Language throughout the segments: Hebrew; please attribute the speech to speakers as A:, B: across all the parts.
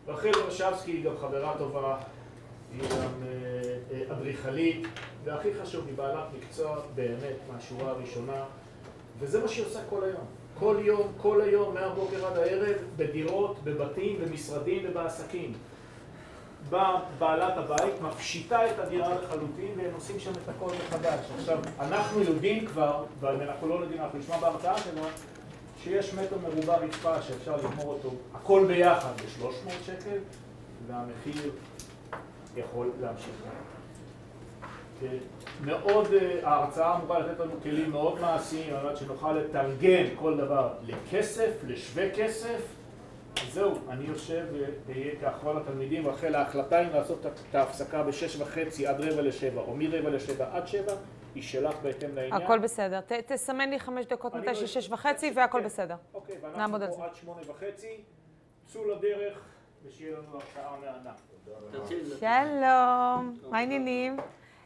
A: רחל ורשבסקי היא גם חברה טובה, היא גם אדריכלית, והכי חשוב, היא בעלת מקצוע באמת מהשורה הראשונה, וזה מה שהיא עושה כל היום. כל היום, מהבוקר עד הערב, בדירות, בבתים, במשרדים ובעסקים. באה בעלת הבית, מפשיטה את הדירה לחלוטין, והם עושים שם את הכל מחדש. עכשיו, אנחנו יודעים כבר, ואנחנו לא יודעים, אנחנו נשמע בהרצאה שלנו, שיש מטר מרובע רצפה שאפשר לגמור אותו, הכל ביחד, ב-300 שקל, והמחיר יכול להמשיך. מאוד, ההרצאה אמורה לתת לנו כלים מאוד מעשיים, על מנת שנוכל לתרגם כל דבר לכסף, לשווה כסף. זהו, אני יושב ואהיה כאחרון התלמידים, ואחרי ההחלטה אם לעשות את ההפסקה ב-6:30 עד 6:45, או מ-6:45 עד 7, היא שלך בהתאם לעניין.
B: הכל בסדר. תסמן לי 5 דקות מתי ש6:30 והכל בסדר.
A: אוקיי, ואנחנו פה עד 8:30, צאו לדרך ושיהיה לנו הרצאה מהנה.
B: שלום, מה העניינים?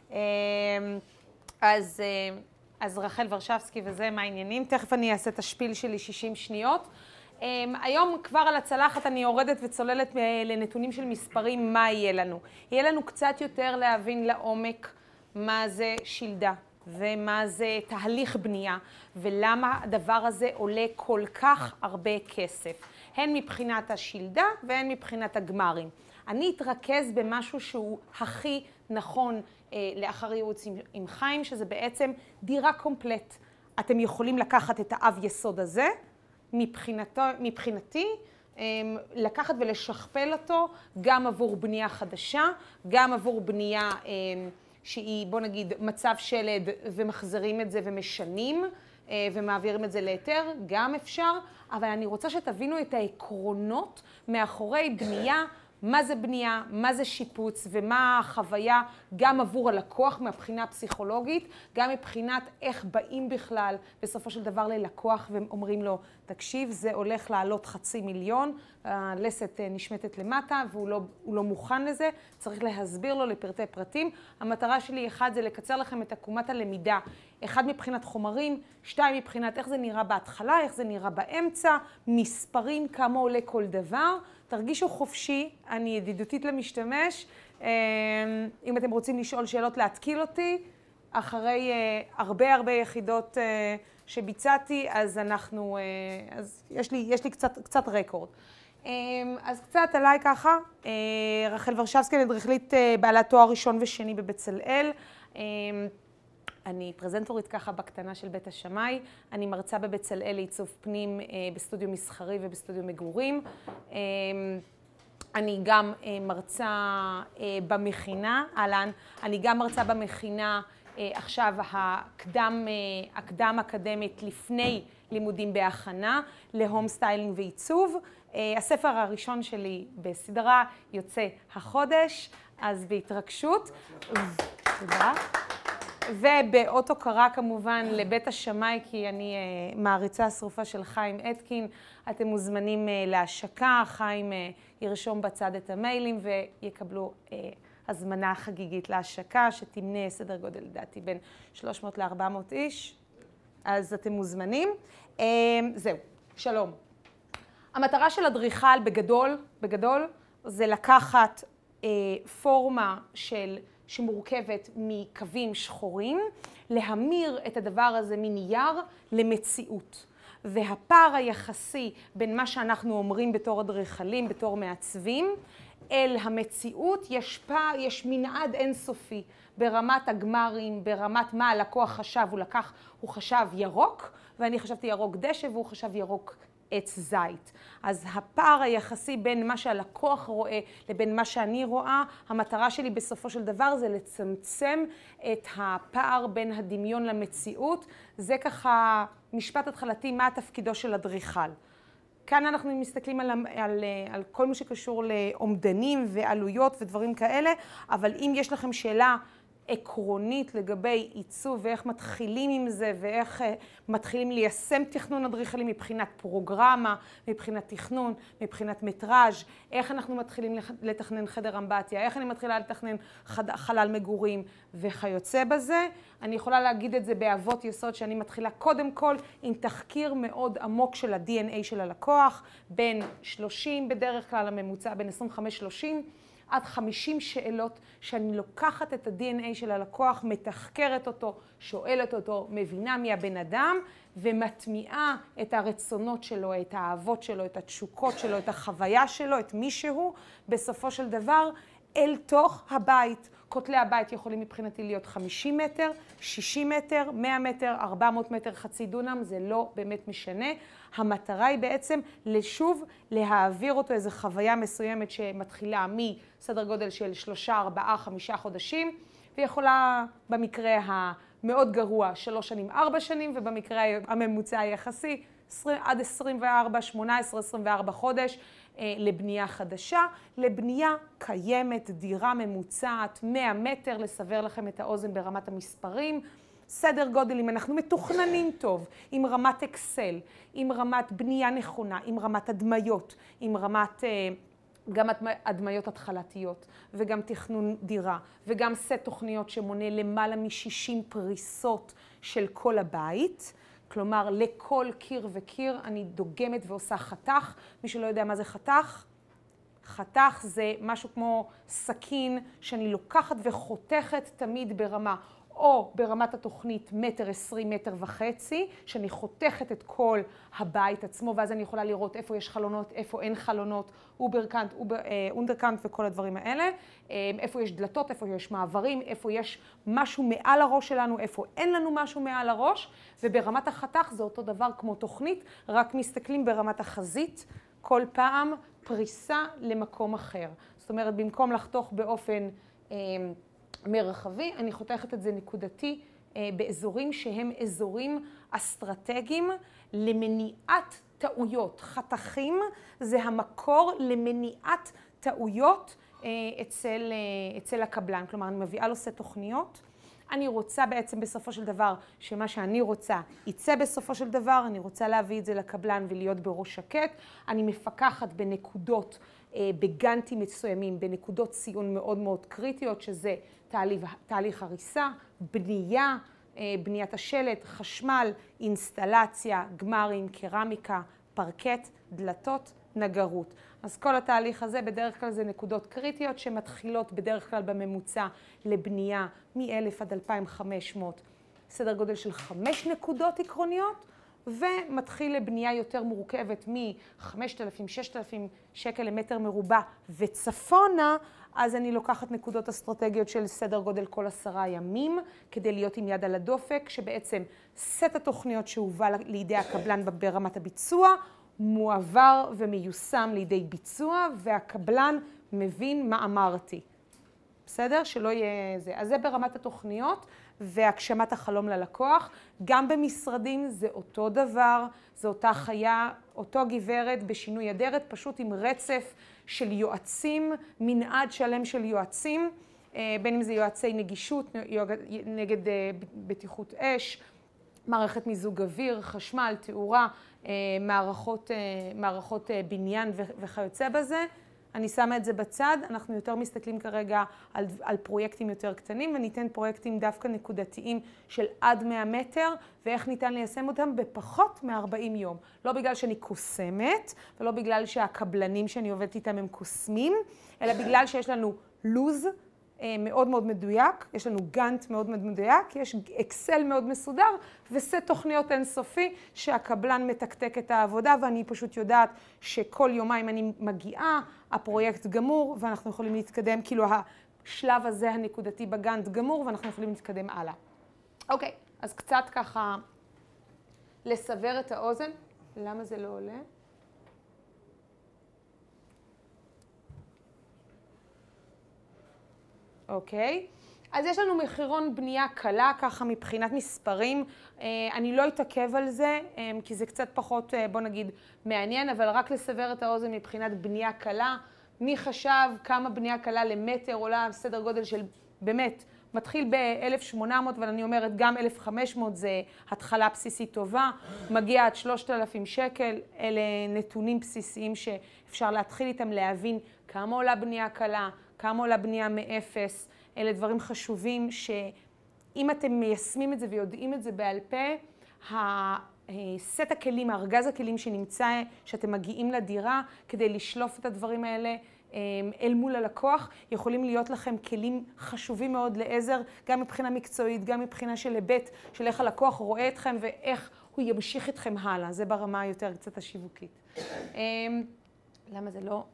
B: אז רחל ורשבסקי וזה, מה העניינים? תכף אני אעשה את השפיל שלי 60 שניות. היום כבר על הצלחת אני יורדת וצוללת לנתונים של מספרים, מה יהיה לנו. יהיה לנו קצת יותר להבין לעומק מה זה שלדה ומה זה תהליך בנייה ולמה הדבר הזה עולה כל כך הרבה כסף. הן מבחינת השלדה והן מבחינת הגמרים. אני אתרכז במשהו שהוא הכי נכון לאחר ייעוץ עם חיים, שזה בעצם דירה קומפלט. אתם יכולים לקחת את האב יסוד הזה, מבחינתי, לקחת ולשכפל אותו גם עבור בנייה חדשה, גם עבור בנייה שהיא, בוא נגיד, מצב שלד ומחזרים את זה ומשנים ומעבירים את זה ליתר, גם אפשר, אבל אני רוצה שתבינו את העקרונות מאחורי בנייה, מה זה בנייה, מה זה שיפוץ ומה החוויה גם עבור הלקוח מהבחינה הפסיכולוגית, גם מבחינת איך באים בכלל בסופו של דבר ללקוח ואומרים לו, תקשיב, זה הולך לעלות 500,000, הלסת נשמטת למטה והוא לא מוכן לזה, צריך להסביר לו לפרטי פרטים. המטרה שלי, אחד, זה לקצר לכם את עקומת הלמידה, אחד מבחינת חומרים, 2 מבחינת איך זה נראה בהתחלה, איך זה נראה באמצע, מספרים, כמה עולה כל דבר. תרגישו חופשי, אני ידידותית למשתמש. אם אתם רוצים לשאול שאלות, להתקיל אותי, אחרי הרבה יחידות שביצעתי, אז יש לי קצת רקורד. אז קצת עליי ככה, רחל ורשבסקי, אדריכלית בעלת תואר ראשון ושני בבצלאל. אני פרזנטורית ככה בקטנה של בית השמאי, אני מרצה בבצלאל לעיצוב פנים בסטודיו מסחרי ובסטודיו מגורים. אני גם מרצה במכינה, אני גם מרצה במכינה עכשיו הקדם אקדמית לפני לימודים בהכנה להום סטיילינג ועיצוב. הספר הראשון שלי בסדרה יוצא החודש, אז בהתרגשות. תודה. ובאות הוקרה כמובן לבית השמאי, כי אני מעריצה שרופה של חיים אתקין. אתם מוזמנים להשקה, חיים ירשום בצד את המיילים ויקבלו הזמנה חגיגית להשקה, שתמנה סדר גודל לדעתי בין 300 ל-400 איש. אז אתם מוזמנים. זהו, שלום. המטרה של אדריכל בגדול, זה לקחת פורמה שמורכבת מקווים שחורים, להמיר את הדבר הזה מנייר למציאות. והפער היחסי בין מה שאנחנו אומרים בתור אדריכלים, בתור מעצבים, אל המציאות יש מנעד אינסופי ברמת הגמרים, ברמת מה הלקוח חשב, הוא חשב ירוק, ואני חשבתי ירוק דשא והוא חשב ירוק עץ זית. אז הפער היחסי בין מה שהלקוח רואה לבין מה שאני רואה, המטרה שלי בסופו של דבר זה לצמצם את הפער בין הדמיון למציאות. זה ככה משפט התחלתי, מה התפקידו של אדריכל. כאן אנחנו מסתכלים על כל מה שקשור לאומדנים ועלויות ודברים כאלה, אבל אם יש לכם שאלה עקרונית לגבי עיצוב ואיך מתחילים עם זה ואיך מתחילים ליישם תכנון אדריכלי מבחינת פרוגרמה, מבחינת תכנון, מבחינת מטראז', איך אנחנו מתחילים לתכנן חדר אמבטיה, איך אני מתחילה לתכנן חלל מגורים וכיוצא בזה. אני יכולה להגיד את זה באבות יסוד שאני מתחילה קודם כל עם תחקיר מאוד עמוק של ה-DNA של הלקוח, בין 30 בדרך כלל הממוצע, בין 25-30, עד 50 שאלות שאני לוקחת את ה-DNA של הלקוח, מתחקרת אותו, שואלת אותו, מבינה מי הבן אדם, ומטמיעה את הרצונות שלו, את האהבות שלו, את התשוקות שלו, את החוויה שלו, את מישהו, בסופו של דבר, אל תוך הבית. כותלי הבית יכולים מבחינתי להיות 50 מטר, 60 מטר, 100 מטר, 400 מטר, חצי דונם, זה לא באמת משנה. המטרה היא בעצם לשוב להעביר אותו איזו חוויה מסוימת שמתחילה מסדר גודל של 3, 4, 5 חודשים, ויכולה במקרה המאוד גרוע 3 שנים, 4 שנים, ובמקרה הממוצע היחסי עד 24, 18, 24 חודש לבנייה חדשה, לבנייה קיימת, דירה ממוצעת, 100 מטר, לסבר לכם את האוזן ברמת המספרים. סדר גודל, אם אנחנו מתוכננים טוב, עם רמת אקסל, עם רמת בנייה נכונה, עם רמת הדמיות, עם רמת גם הדמיות התחלתיות, וגם תכנון דירה, וגם סט תוכניות שמונה למעלה מ-60 פריסות של כל הבית. כלומר, לכל קיר וקיר אני דוגמת ועושה חתך. מי שלא יודע מה זה חתך, חתך זה משהו כמו סכין שאני לוקחת וחותכת תמיד ברמה, או ברמת התוכנית 1.20 מטר, 1.5 מטר, שאני חותכת את כל הבית עצמו, ואז אני יכולה לראות איפה יש חלונות, איפה אין חלונות, אוברקאנט, אונדרקאנט וכל הדברים האלה, איפה יש דלתות, איפה יש מעברים, איפה יש משהו מעל הראש שלנו, איפה אין לנו משהו מעל הראש, וברמת החתך זה אותו דבר כמו תוכנית, רק מסתכלים ברמת החזית, כל פעם פריסה למקום אחר. זאת אומרת, במקום לחתוך באופן מרחבי, אני חותכת את זה נקודתי באזורים שהם אזורים אסטרטגיים למניעת טעויות. חתכים זה המקור למניעת טעויות אצל הקבלן. כלומר, אני מביאה לו סט תוכניות. אני רוצה בעצם בסופו של דבר שמה שאני רוצה יצא בסופו של דבר. אני רוצה להביא את זה לקבלן ולהיות בראש שקט. אני מפקחת בנקודות, בגנטים מסוימים, בנקודות ציון מאוד מאוד קריטיות, שזה תהליך הריסה, בנייה, בניית השלט, חשמל, אינסטלציה, גמרים, קרמיקה, פרקט, דלתות, נגרות. אז כל התהליך הזה בדרך כלל זה נקודות קריטיות שמתחילות בדרך כלל בממוצע לבנייה מ-1,000 עד 2,500, סדר גודל של 5 נקודות עקרוניות, ומתחיל לבנייה יותר מורכבת מ-5,000, 6,000 שקל למטר מרובע וצפונה, אז אני לוקחת נקודות אסטרטגיות של סדר גודל כל 10 ימים, כדי להיות עם יד על הדופק, שבעצם סט התוכניות שהובא לידי הקבלן ברמת הביצוע, מועבר ומיושם לידי ביצוע, והקבלן מבין מה אמרתי. בסדר? שלא יהיה זה. אז זה ברמת התוכניות והגשמת החלום ללקוח. גם במשרדים זה אותו דבר, זה אותה חיה, אותו גברת בשינוי אדרת, פשוט עם רצף של יועצים, מנעד שלם של יועצים, בין אם זה יועצי נגישות, נגד בטיחות אש, מערכת מיזוג אוויר, חשמל, תאורה, מערכות בניין וכיוצא בזה. אני שמה את זה בצד, אנחנו יותר מסתכלים כרגע על פרויקטים יותר קטנים, וניתן פרויקטים דווקא נקודתיים של עד 100 מטר, ואיך ניתן ליישם אותם בפחות מ-40 יום. לא בגלל שאני קוסמת, ולא בגלל שהקבלנים שאני עובדת איתם הם קוסמים, אלא בגלל שיש לנו לוז מאוד מאוד מדויק, יש לנו גאנט מאוד מאוד מדויק, יש אקסל מאוד מסודר, וסט תוכניות אינסופי שהקבלן מתקתק את העבודה, ואני פשוט יודעת שכל יומיים אני מגיעה, הפרויקט גמור, ואנחנו יכולים להתקדם, כאילו השלב הזה הנקודתי בגאנט גמור, ואנחנו יכולים להתקדם הלאה. אוקיי, אז קצת ככה לסבר את האוזן. למה זה לא עולה? אוקיי, אז יש לנו מחירון בנייה קלה, ככה מבחינת מספרים. אני לא אתעכב על זה, כי זה קצת פחות, בוא נגיד, מעניין, אבל רק לסבר את האוזן מבחינת בנייה קלה. מי חשב כמה בנייה קלה למטר עולה סדר גודל של באמת מתחיל ב-1,800, אבל אני אומרת גם 1,500 זה התחלה בסיסית טובה, מגיע עד 3,000 שקל, אלה נתונים בסיסיים שאפשר להתחיל איתם, להבין כמה עולה בנייה קלה, כמה עולה בנייה מאפס, אלה דברים חשובים שאם אתם מיישמים את זה ויודעים את זה בעל פה, סט הכלים, ארגז הכלים שנמצא, שאתם מגיעים לדירה כדי לשלוף את הדברים האלה אל מול הלקוח, יכולים להיות לכם כלים חשובים מאוד לעזר, גם מבחינה מקצועית, גם מבחינה של היבט, של איך הלקוח רואה אתכם ואיך הוא ימשיך אתכם הלאה. זה ברמה יותר קצת השיווקית. למה זה לא?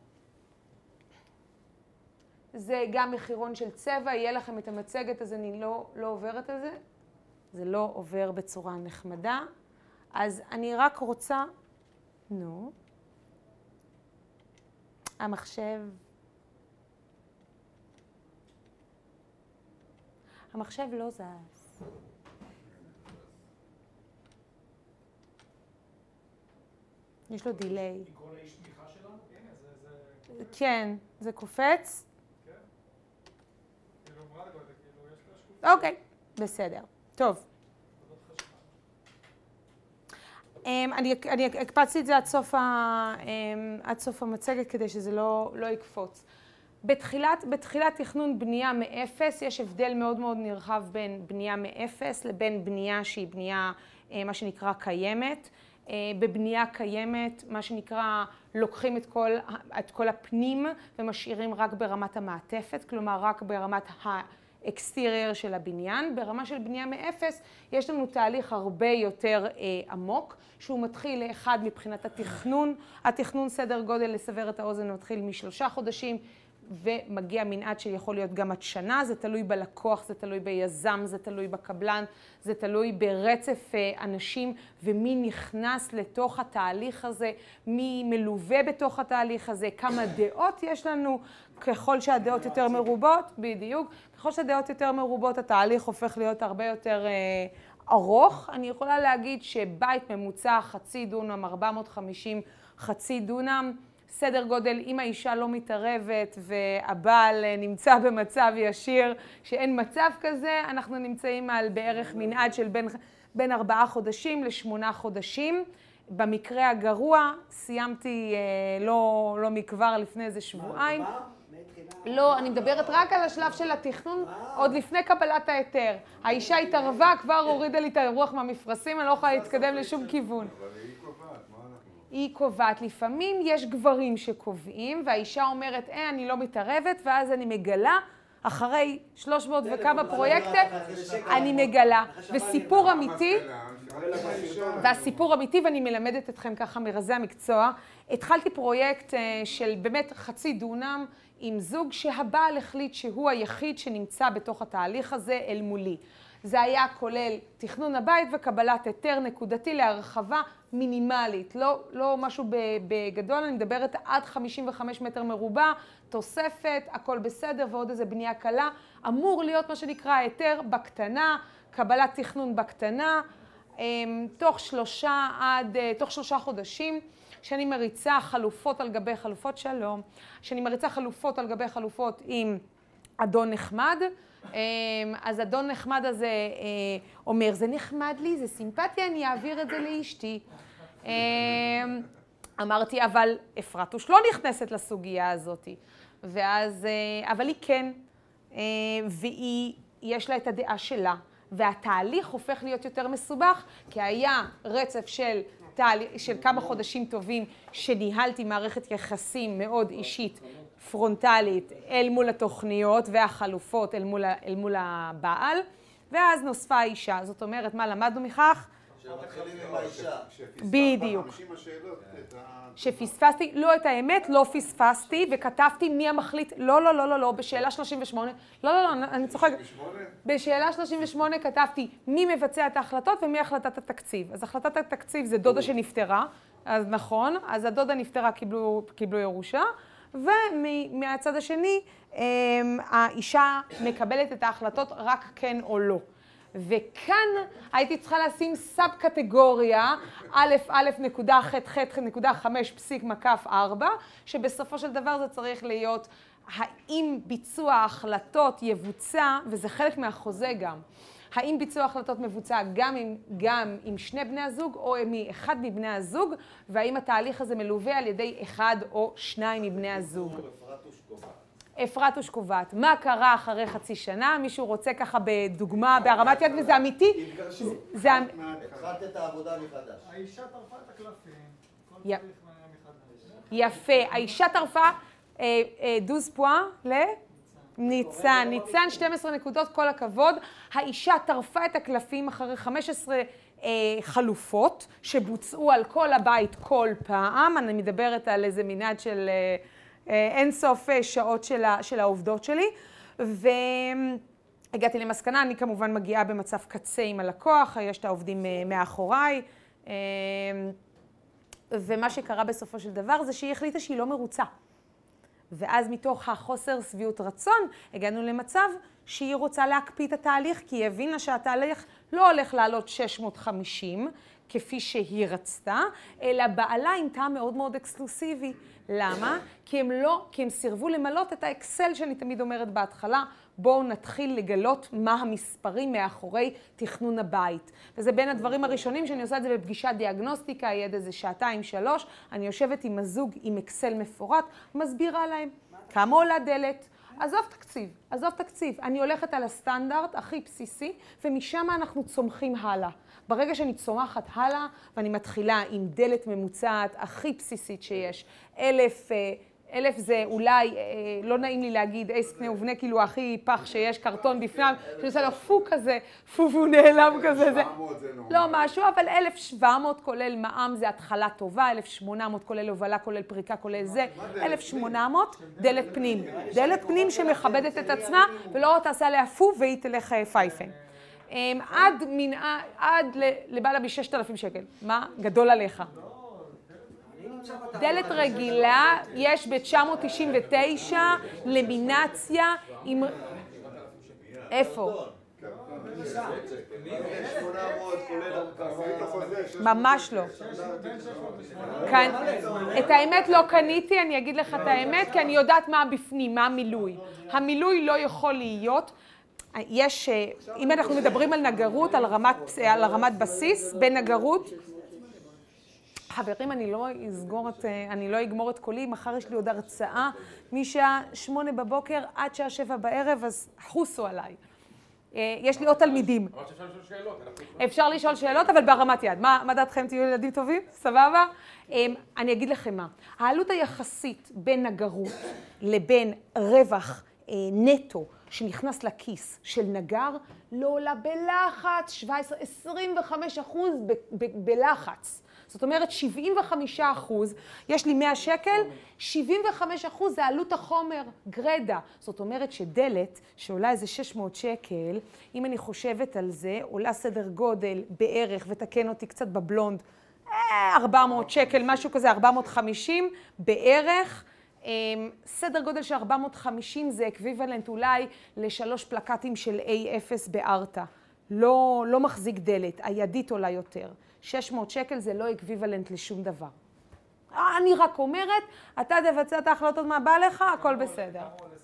B: זה גם מחירון של צבע, יהיה לכם את המצגת, אז אני לא עוברת על זה. זה לא עובר בצורה נחמדה. אז אני רק רוצה, המחשב לא זז. יש לו דיליי.
A: לקרוא לאיש תמיכה שלנו? הנה,
B: כן, זה קופץ.
A: כן. כאילו, מה לגבי זה? כאילו, יש לה שקופית.
B: אוקיי, בסדר. טוב. אני הקפצתי את זה עד סוף המצגת כדי שזה לא יקפוץ. בתחילת תכנון בנייה מאפס, יש הבדל מאוד מאוד נרחב בין בנייה מאפס לבין בנייה שהיא בנייה, מה שנקרא, קיימת. בבנייה קיימת, מה שנקרא, לוקחים את כל הפנים ומשאירים רק ברמת המעטפת, כלומר רק ברמת האקסטרייר של הבניין. ברמה של בנייה מאפס יש לנו תהליך הרבה יותר עמוק, שהוא מתחיל אחד מבחינת התכנון. התכנון סדר גודל, לסבר את האוזן, מתחיל מ3 חודשים, ומגיע מנעד שיכול להיות גם עד שנה, זה תלוי בלקוח, זה תלוי ביזם, זה תלוי בקבלן, זה תלוי ברצף אנשים, ומי נכנס לתוך התהליך הזה, מי מלווה בתוך התהליך הזה, כמה דעות יש לנו, ככל שהדעות יותר מרובות, בדיוק, ככל שהדעות יותר מרובות, התהליך הופך להיות הרבה יותר ארוך. אני יכולה להגיד שבית ממוצע חצי דונם, 450 חצי דונם, סדר גודל, אם האישה לא מתערבת והבעל נמצא במצב ישיר, שאין מצב כזה, אנחנו נמצאים על בערך מנעד של בין 4 חודשים ל8 חודשים. במקרה הגרוע, סיימתי לא מכבר, לפני איזה שבועיים. לא, אני מדברת רק על השלב של התכנון, עוד לפני קבלת ההיתר. האישה התערבה, כבר הורידה לי את הרוח מהמפרשים, אני לא יכולה להתקדם לשום כיוון.
C: אבל היא קובעת, מה אנחנו?
B: היא קובעת. לפעמים יש גברים שקובעים, והאישה אומרת, אני לא מתערבת, ואז אני מגלה, אחרי 300 וכמה פרויקטים, אני מגלה. וסיפור אמיתי, והסיפור אמיתי, ואני מלמדת אתכם ככה מרזי המקצוע, התחלתי פרויקט של באמת חצי דונם, עם זוג שהבעל החליט שהוא היחיד שנמצא בתוך התהליך הזה אל מולי. זה היה כולל תכנון הבית וקבלת היתר נקודתי להרחבה מינימלית, לא משהו בגדול, אני מדברת עד 55 מטר מרובע, תוספת, הכל בסדר ועוד איזה בנייה קלה. אמור להיות מה שנקרא היתר בקטנה, קבלת תכנון בקטנה, תוך 3 חודשים. שאני מריצה חלופות על גבי חלופות, שלום, שאני מריצה חלופות על גבי חלופות עם אדון נחמד, אז אדון נחמד הזה אומר, זה נחמד לי, זה סימפטי, אני אעביר את זה לאשתי. אמרתי, אבל אפרטוש לא נכנסת לסוגיה הזאת, ואז, אבל היא כן, ויש לה את הדעה שלה, והתהליך הופך להיות יותר מסובך, כי היה רצף של כמה חודשים טובים שניהלתי מערכת יחסים מאוד אישית, פרונטלית, אל מול התוכניות והחלופות אל מול הבעל, ואז נוספה האישה. זאת אומרת, מה למדנו מכך?
C: שמתחילים עם האישה.
B: בדיוק. שפספסתי, לא את האמת, לא פספסתי, וכתבתי מי המחליט, לא, בשאלה 38, לא, אני צוחקת. בשאלה 38 כתבתי מי מבצע את ההחלטות ומי החלטת התקציב. אז החלטת התקציב זה דודה שנפטרה, אז נכון, אז הדודה נפטרה, קיבלו ירושה, ומהצד השני, האישה מקבלת את ההחלטות רק כן או לא. וכאן הייתי צריכה לשים סאב קטגוריה, א'.ח.5.4, שבסופו של דבר זה צריך להיות האם ביצוע ההחלטות יבוצע, וזה חלק מהחוזה גם, האם ביצוע ההחלטות מבוצע גם עם שני בני הזוג או מאחד מבני הזוג, והאם התהליך הזה מלווה על ידי אחד או שניים מבני הזוג. אפרטוש קובעת. מה קרה אחרי חצי שנה? מישהו רוצה ככה בדוגמה, בהרמת יד, וזה אמיתי?
C: התחלת את העבודה מחדש.
D: האישה טרפה את הקלפים, כל צריך מחדש.
B: יפה. האישה טרפה, דוז פואה לניצן. ניצן 12 נקודות, כל הכבוד. האישה טרפה את הקלפים אחרי 15 חלופות שבוצעו על כל הבית כל פעם. אני מדברת על איזה מנעד של אין סוף שעות של העובדות שלי. והגעתי למסקנה, אני כמובן מגיעה במצב קצה עם הלקוח, יש את העובדים מאחוריי. ומה שקרה בסופו של דבר זה שהיא החליטה שהיא לא מרוצה. ואז מתוך החוסר שביעות רצון הגענו למצב שהיא רוצה להקפיא את התהליך, כי היא הבינה שהתהליך לא הולך לעלות 650 כפי שהיא רצתה, אלא בעלה עם טעם מאוד מאוד אקסקלוסיבי. למה? כי הם סירבו למלות את האקסל שאני תמיד אומרת בהתחלה, בואו נתחיל לגלות מה המספרים מאחורי תכנון הבית. וזה בין הדברים הראשונים שאני עושה את זה בפגישת דיאגנוסטיקה, יהיה איזה 2-3, אני יושבת עם הזוג עם אקסל מפורט, מסבירה להם כמה עולה דלת, עזוב תקציב, אני הולכת על הסטנדרט הכי בסיסי, ומשם אנחנו צומחים הלאה. ברגע שאני צומחת הלאה, ואני מתחילה עם דלת ממוצעת הכי בסיסית שיש, 1,000 זה אולי, לא נעים לי להגיד, עץ קנה ובנה, כאילו הכי פח שיש, קרטון בפניו, שאני עושה לו פו כזה, פו והוא נעלם כזה, זה לא משהו, אבל 1,700 כולל מע"מ זה התחלה טובה, 1,800 כולל הובלה, כולל פריקה, כולל זה, 1,800 דלת פנים. דלת פנים שמכבדת את עצמה, ולא תעשה עליה פו והיא תלך פייפן. עד לבעלה ב6,000 שקל. מה? גדול עליך. דלת רגילה, יש ב-999 למינציה עם... איפה? ממש לא. את האמת לא קניתי, אני אגיד לך את האמת, כי אני יודעת מה בפנים, מה המילוי. המילוי לא יכול להיות... יש, אם אנחנו מדברים על נגרות, על רמת בסיס, בנגרות, חברים, אני לא אגמור את קולי, מחר יש לי עוד הרצאה משעה 8 בבוקר עד שעה 7 בערב, אז חוסו עליי. יש לי עוד תלמידים.
E: אמרת שאפשר לשאול שאלות.
B: אפשר לשאול שאלות, אבל בהרמת יד. מה דעתכם? תהיו ילדים טובים? סבבה? אני אגיד לכם מה. העלות היחסית בין נגרות לבין רווח נטו שנכנס לכיס של נגר, לא עולה בלחץ, 25% בלחץ. זאת אומרת, 75%, יש לי 100 שקל, 75% זה עלות החומר, גרדה. זאת אומרת שדלת, שעולה איזה 600 שקל, אם אני חושבת על זה, עולה סדר גודל בערך, ותקן אותי קצת בבלונד, 400 שקל, משהו כזה, 450 בערך. סדר גודל של 450 זה אקוויוולנט אולי ל3 פלקטים של A0 בארטה. לא מחזיק דלת, הידית עולה יותר. 600 שקל זה לא אקוויוולנט לשום דבר. אני רק אומרת, אתה תבצע את ההחלטות מה בא לך, הכל בסדר.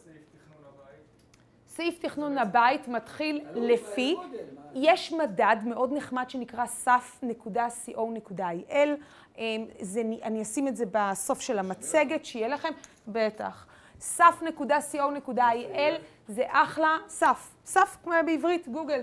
B: סעיף תכנון הבית מתחיל לפי, יש מדד מאוד נחמד שנקרא saf.co.il, אני אשים את זה בסוף של המצגת, שיהיה לכם, בטח. saf.co.il זה אחלה, סף כמו בעברית, גוגל,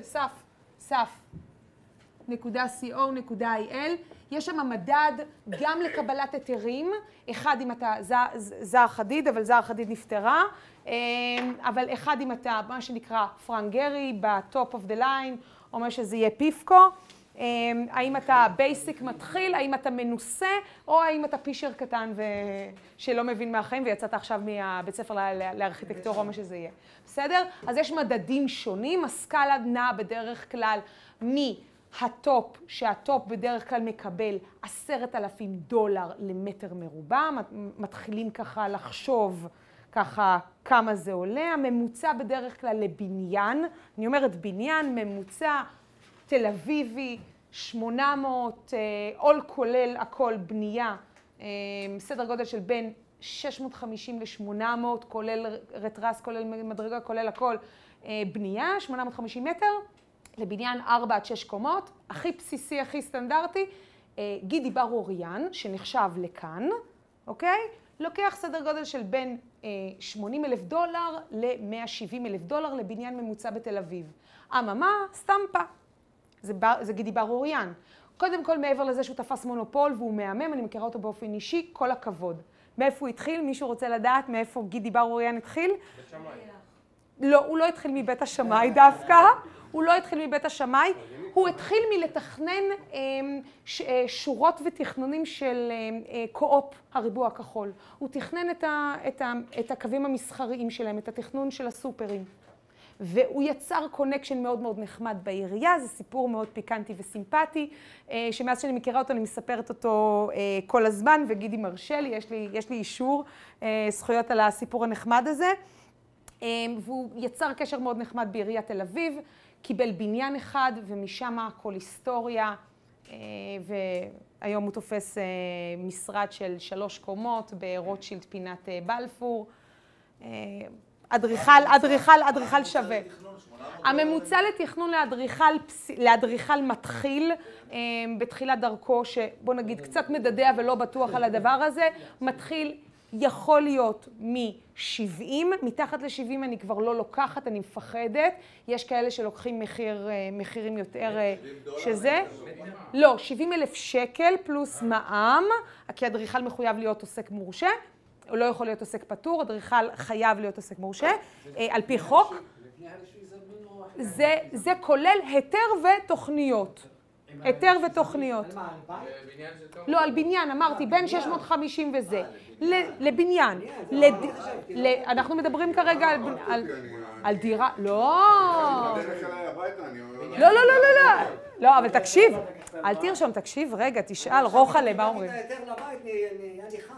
B: saf.co.il, יש שם מדד גם לקבלת היתרים, אחד אם אתה זר חדיד, אבל זר חדיד נפטרה, אבל אחד אם אתה, מה שנקרא פרנגרי, בטופ אוף דה ליין, אומר שזה יהיה פיפקו, האם אתה בייסיק מתחיל, האם אתה מנוסה, או האם אתה פישר קטן שלא מבין מהחיים ויצאת עכשיו מהבית ספר לארכיטקטורה או מה שזה יהיה. בסדר? אז יש מדדים שונים, הסקאלה נעה בדרך כלל מהטופ, שהטופ בדרך כלל מקבל $10,000 למטר מרובע, מתחילים ככה לחשוב ככה כמה זה עולה, הממוצע בדרך כלל לבניין, אני אומרת בניין, ממוצע תל אביבי, 800, עול כולל הכל בנייה, סדר גודל של בין 650 ל-800, כולל רטרס, כולל מדרגה, כולל הכל, בנייה, 850 מטר, לבניין 4 עד 6 קומות, הכי בסיסי, הכי סטנדרטי, גידי בר אוריין, שנחשב לכאן, אוקיי? לוקח סדר גודל של בין $80,000 ל-$170,000 לבניין ממוצע בתל אביב. אממה, סטמפה. זה גידי בר אוריין. קודם כל, מעבר לזה שהוא תפס מונופול והוא מהמם, אני מכירה אותו באופן אישי, כל הכבוד. מאיפה הוא התחיל? מישהו רוצה לדעת מאיפה גידי בר אוריין התחיל? בית שמאי. לא, הוא לא התחיל מבית השמאי דווקא. הוא לא התחיל מבית השמאי. הוא התחיל מלתכנן שורות ותכנונים של קו-אופ, הריבוע הכחול. הוא תכנן את הקווים המסחריים שלהם, את התכנון של הסופרים. והוא יצר קונקשן מאוד מאוד נחמד בעירייה, זה סיפור מאוד פיקנטי וסימפטי, שמאז שאני מכירה אותו אני מספרת אותו כל הזמן, וגידי מרשה לי, יש לי אישור זכויות על הסיפור הנחמד הזה. והוא יצר קשר מאוד נחמד בעיריית תל אביב, קיבל בניין אחד ומשם הכל היסטוריה, והיום הוא תופס משרד של 3 קומות ברוטשילד פינת בלפור. אדריכל שווה. הממוצע לתכנון לאדריכל מתחיל בתחילת דרכו, שבוא נגיד קצת מדדע ולא בטוח על הדבר הזה, מתחיל יכול להיות מ-70, מתחת ל-70 אני כבר לא לוקחת, אני מפחדת. יש כאלה שלוקחים מחירים יותר שזה. לא, 70,000 שקל פלוס מע"מ, כי אדריכל מחויב להיות עוסק מורשה. הוא לא יכול להיות עוסק פטור, אדריכל חייב להיות עוסק מורשה, על פי חוק. זה כולל היתר ותוכניות. היתר ותוכניות. לא, על בניין, אמרתי, בין 650 וזה. לבניין. אנחנו מדברים כרגע על דירה. לא. לא. לא, אבל תקשיב. אל תרשום, תקשיב, רגע, תשאל, רוחלה, מה אומרים?
C: היתר לבית נהיה לי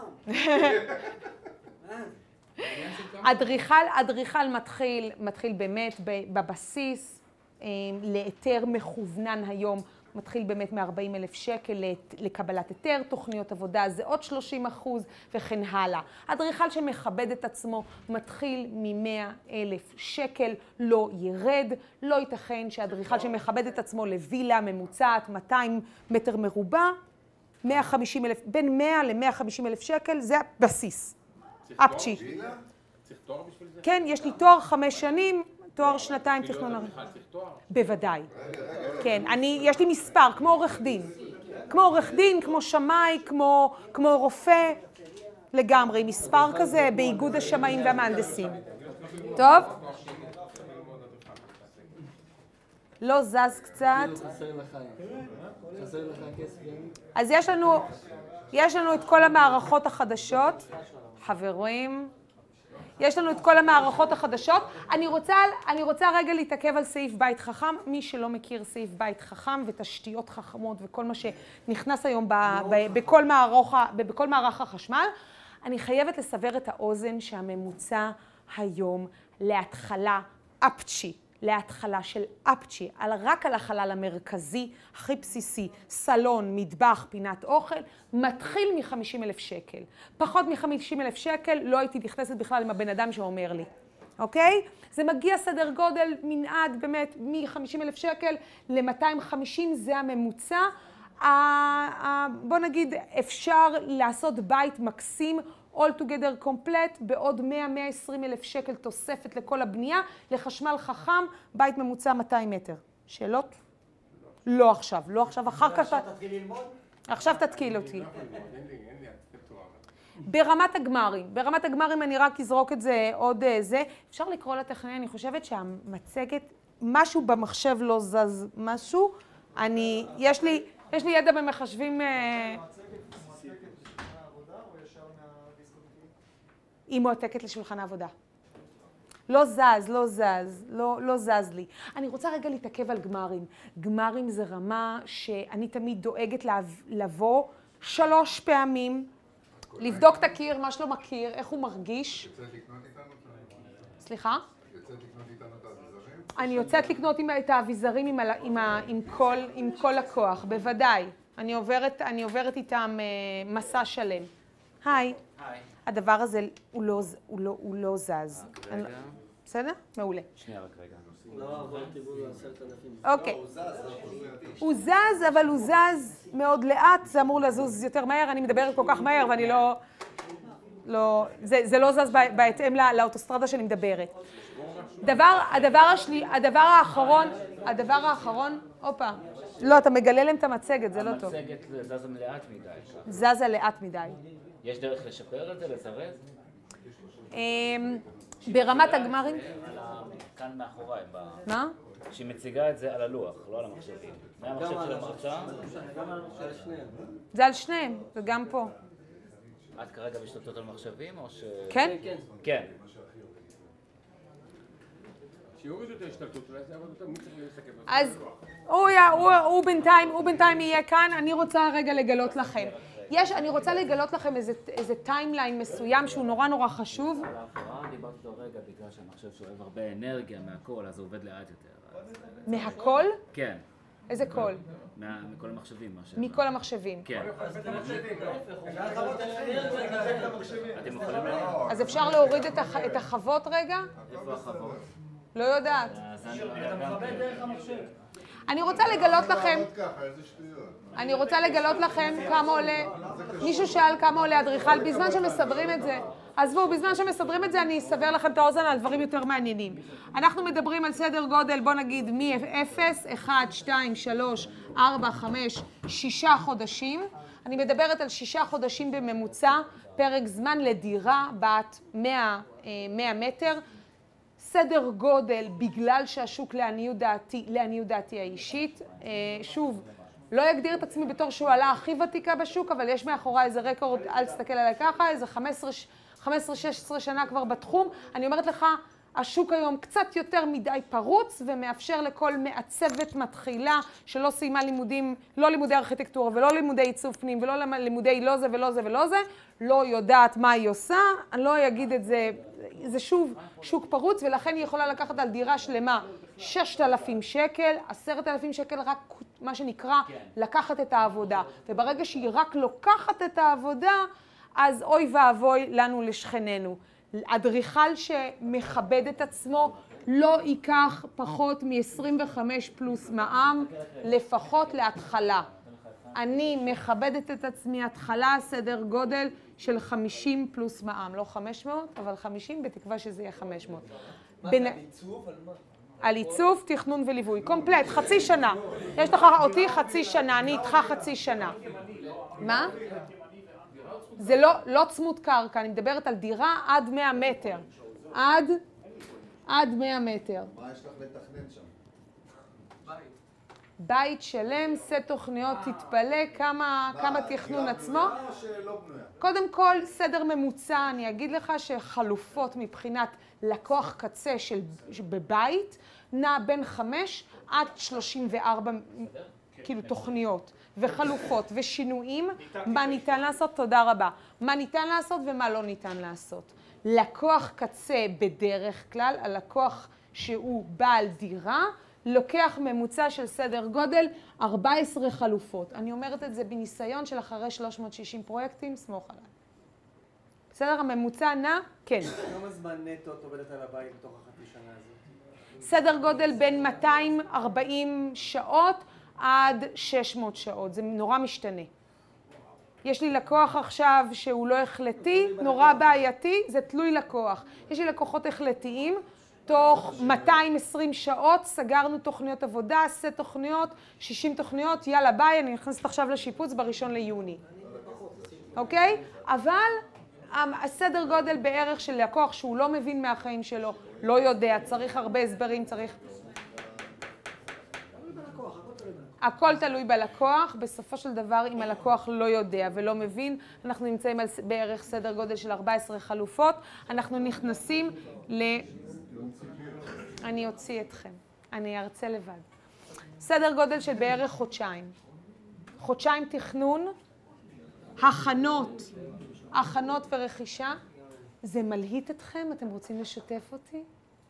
C: חם.
B: אדריכל מתחיל באמת בבסיס, להיתר מכוונן היום, מתחיל באמת מ-40,000 שקל לקבלת היתר, תוכניות עבודה זה עוד 30% וכן הלאה. אדריכל שמכבד את עצמו מתחיל מ-100,000 שקל, לא ירד, לא ייתכן שאדריכל שמכבד את עצמו לווילה ממוצעת 200 מטר מרובע, בין 100 ל-150,000 שקל, זה הבסיס. אפצ'י.
E: צריך תואר בשביל זה?
B: כן, יש לי תואר 5 שנים, תואר 2 תכנון ערים. בוודאי. כן, יש לי מספר, כמו עורך דין. כמו עורך דין, כמו שמאי, כמו רופא, לגמרי. מספר כזה באיגוד השמאים והמהנדסים. טוב? לא זז קצת. אז יש לנו את כל המערכות החדשות. חברים. יש לנו את כל המערכות החדשות. אני רוצה רגע להתעכב על סעיף בית חכם. מי שלא מכיר סעיף בית חכם ותשתיות חכמות וכל מה שנכנס היום בכל מערך החשמל, אני חייבת לסבר את האוזן שהממוצע היום להתחלה אפצ'י, להתחלה של אפצ'י, רק על החלל המרכזי, הכי בסיסי, סלון, מטבח, פינת אוכל, מתחיל מ-50,000 שקל. פחות מ-50,000 שקל לא הייתי נכנסת בכלל עם הבן אדם שאומר לי, אוקיי? זה מגיע סדר גודל מנעד באמת מ-50,000 שקל ל-250, זה הממוצע. בוא נגיד, אפשר לעשות בית מקסים, all together complete, בעוד 100-120,000 שקל תוספת לכל הבנייה, לחשמל חכם, בית ממוצע 200 מטר. שאלות? לא עכשיו, אחר כך...
C: עכשיו תתחיל ללמוד?
B: עכשיו תתקיל אותי. ברמת הגמרים אני רק אזרוק את זה עוד זה. אפשר לקרוא לטכנאי, אני חושבת שהמצגת, משהו במחשב לא זז משהו. יש לי ידע במחשבים... היא מועתקת לשולחן העבודה. לא זז לי. אני רוצה רגע להתעכב על גמרים. גמרים זה רמה שאני תמיד דואגת לבוא 3 פעמים, לבדוק את הקיר, מה שלא מכיר, איך הוא מרגיש.
E: יוצאת לקנות איתנו?
B: סליחה?
E: יוצאת לקנות איתנו את האביזרים?
B: אני יוצאת לקנות את האביזרים עם כל הכוח, בוודאי. אני עוברת איתם מסע שלם. היי. הדבר הזה הוא לא זז.
F: רגע.
B: בסדר? מעולה.
F: שנייה, רק רגע.
C: לא עבר כיוון 10,000.
B: אוקיי. הוא זז, אבל הוא זז מאוד לאט, זה אמור לזוז יותר מהר, אני מדברת כל כך מהר ואני זה לא זז בהתאם לאוטוסטרדה שאני מדברת. הדבר האחרון, הופה, לא, אתה מגלה להם את המצגת, זה לא טוב.
F: המצגת זזה לאט מדי.
B: זזה לאט מדי.
F: יש דרך לשפר את זה, לזרז?
B: ברמת הגמרים?
F: כאן מאחוריי.
B: מה?
F: שהיא מציגה את זה על הלוח, לא על המחשבים. מהמחשב של המרצה?
C: זה
B: על שניהם, וגם פה.
F: את כרגע משתתפת על מחשבים או ש...
B: כן?
F: כן.
E: שיורידו את ההשתלטות, אולי זה יעבוד יותר, מי צריך להסתכל בזה?
B: אז הוא בינתיים יהיה כאן, אני רוצה רגע לגלות לכם. אני רוצה לגלות לכם איזה טיימליין מסוים שהוא נורא חשוב.
F: על האחורה דיברתי אותו רגע בגלל שהמחשב שואב הרבה אנרגיה מהכל, אז הוא עובד לאט יותר.
B: מהכל?
F: כן.
B: איזה קול?
F: מכל המחשבים.
B: מכל המחשבים.
F: כן. אתם יכולים
B: אז אפשר להוריד את החוות רגע?
F: איפה החוות?
B: לא יודעת. אני רוצה לגלות לכם כמה עולה, מישהו שאל כמה עולה אדריכל, בזמן שמסדרים את זה, עזבו, בזמן שמסדרים את זה אני אסבר לכם את האוזן על דברים יותר מעניינים. אנחנו מדברים על סדר גודל, בוא נגיד מ-0, 1, 2, 3, 4, 5, 6 חודשים. אני מדברת על 6 חודשים בממוצע, פרק זמן לדירה בת 100 מטר. סדר גודל, בגלל שהשוק לעניות דעתי האישית, שוב, לא יגדיר את עצמי בתור שהוא העלה הכי ותיקה בשוק, אבל יש מאחורי איזה רקורד, אל תסתכל עליי ככה, איזה 15-16 שנה כבר בתחום. אני אומרת לך, השוק היום קצת יותר מדי פרוץ, ומאפשר לכל מעצבת מתחילה, שלא סיימה לימודים, לא לימודי ארכיטקטורה, ולא לימודי עיצוב פנים, ולא לימודי לא זה ולא זה ולא זה, לא יודעת מה היא עושה, אני לא אגיד את זה, זה שוב שוק פרוץ, ולכן היא יכולה לקחת על דירה שלמה 6,000 שקל, 10,000 שקל, רק מה שנקרא לקחת את העבודה. וברגע שהיא רק לוקחת את העבודה, אז אוי ואבוי לנו לשכננו. אדריכל שמכבד את עצמו לא ייקח פחות מ-25 פלוס מע"מ, לפחות להתחלה. אני מכבדת את עצמי התחלה, סדר גודל של 50 פלוס מע"מ, לא 500, אבל 50, בתקווה שזה יהיה 500.
C: מה זה, על עיצוב? על מה?
B: על עיצוב, תכנון וליווי, קומפלט, חצי שנה. יש לך אותי חצי שנה, אני איתך חצי שנה. מה? זה לא צמוד קרקע, אני מדברת על דירה עד 100 מטר. עד 100 מטר.
E: מה יש לך לתכנן שם?
B: בית שלם, סט תוכניות, תתפלא כמה תכנון עצמו. קודם כל, סדר ממוצע, אני אגיד לך שחלופות מבחינת לקוח קצה בבית, נע בין 5 עד 34 כאילו תוכניות וחלופות ושינויים, מה ניתן לעשות, תודה רבה, מה ניתן לעשות ומה לא ניתן לעשות. לקוח קצה בדרך כלל, הלקוח שהוא בעל דירה, לוקח ממוצע של סדר גודל 14 חלופות. אני אומרת את זה בניסיון של אחרי 360 פרויקטים, סמוך עליי. בסדר, הממוצע נע? כן.
C: כמה זמן נטו את עובדת על הבית בתוך החצי שנה הזאת?
B: סדר גודל בין 240 שעות עד 600 שעות. זה נורא משתנה. יש לי לקוח עכשיו שהוא לא החלטי, נורא בעייתי, זה תלוי לקוח. יש לי לקוחות החלטיים, תוך 220 שעות סגרנו תוכניות עבודה, סט תוכניות, 60 תוכניות, יאללה ביי, אני נכנסת עכשיו לשיפוץ ב1 ליוני. אוקיי? אבל הסדר גודל בערך של לקוח שהוא לא מבין מהחיים שלו, לא יודע, צריך הרבה הסברים, צריך... הכל תלוי בלקוח, בסופו של דבר אם הלקוח לא יודע ולא מבין, אנחנו נמצאים על בערך סדר גודל של 14 חלופות, אנחנו נכנסים אני אוציא אתכם, אני ארצה לבד. סדר גודל של בערך חודשיים. חודשיים תכנון, הכנות ורכישה. זה מלהיט אתכם? אתם רוצים לשתף אותי?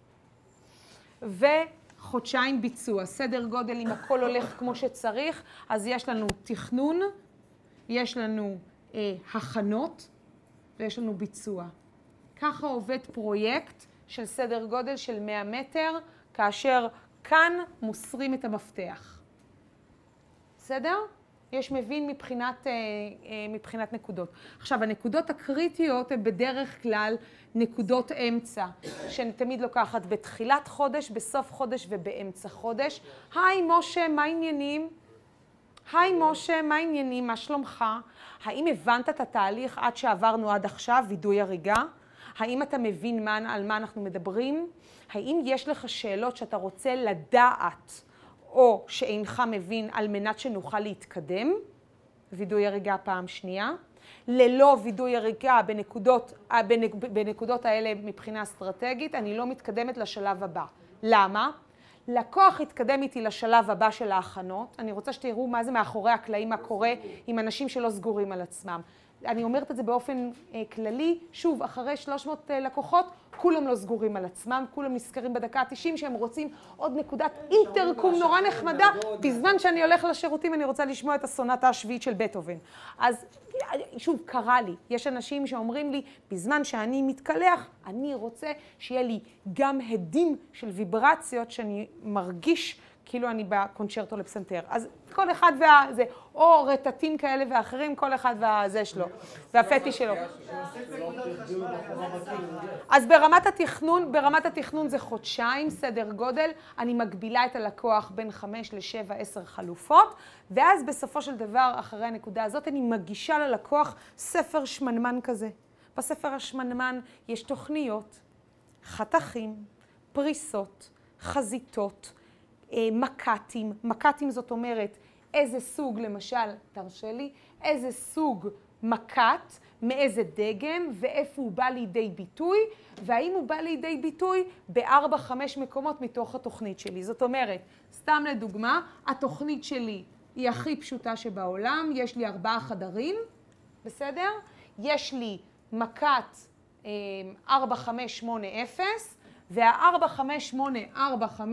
B: וחודשיים ביצוע. סדר גודל, אם הכל הולך כמו שצריך, אז יש לנו תכנון, יש לנו הכנות, ויש לנו ביצוע. ככה עובד פרויקט של סדר גודל של 100 מטר, כאשר כאן מוסרים את המפתח. בסדר? יש מבין מבחינת נקודות. עכשיו, הנקודות הקריטיות הן בדרך כלל נקודות אמצע, שאני תמיד לוקחת בתחילת חודש, בסוף חודש ובאמצע חודש. היי משה, מה העניינים? היי משה, מה העניינים? מה שלומך? האם הבנת את התהליך עד שעברנו עד עכשיו, וידוי הריגה? האם אתה מבין על מה אנחנו מדברים? האם יש לך שאלות שאתה רוצה לדעת או שאינך מבין על מנת שנוכל להתקדם? וידוי הריגה פעם שנייה. ללא וידוי הריגה בנקודות האלה מבחינה אסטרטגית, אני לא מתקדמת לשלב הבא. למה? לקוח התקדם איתי לשלב הבא של ההכנות. אני רוצה שתראו מה זה מאחורי הקלעים, מה קורה עם אנשים שלא סגורים על עצמם. אני אומרת את זה באופן כללי, שוב, אחרי 300 לקוחות, כולם לא סגורים על עצמם, כולם נזכרים בדקה ה-90 שהם רוצים עוד נקודת אינטרקום נורא נחמדה, בזמן שאני הולך לשירותים אני רוצה לשמוע את הסונטה השביעית של בטהובן. אז שוב, קרה לי, יש אנשים שאומרים לי, בזמן שאני מתקלח, אני רוצה שיהיה לי גם הדים של ויברציות שאני מרגיש כאילו אני בקונצ'רטו לפסנתר. אז כל אחד והזה, או רטטים כאלה ואחרים, כל אחד והזה שלו, והפטי שלו. אז ברמת התכנון זה חודשיים, סדר גודל, אני מגבילה את הלקוח בין 5 ל-7, 10 חלופות, ואז בסופו של דבר, אחרי הנקודה הזאת, אני מגישה ללקוח ספר שמנמן כזה. בספר השמנמן יש תוכניות, חתכים, פריסות, חזיתות, מקטים. מקטים זאת אומרת איזה סוג, למשל, תרשה לי, איזה סוג מקט, מאיזה דגם ואיפה הוא בא לידי ביטוי, והאם הוא בא לידי ביטוי ב4-5 מקומות מתוך התוכנית שלי. זאת אומרת, סתם לדוגמה, התוכנית שלי היא הכי פשוטה שבעולם, יש לי 4 חדרים, בסדר? יש לי מקט 4580, וה-4580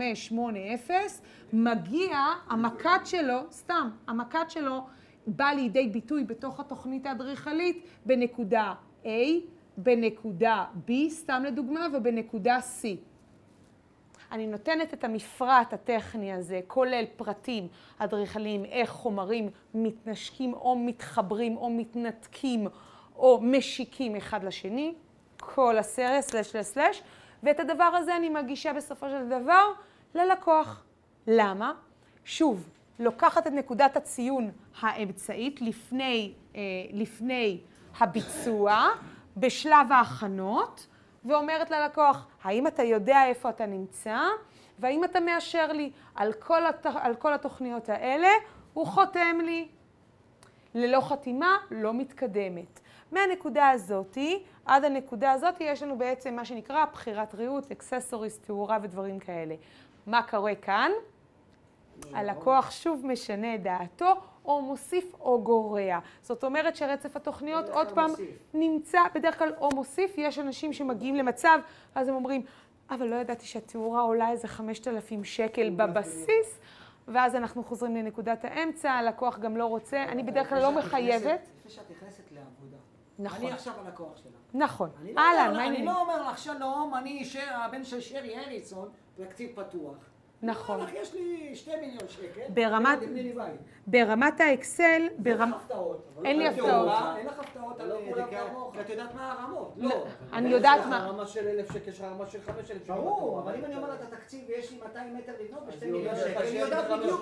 B: מגיע, המקט שלו, סתם, המקט שלו בא לידי ביטוי בתוך התוכנית האדריכלית בנקודה A, בנקודה B, סתם לדוגמה, ובנקודה C. אני נותנת את המפרט הטכני הזה, כולל פרטים אדריכליים, איך חומרים מתנשקים או מתחברים או מתנתקים או משיקים אחד לשני, כל הסריה, סלש, ואת הדבר הזה אני מגישה בסופו של דבר ללקוח. למה? שוב, לוקחת את נקודת הציון האמצעית לפני הביצוע, בשלב ההכנות, ואומרת ללקוח, האם אתה יודע איפה אתה נמצא, והאם אתה מאשר לי על כל התוכניות האלה, הוא חותם לי. ללא חתימה לא מתקדמת. מהנקודה הזאת עד הנקודה הזאת יש לנו בעצם מה שנקרא בחירת ריהוט, אקססוריס, תאורה ודברים כאלה. מה קורה כאן? הלקוח שוב משנה את דעתו, או מוסיף או גורע. זאת אומרת שרצף התוכניות עוד פעם נמצא, בדרך כלל או מוסיף, יש אנשים שמגיעים למצב, אז הם אומרים, אבל לא ידעתי שהתאורה עולה איזה 5,000 שקל בבסיס, ואז אנחנו חוזרים לנקודת האמצע, הלקוח גם לא רוצה, אני בדרך כלל לא מחייבת.
G: לפני שאת נכנסת לעבודה.
B: נכון.
G: אני עכשיו הלקוח שלה.
B: נכון.
G: אני לא אומר לך שלום, אני הבן של שרי הריסון, תקציב פתוח.
B: נכון.
G: יש לי 2 מיליון שקל.
B: ברמת האקסל,
G: אין לך הפתעות.
B: אין לי הפתעות.
G: אין לך הפתעות על כמוך. את יודעת מה הרמות? לא.
B: אני יודעת מה.
C: יש לך רמה של 1,000 שקל, יש לך רמה של 5,000 שקל.
G: ברור, אבל אם אני אומר לה את התקציב ויש לי 200 מטר לבנות ב2 מיליון שקל, אני יודעת בדיוק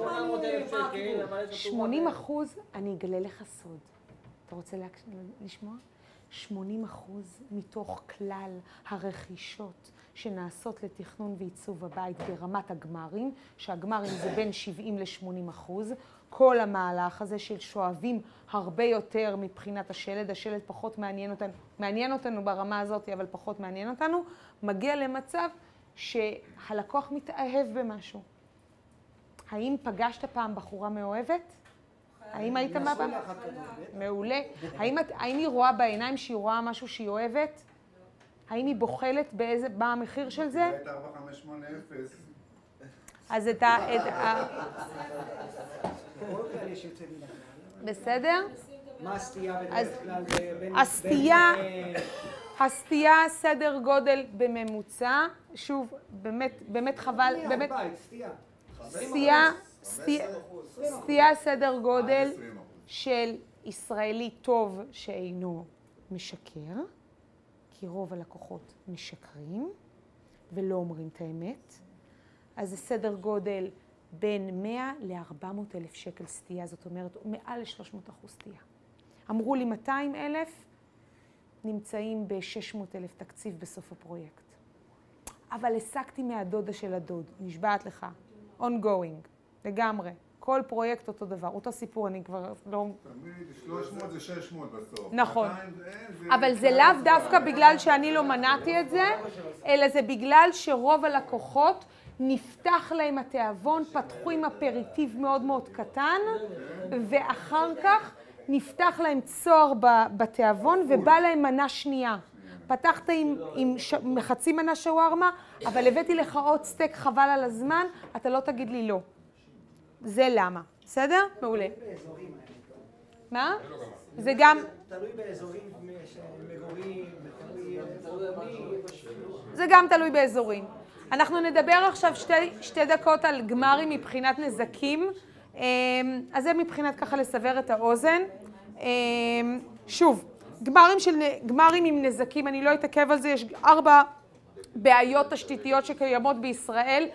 G: מה
B: 80%, אני אגלה לך סוד. אתה רוצה לשמוע? 80% מתוך כלל הרכישות שנעשות לתכנון ועיצוב הבית ברמת הגמרים, שהגמרים זה בין 70 ל-80%, כל המהלך הזה של שואבים הרבה יותר מבחינת השלד, השלד פחות מעניין אותנו ברמה הזאת, אבל פחות מעניין אותנו, מגיע למצב שהלקוח מתאהב במשהו. האם פגשת פעם בחורה מאוהבת? האם היית מה פעם? מעולה. האם היא רואה בעיניים שהיא רואה משהו שהיא אוהבת? האם היא בוחלת מה המחיר של זה?
H: את 4580.
B: אז את בסדר?
G: מה הסטייה
B: אז
G: בדרך כלל בין...
B: הסטייה סדר גודל בממוצע, שוב, באמת חבל, באמת, סטייה סדר גודל של ישראלי טוב שאינו משקר, כי רוב הלקוחות משקרים ולא אומרים את האמת, אז זה סדר גודל בין 100 ל-400 אלף שקל סטייה, זאת אומרת, מעל ל-300% סטייה. אמרו לי 200,000, נמצאים ב-600,000 תקציב בסוף הפרויקט. אבל הסקתי מהדודה של הדוד, נשבעת לך, ongoing, לגמרי. כל פרויקט אותו דבר, אותו סיפור, אני כבר לא...
H: תמיד 300 זה 600 בסוף.
B: נכון. אבל זה לאו דווקא בגלל שאני לא מנעתי את זה, אלא זה בגלל שרוב הלקוחות נפתח להם התיאבון, פתחו עם אפריטיב מאוד מאוד קטן, ואחר כך נפתח להם צוהר בתיאבון ובא להם מנה שנייה. פתחת עם חצי מנה שווארמה, אבל הבאתי לך עוד סטייק חבל על הזמן, אתה לא תגיד לי לא. זה למה. בסדר? מעולה. מה? זה גם...
G: תלוי באזורים מגורים,
B: זה גם תלוי באזורים. אנחנו נדבר עכשיו 2 דקות על גמרים מבחינת נזקים. אז זה מבחינת ככה לסבר את האוזן. שוב, גמרים עם נזקים, אני לא אתעכב על זה, יש 4 בעיות תשתיתיות שקיימות בישראל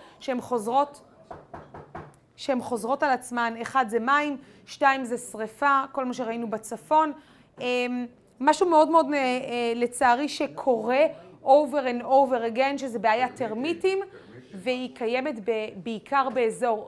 B: שהן חוזרות על עצמן. 1 זה מים, 2 זה שריפה, כל מה שראינו בצפון. משהו מאוד מאוד לצערי שקורה over and over again, שזה בעיה טרמיטים, והיא קיימת בעיקר באזור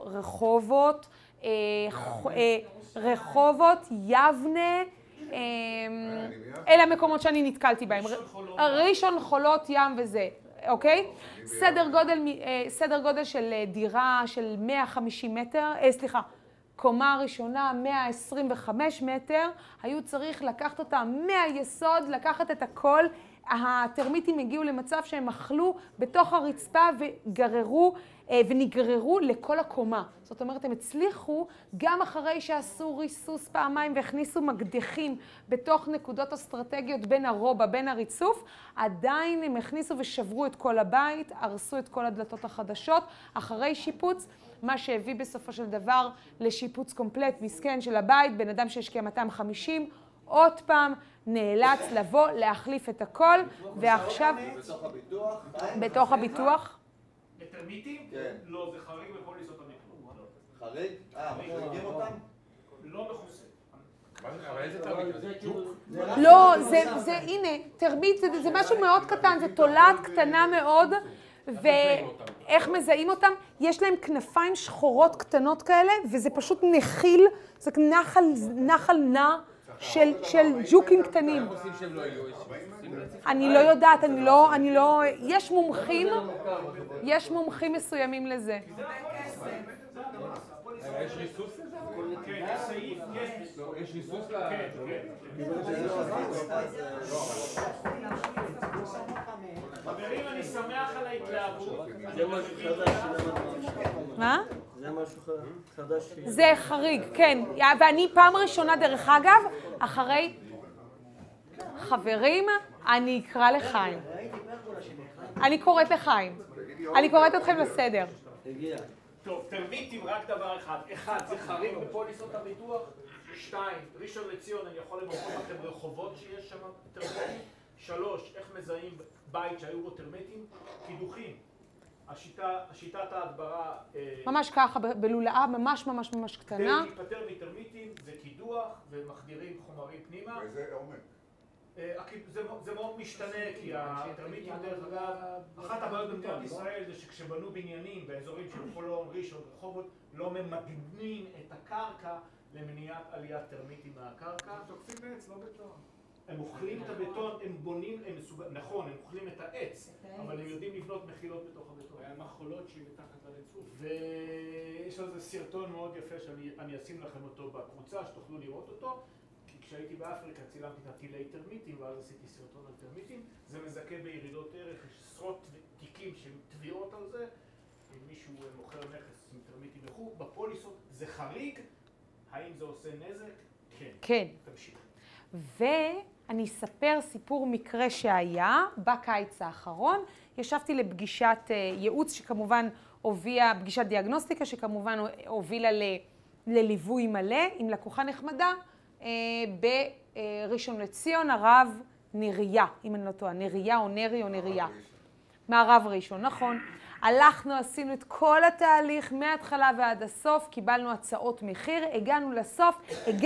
B: רחובות, יבנה, אלה המקומות שאני נתקלתי בהם. ראשון, חולות, ים וזה, אוקיי? סדר גודל של דירה של 150 מטר, קומה ראשונה 125 מטר, היו צריך לקחת אותה מהיסוד, לקחת את הכל. הטרמיטים הגיעו למצב שהם אכלו בתוך הרצפה ונגררו לכל הקומה. זאת אומרת, הם הצליחו גם אחרי שעשו ריסוס פעמיים והכניסו מקדחים בתוך נקודות אסטרטגיות בין הרובע, בין הריצוף, עדיין הם הכניסו ושברו את כל הבית, הרסו את כל הדלתות החדשות, אחרי שיפוץ, מה שהביא בסופו של דבר לשיפוץ קומפלט מסכן של הבית, בן אדם שהשקיע 250, עוד פעם נאלץ לבוא, להחליף את הכל, ועכשיו... בתוך הביטוח?
A: בטרמיטים?
H: כן.
A: לא, זה חריג בפוליסות הביטוח.
H: חריג? מחריגים אותם?
A: לא מכוסה.
E: אבל איזה תרמית? זה ג'וק?
B: לא, הנה, טרמית זה משהו מאוד קטן, זה תולעת קטנה מאוד, ואיך מזהים אותם? יש להם כנפיים שחורות קטנות כאלה, וזה פשוט נחיל, זה נחל נע של ג'וקים קטנים.
E: איך עושים שהם לא יהיו?
B: אני לא יודעת, אני לא... יש מומחים מסוימים לזה.
E: יש ריסוס לזה?
A: כן, יש סעיף,
E: יש ריסוס ל...
A: חברים, אני שמח על ההתלהבות.
B: מה?
C: זה משהו חדש.
B: זה חריג, כן. ואני פעם ראשונה, דרך אגב, אחרי... חברים, אני אקרא לחיים. אני קוראת לחיים. אני קוראת אתכם לסדר.
A: טוב, טרמיטים רק דבר אחד. 1, זה חריג בפוליסות הביטוח. 2, ראשון לציון, אני יכול למכור לכם רחובות שיש שם טרמיטים. 3, איך מזהים בית שהיו בו טרמיטים? קידוחים. השיטת ההדברה...
B: ממש ככה, בלולאה ממש ממש ממש קטנה.
A: כדי להיפטר מטרמיטים זה קידוח ומחדירים חומרים פנימה.
H: וזה עומד.
A: זה מאוד משתנה, כי הטרמיטים דרך אגב, אחת הבעיות במדינת ישראל זה שכשבנו בניינים באזורים של חולון, ראשון, רחובות, לא ממגנים את הקרקע למניעת עליית טרמיטים מהקרקע.
D: תוקפים עץ, לא בטון.
A: הם אוכלים את הבטון, הם בונים, נכון, הם אוכלים את העץ, אבל הם יודעים לבנות מחילות בתוך הבטון.
D: היה מחולות שהיא מתחת לרצוף.
A: ויש על זה סרטון מאוד יפה שאני אשים לכם אותו בקבוצה, שתוכלו לראות אותו. כי כשהייתי באפריקה צילמתי את הטילי טרמיטים, ואז עשיתי סרטון על טרמיטים. זה מזכה בירידות ערך, יש עשרות תיקים של תביעות על זה. אם מישהו מוכר נכס עם טרמיטים וכו', בפוליסות זה חריג. האם זה עושה נזק?
B: כן.
A: תמשיך.
B: ואני אספר סיפור מקרה שהיה בקיץ האחרון. ישבתי לפגישת ייעוץ שכמובן הובילה, פגישת דיאגנוסטיקה שכמובן הובילה לליווי מלא עם לקוחה נחמדה בראשון לציון, הרב נריה, אם אני לא טועה, נריה או נרי או נריה. מהרב ראשון, נכון. הלכנו, עשינו את כל התהליך מההתחלה ועד הסוף, קיבלנו הצעות מחיר, הגענו לסוף,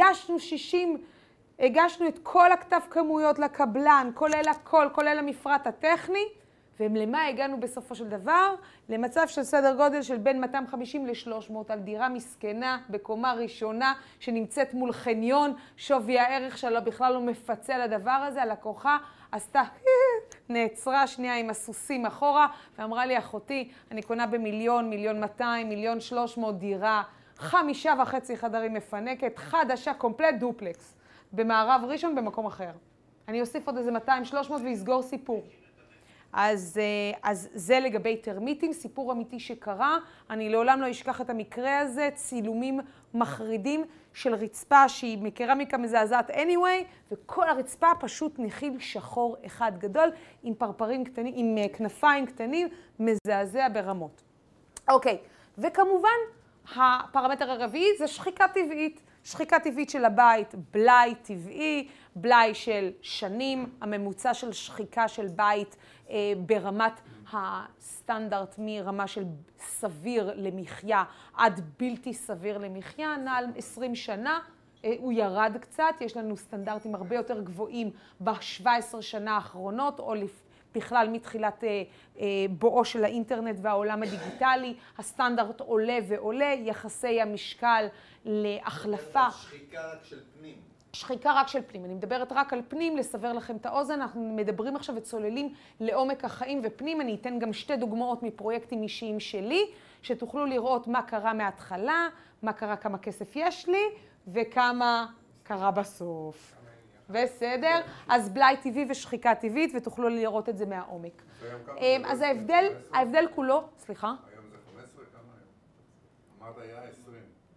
B: הגשנו את כל הכתב כמויות לקבלן, כולל המפרט הטכני, ולמה הגענו בסופו של דבר? למצב של סדר גודל של בין 250 ל-300 על דירה מסכנה בקומה ראשונה שנמצאת מול חניון, שווי הערך שלה בכלל לא מפצה על הדבר הזה, הלקוחה עשתה, נעצרה שנייה עם הסוסים אחורה ואמרה לי, אחותי, אני קונה במיליון, 1,200,000, 1,300,000 דירה, 5.5 חדרים מפנקת, חדשה, קומפלט דופלקס, במערב ראשון במקום אחר. אני אוסיף עוד איזה 200-300 ויסגור סיפור. אז זה לגבי טרמיטים, סיפור אמיתי שקרה. אני לעולם לא אשכח את המקרה הזה, צילומים מחרידים של רצפה שהיא מקרמיקה מזעזעת anyway, וכל הרצפה פשוט נחיל שחור אחד גדול עם פרפרים קטנים, עם כנפיים קטנים, מזעזע ברמות. אוקיי, וכמובן הפרמטר הרביעי זה שחיקה טבעית. שחיקה טבעית של הבית, בלאי טבעי, בלאי של שנים, הממוצע של שחיקה של בית ברמת הסטנדרט מרמה של סביר למחיה עד בלתי סביר למחיה, נעל 20 שנה, הוא ירד קצת, יש לנו סטנדרטים הרבה יותר גבוהים ב-17 שנה האחרונות, או בכלל מתחילת בואו של האינטרנט והעולם הדיגיטלי, הסטנדרט עולה ועולה, יחסי המשקל להחלפה.
H: שחיקה רק של פנים.
B: שחיקה רק של פנים. אני מדברת רק על פנים, לסבר לכם את האוזן. אנחנו מדברים עכשיו וצוללים לעומק החיים ופנים. אני אתן גם 2 דוגמאות מפרויקטים אישיים שלי, שתוכלו לראות מה קרה מההתחלה, מה קרה, כמה כסף יש לי, וכמה קרה בסוף. בסדר? אז בלאי טבעי ושחיקה טבעית, ותוכלו לראות את זה מהעומק. אז ההבדל כולו, סליחה?
H: היום זה 15, כמה היום? אמרת היה 20.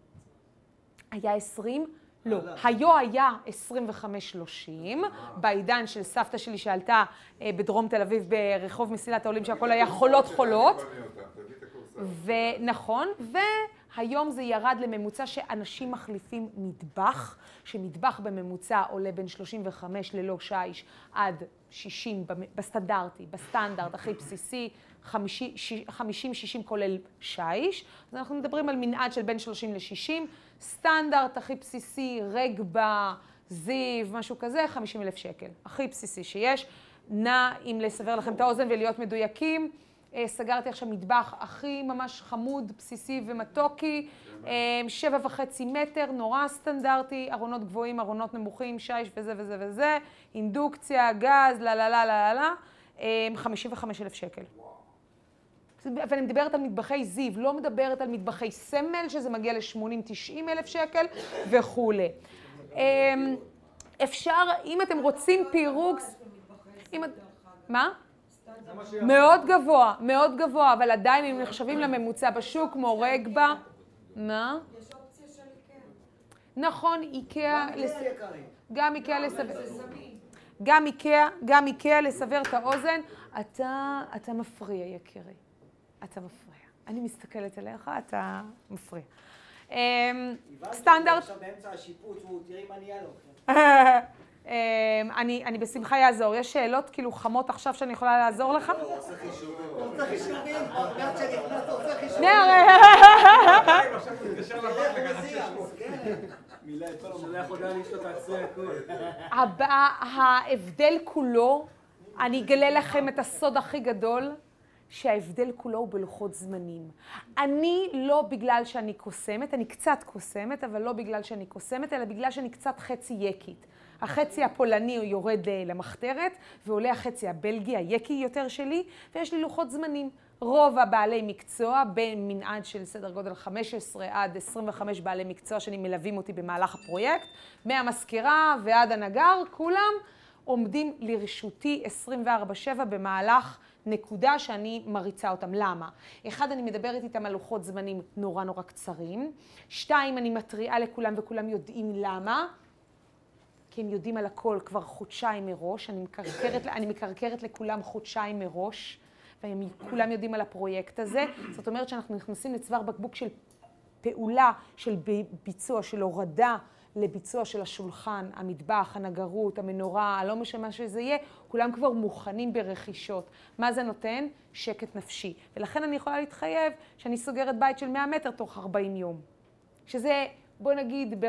B: היה 20? לא. היו היה 25-30, בעידן של סבתא שלי שעלתה בדרום תל אביב ברחוב מסילת העולים, שהכל היה חולות. ונכון, והיום זה ירד לממוצע שאנשים מחליפים מטבח, שמטבח בממוצע עולה בין 35 ללא שיש עד 60 בסטנדרט הכי בסיסי, 50-60 כולל שיש. אז אנחנו מדברים על מנעד של בין 30 ל-60, סטנדרט הכי בסיסי, רגבה, זיו, משהו כזה, 50,000 שקל. הכי בסיסי שיש. נע, אם לסבר לכם את האוזן ולהיות מדויקים, סגרתי עכשיו מטבח הכי ממש חמוד, בסיסי ומתוקי, 7.5 מטר, נורא סטנדרטי, ארונות גבוהים, ארונות נמוכים, שיש וזה וזה וזה, אינדוקציה, גז, 55,000 שקל. ואני מדברת על מטבחי זיו, לא מדברת על מטבחי סמל, שזה מגיע ל-80-90 אלף שקל וכו'. אפשר, אם אתם רוצים פירוקס... מה? מאוד גבוה, מאוד גבוה, אבל עדיין אם נחשבים לממוצע בשוק, כמו רגבה... מה?
G: יש אופציה של איקאה.
B: נכון, איקאה... גם איקאה לסבר... גם איקאה לסבר את האוזן. אתה מפריע, יקירי. אתה מפריע. אני מסתכלת עליך, אתה מפריע. סטנדרט...
G: עכשיו באמצע השיפוט, תראי מה נהיה לו.
B: אני בשמחה יעזור. יש שאלות כאילו חמות עכשיו שאני יכולה לעזור לך?
H: הוא עושה חישובים.
G: הוא עושה חישובים, גם כשנכנס הוא עושה חישובים.
D: עכשיו הוא מתקשר לבנק לקחת 600.
C: מילה את כל המלך יודע לשתות עצמי הכל.
B: ההבדל כולו, אני אגלה לכם את הסוד הכי גדול, שההבדל כולו הוא בלוחות זמנים. אני לא בגלל שאני קוסמת, אני קצת קוסמת, אבל לא בגלל שאני קוסמת, אלא בגלל שאני קצת חצי יקית. החצי הפולני הוא יורד למחתרת, ועולה החצי הבלגי, היקי יותר שלי, ויש לי לוחות זמנים. רוב הבעלי מקצוע, בין מנעד של סדר גודל 15 עד 25 בעלי מקצוע שאני מלווים אותי במהלך הפרויקט, מהמזכירה ועד הנגר, כולם עומדים לרשותי 24/7 במהלך נקודה שאני מריצה אותם. למה? 1, אני מדברת איתם על לוחות זמנים נורא קצרים. 2, אני מתריעה לכולם וכולם יודעים למה. כי הם יודעים על הכל כבר חודשיים מראש, אני מקרקרת לכולם חודשיים מראש, וכולם יודעים על הפרויקט הזה. זאת אומרת שאנחנו נכנסים לצוואר בקבוק של פעולה, של ביצוע, של הורדה לביצוע של השולחן, המטבח, הנגרות, המנורה, לא משנה מה שזה יהיה, כולם כבר מוכנים ברכישות. מה זה נותן? שקט נפשי. ולכן אני יכולה להתחייב שאני סוגרת בית של 100 מטר תוך 40 יום. שזה, בוא נגיד,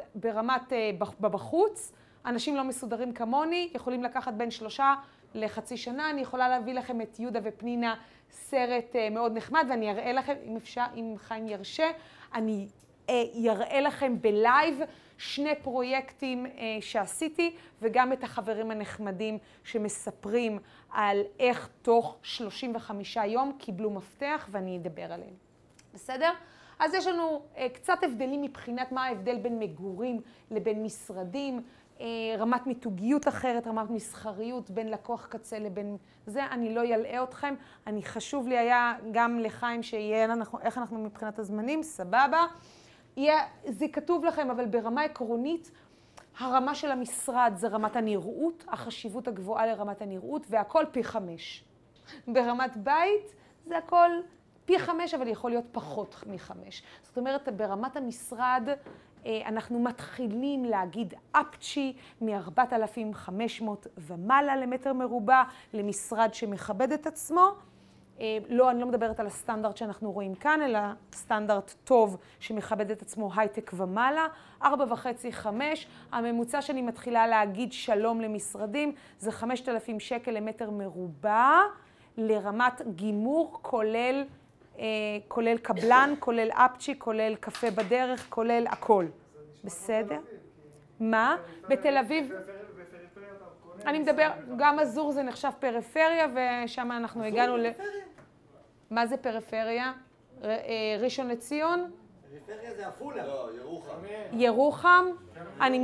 B: בחוץ, אנשים לא מסודרים כמוני, יכולים לקחת בין 3 לחצי שנה. אני יכולה להביא לכם את יהודה ופנינה, סרט מאוד נחמד, ואני אראה לכם, אם אפשר, אם חיים ירשה, אני יראה לכם בלייב 2 פרויקטים שעשיתי, וגם את החברים הנחמדים שמספרים על איך תוך 35 יום קיבלו מפתח, ואני אדבר עליהם. בסדר? אז יש לנו קצת הבדלים מבחינת מה ההבדל בין מגורים לבין משרדים, רמת מיתוגיות אחרת, רמת מסחריות, בין לקוח קצה לבין זה. אני לא ילאה אתכם. חשוב לי היה גם לחיים שיהיה איך אנחנו מבחינת הזמנים, סבבה. זה כתוב לכם, אבל ברמה עקרונית, הרמה של המשרד זה רמת הנראות, החשיבות הגבוהה לרמת הנראות, והכל פי 5. ברמת בית זה הכל פי 5, אבל יכול להיות פחות מ5. זאת אומרת, ברמת המשרד אנחנו מתחילים להגיד אפצ'י מ-4,500 ומעלה למטר מרובע, למשרד שמכבד את עצמו. לא, אני לא מדברת על הסטנדרט שאנחנו רואים כאן, אלא סטנדרט טוב שמכבד את עצמו הייטק ומעלה. 4.5-5, הממוצע שאני מתחילה להגיד שלום למשרדים, זה 5,000 שקל למטר מרובע, לרמת גימור, כולל קבלן, כולל אפצ'י, כולל קפה בדרך, כולל הכל. בסדר? מה? בתל אביב... אני מדבר, גם אזור זה נחשב פריפריה, ושם אנחנו הגענו ל... מה זה פריפריה? ראשון לציון?
G: פריפריה זה עפולה.
H: לא, ירוחם.
B: ירוחם? אני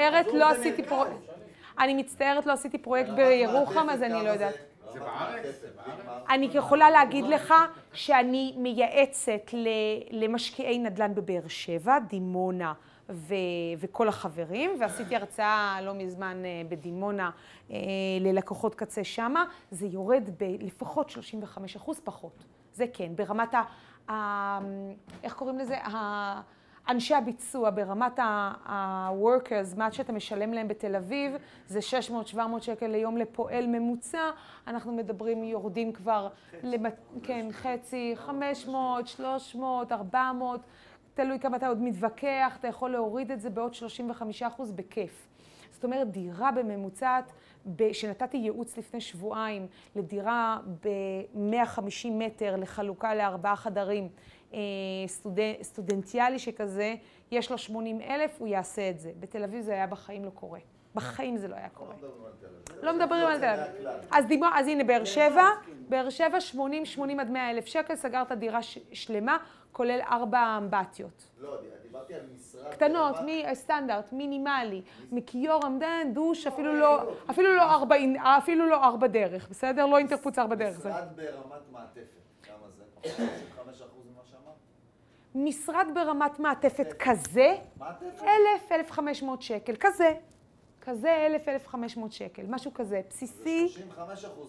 B: מצטערת, לא עשיתי פרויקט בירוחם, אז אני לא יודעת.
E: זה בארץ?
B: אני יכולה להגיד לך שאני מייעצת למשקיעי נדל"ן בבאר שבע, דימונה וכל החברים, ועשיתי הרצאה לא מזמן בדימונה ללקוחות קצה שמה, זה יורד לפחות 35% פחות. זה כן, ברמת איך קוראים לזה? אנשי הביצוע, ברמת ה-workers, מה שאתה משלם להם בתל אביב, זה 600-700 שקל ליום לפועל ממוצע. אנחנו מדברים, יורדים כבר, כן, חצי, 500, 300, 400, תלוי כמה אתה עוד מתווכח, אתה יכול להוריד את זה בעוד 35% בכיף. זאת אומרת, דירה בממוצעת, שנתתי ייעוץ לפני שבועיים, לדירה ב-150 מטר לחלוקה ל4 חדרים, סטודנטיאלי שכזה, יש לו 80,000, הוא יעשה את זה. בתל אביב זה היה בחיים לא קורה. בחיים זה לא היה קורה. לא מדברים על תל אביב. אז הנה, באר שבע 80 עד 100,000 שקל, סגרת דירה שלמה, כולל 4 אמבטיות.
H: לא, דיברתי על משרד...
B: קטנות, סטנדרט, מינימלי, מכיור, עמדן, דוש, אפילו לא 4 דרך, בסדר? לא אינטרפוץ 4 דרך.
H: משרד ברמת מעטפת, כמה זה? 35% ממה שאמרת?
B: משרד ברמת מעטפת כזה, 1,000-1,500 שקל, כזה 1,000-1,500 שקל, משהו כזה, בסיסי.
H: זה 35%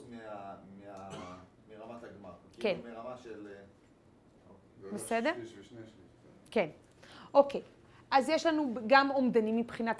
H: מרמת הגמר.
B: כן.
H: כאילו מרמה של...
B: בסדר?
H: שליש ושני שליש.
B: כן. אוקיי. אז יש לנו גם אומדנים מבחינת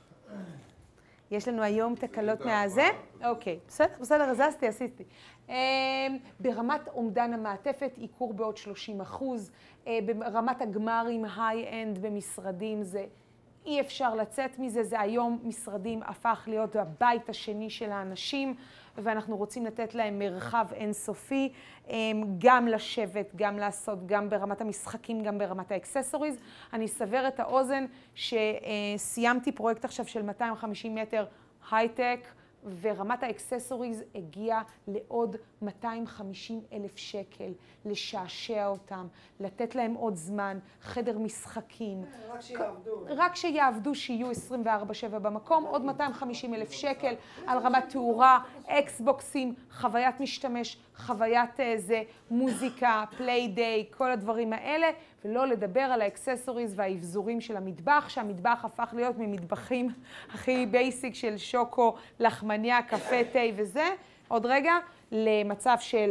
B: יש לנו היום תקלות מהזה. אוקיי. בסדר, הזזתי, עשיתי. ברמת אומדן המעטפת, עיקור בעוד 30%. ברמת הגמרים, היי-אנד במשרדים, זה אי אפשר לצאת מזה. זה היום משרדים הפך להיות הבית השני של האנשים, ואנחנו רוצים לתת להם מרחב אינסופי, גם לשבת, גם לעשות, גם ברמת המשחקים, גם ברמת האקססוריז. אני אסבר את האוזן שסיימתי פרויקט עכשיו של 250 מטר הייטק, ורמת האקססוריז הגיעה לעוד 250,000 שקל, לשעשע אותם, לתת להם עוד זמן, חדר משחקים.
G: רק שיעבדו.
B: רק שיעבדו, שיהיו 24/7 במקום, עוד 250,000 שקל על רמת תאורה, אקסבוקסים, חוויית משתמש, חוויית מוזיקה, פליי דיי, כל הדברים האלה, ולא לדבר על האקססוריז והאבזורים של המטבח, שהמטבח הפך להיות ממטבחים הכי בייסיק של שוקו, לחמניה, קפה, תה וזה. עוד רגע, למצב של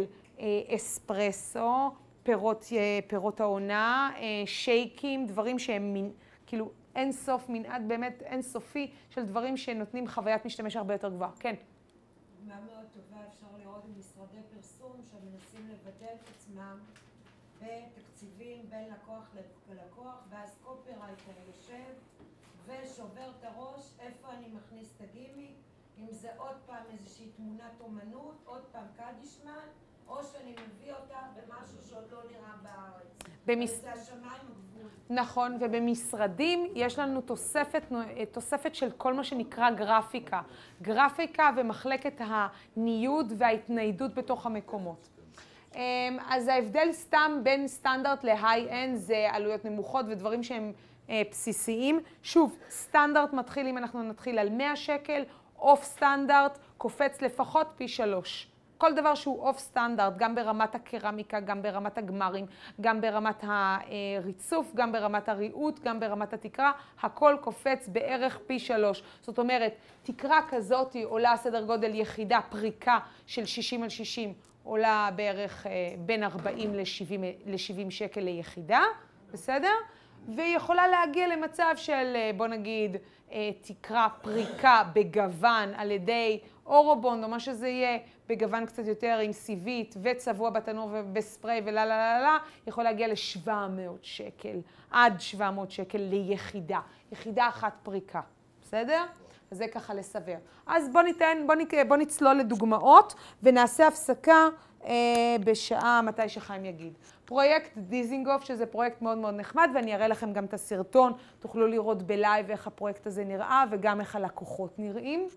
B: אספרסו, פירות העונה, שייקים, דברים שהם כאילו אין סוף, מנעד באמת אין סופי של דברים שנותנים חוויית משתמש הרבה יותר גבוהה. כן.
I: דוגמה מאוד טובה אפשר לראות במשרדי פרסום שמנסים לבדל את עצמם בתקציבים בין לקוח ללקוח, ואז קופרייטר יושב ושובר את הראש איפה אני מכניס את הגימיק, אם זה עוד פעם איזושהי תמונת אומנות, עוד פעם קדישמן, או שאני מביא אותה במשהו שעוד לא נראה בארץ. זה השמיים הגבול.
B: נכון, ובמשרדים יש לנו תוספת של כל מה שנקרא גרפיקה. גרפיקה ומחלקת הניוד וההתניידות בתוך המקומות. אז ההבדל סתם בין סטנדרט להיי-אנד זה עלויות נמוכות ודברים שהם בסיסיים. שוב, סטנדרט מתחיל, אם אנחנו נתחיל על 100 שקל, אוף סטנדרט קופץ לפחות פי 3. כל דבר שהוא אוף סטנדרט, גם ברמת הקרמיקה, גם ברמת הגמרים, גם ברמת הריצוף, גם ברמת הריהוט, גם ברמת התקרה, הכל קופץ בערך פי 3. זאת אומרת, תקרה כזאת עולה סדר גודל יחידה, פריקה של 60/60, עולה בערך בין 40 ל-70 שקל ליחידה, בסדר? והיא יכולה להגיע למצב של, בוא נגיד, תקרה פריקה בגוון על ידי אורובונד או מה שזה יהיה, בגוון קצת יותר עם סיבית וצבוע בתנור ובספרי וללה, יכול להגיע ל-700 שקל, עד 700 שקל ליחידה. יחידה אחת פריקה, בסדר? אז זה ככה לסבר. אז בוא נצלול לדוגמאות ונעשה הפסקה בשעה מתי שחיים יגיד. פרויקט דיזינגוף, שזה פרויקט מאוד מאוד נחמד, ואני אראה לכם גם את הסרטון, תוכלו לראות בלייב איך הפרויקט הזה נראה וגם איך הלקוחות נראים.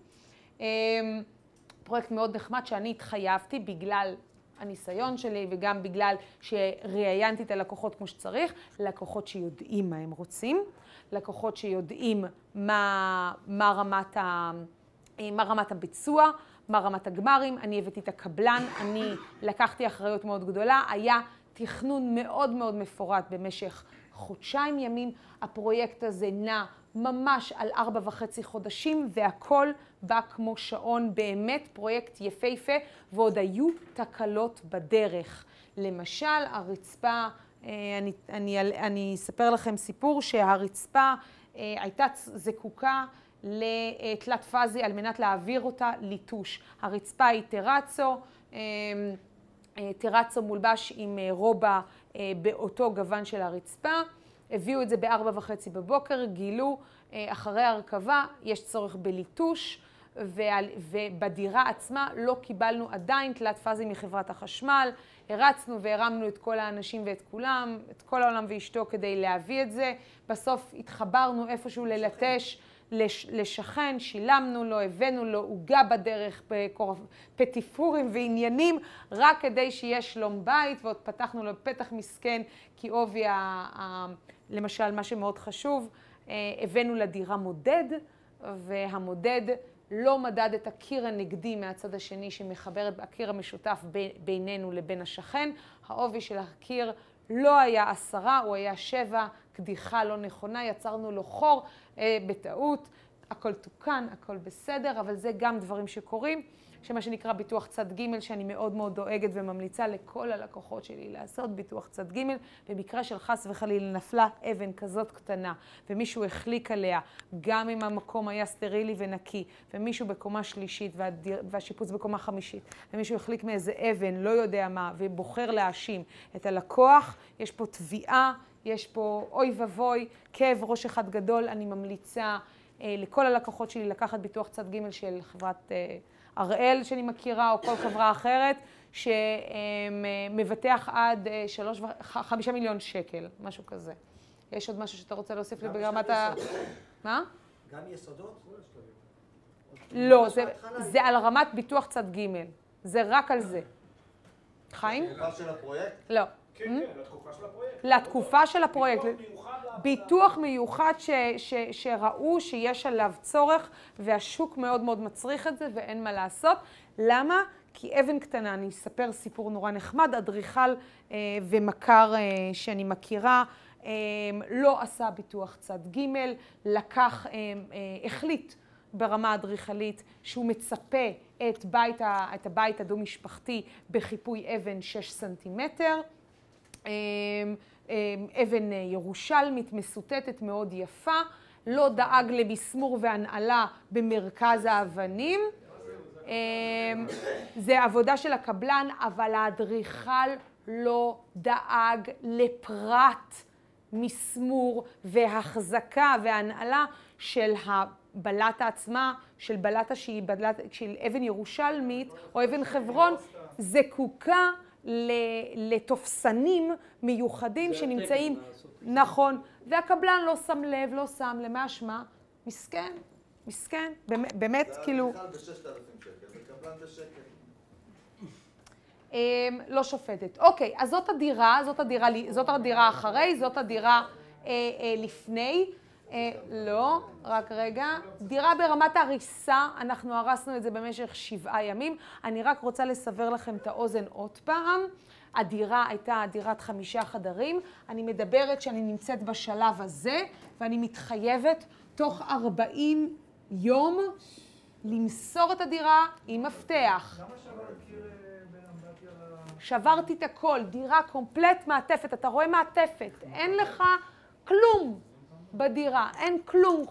B: פרויקט מאוד נחמד שאני התחייבתי בגלל הניסיון שלי וגם בגלל שראיינתי את הלקוחות כמו שצריך, לקוחות שיודעים מה הם רוצים, לקוחות שיודעים מה רמת הביצוע, מה רמת הגמרים, אני הבאתי את הקבלן, אני לקחתי אחריות מאוד גדולה, היה תכנון מאוד מאוד מפורט במשך חודשיים ימים, הפרויקט הזה נע ממש על 4.5 חודשים והכל בא כמו שעון, באמת פרויקט יפהפה ועוד תקלות בדרך. למשל, הרצפה, אני אספר לכם סיפור שהרצפה הייתה זקוקה לתלת פאזי על מנת להעביר אותה ליטוש. הרצפה היא טרצו מולבש עם רובה באותו גוון של הרצפה. הביאו את זה ב-4:30 בבוקר, גילו אחרי הרכבה יש צורך בליטוש, ובדירה עצמה לא קיבלנו עדיין תלת פאזי מחברת החשמל. הרצנו והרמנו את כל האנשים ואת כולם, את כל העולם ואשתו כדי להביא את זה. בסוף התחברנו איפשהו ללטש, לשכן, שילמנו לו, הבאנו לו עוגה בדרך, פטיפורים ועניינים, רק כדי שיהיה שלום בית, ועוד פתחנו לו פתח מסכן, כי עובי, למשל, מה שמאוד חשוב, הבאנו לדירה מודד, והמודד לא מדד את הקיר הנגדי מהצד השני שמחבר את הקיר המשותף בינינו לבין השכן. העובי של הקיר לא היה 10, הוא היה 7, קדיחה לא נכונה, יצרנו לו חור בטעות, הכל תוקן, הכל בסדר, אבל זה גם דברים שקורים, שמה שנקרא ביטוח צד ג' שאני מאוד מאוד דואגת וממליצה לכל הלקוחות שלי לעשות ביטוח צד ג'. במקרה של חס וחלילה נפלה אבן כזאת קטנה ומישהו החליק עליה, גם אם המקום היה סטרילי ונקי, ומישהו בקומה שלישית והשיפוץ בקומה חמישית, ומישהו החליק מאיזה אבן, לא יודע מה, ובוחר להאשים את הלקוח, יש פה תביעה, יש פה אוי ובוי, כאב ראש אחד גדול. אני ממליצה לכל הלקוחות שלי לקחת ביטוח צד ג' של חברת הראל שאני מכירה, או כל חברה אחרת, שמבטח עד 5 מיליון שקל, משהו כזה. יש עוד משהו שאתה רוצה להוסיף לי ברמת ה... מה?
G: גם יסודות?
B: לא, זה על רמת ביטוח צד ג', זה רק על זה. חיים?
C: לתקופה של הפרויקט?
B: לא.
A: כן, כן, לתקופה של הפרויקט.
B: לתקופה של הפרויקט.
A: ביטוח מיוחד
B: ביטוח מיוחד שראו שיש עליו צורך, והשוק מאוד מאוד מצריך את זה ואין מה לעשות. למה? כי אבן קטנה, אני אספר סיפור נורא נחמד, אדריכל ומכר שאני מכירה, לא עשה ביטוח צד ג', החליט ברמה אדריכלית שהוא מצפה את הבית הדו-משפחתי בחיפוי אבן 6 סנטימטר, אבן ירושלמית מסוטטת מאוד יפה, לא דאג למסמור והנעלה במרכז האבנים. זה עבודה של הקבלן, אבל האדריכל לא דאג לפרט מסמור והחזקה והנעלה של הבלטה עצמה, של בלטה שהיא של אבן ירושלמית או אבן חברון, זקוקה לתופסנים מיוחדים שנמצאים, נכון, והקבלן לא שם לב, לא שם, למה שמה? מסכן, מסכן, באמת כאילו...
C: זה אדריכל ב-6,000 שקל, זה קבלן בשקל.
B: לא שופטת. אוקיי, אז זאת הדירה אחרי, זאת הדירה לפני. לא, רק רגע. דירה ברמת הריסה, אנחנו הרסנו את זה במשך 7 ימים. אני רק רוצה לסבר לכם את האוזן עוד פעם. הדירה הייתה דירת 5 חדרים. אני מדברת שאני נמצאת בשלב הזה, ואני מתחייבת תוך 40 יום למסור את הדירה עם מפתח.
D: למה שברת קיר באמבטיה
B: שברתי את הכל, דירה קומפלט מעטפת, אתה רואה מעטפת, אין לך כלום בדירה, אין כלום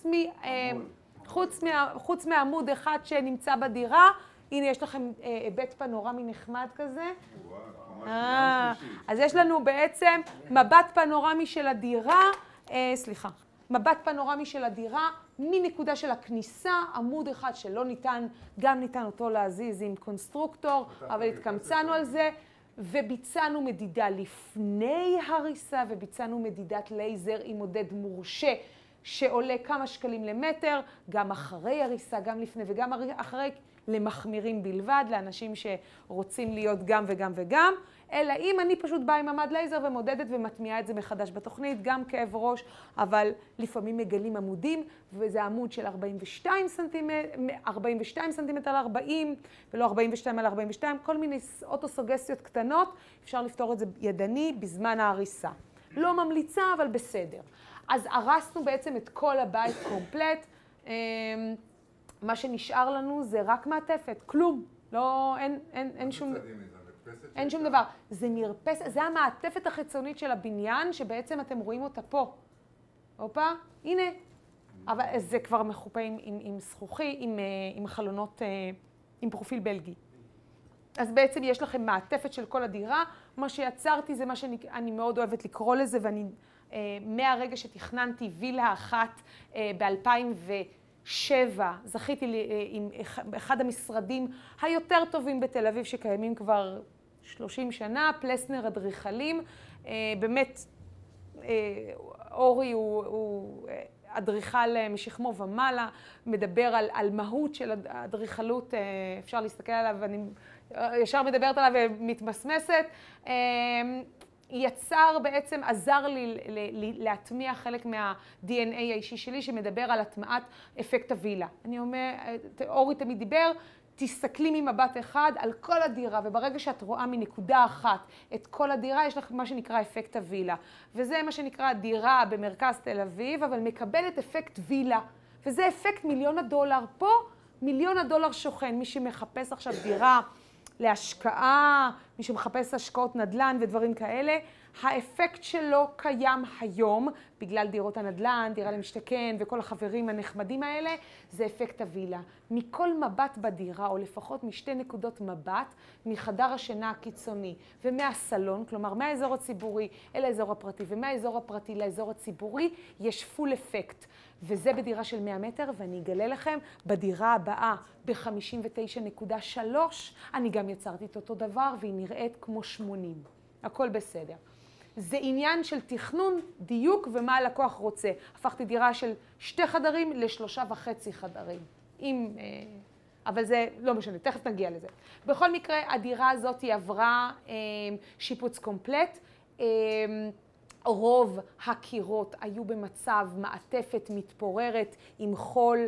B: חוץ מעמוד אחד שנמצא בדירה. הנה יש לכם היבט פנורמי נחמד כזה. אז יש לנו בעצם מבט פנורמי של הדירה, מבט פנורמי של הדירה, מנקודה של הכניסה, עמוד אחד שלא ניתן, גם ניתן אותו להזיז עם קונסטרוקטור, אבל התקמצנו על זה, וביצענו מדידה לפני הריסה, וביצענו מדידת לייזר עם מודד מורשה, שעולה כמה שקלים למטר, גם אחרי הריסה, גם לפני וגם אחרי, למחמירים בלבד, לאנשים שרוצים להיות גם וגם וגם, אלא אם אני פשוט באה עם ממד לייזר ומודדת ומטמיעה את זה מחדש בתוכנית, גם כאב ראש, אבל לפעמים מגלים עמודים, וזה עמוד של 42 סנטימטר על 40, ולא 42 על 42, כל מיני אוטוסוגסטיות קטנות, אפשר לפתור את זה ידני בזמן ההריסה. לא ממליצה, אבל בסדר. אז הרסנו בעצם את כל הבית קומפלט, מה שנשאר לנו זה רק מעטפת, כלום, לא, אין שום... אין שום דבר. זה מרפסת, זה המעטפת החיצונית של הבניין, שבעצם אתם רואים אותה פה. הופה, הנה. אבל זה כבר מחופה עם זכוכי, עם חלונות, עם פרופיל בלגי. אז בעצם יש לכם מעטפת של כל הדירה. מה שיצרתי זה מה שאני מאוד אוהבת לקרוא לזה, ואני מהרגע שתכננתי וילה אחת ב-2007, זכיתי עם אחד המשרדים היותר טובים בתל אביב שקיימים כבר 30 שנה, פלסנר אדריכלים, באמת אורי הוא אדריכל משכמו ומעלה, מדבר על מהות של אדריכלות, אפשר להסתכל עליו ואני ישר מדברת עליו ומתמסמסת, יצר בעצם, עזר לי להטמיע חלק מה-DNA האישי שלי שמדבר על הטמעת אפקט הווילה. אני אומר, אורי תמיד דיבר, תסתכלי ממבט אחד על כל הדירה, וברגע שאת רואה מנקודה אחת את כל הדירה, יש לך מה שנקרא אפקט הווילה. וזה מה שנקרא דירה במרכז תל אביב, אבל מקבלת אפקט וילה. וזה אפקט $1,000,000. פה $1,000,000 שוכן. מי שמחפש עכשיו דירה להשקעה, מי שמחפש השקעות נדל"ן ודברים כאלה, האפקט שלו קיים היום, בגלל דירות הנדל"ן, דירה למשתכן וכל החברים הנחמדים האלה, זה אפקט הווילה. מכל מבט בדירה, או לפחות משתי נקודות מבט, מחדר השינה הקיצוני ומהסלון, כלומר מהאזור הציבורי אל האזור הפרטי, ומהאזור הפרטי לאזור הציבורי, יש פול אפקט. וזה בדירה של 100 מטר, ואני אגלה לכם, בדירה הבאה ב-59.3, אני גם יצרתי את אותו דבר, והיא נראית כמו 80. הכל בסדר. זה עניין של תכנון, דיוק ומה הלקוח רוצה. הפכתי דירה של 2 חדרים ל3.5 חדרים. עם אבל זה לא משנה, תכף נגיע לזה. בכל מקרה, הדירה הזאת היא עברה שיפוץ קומפלט. רוב הקירות היו במצב מעטפת מתפוררת עם חול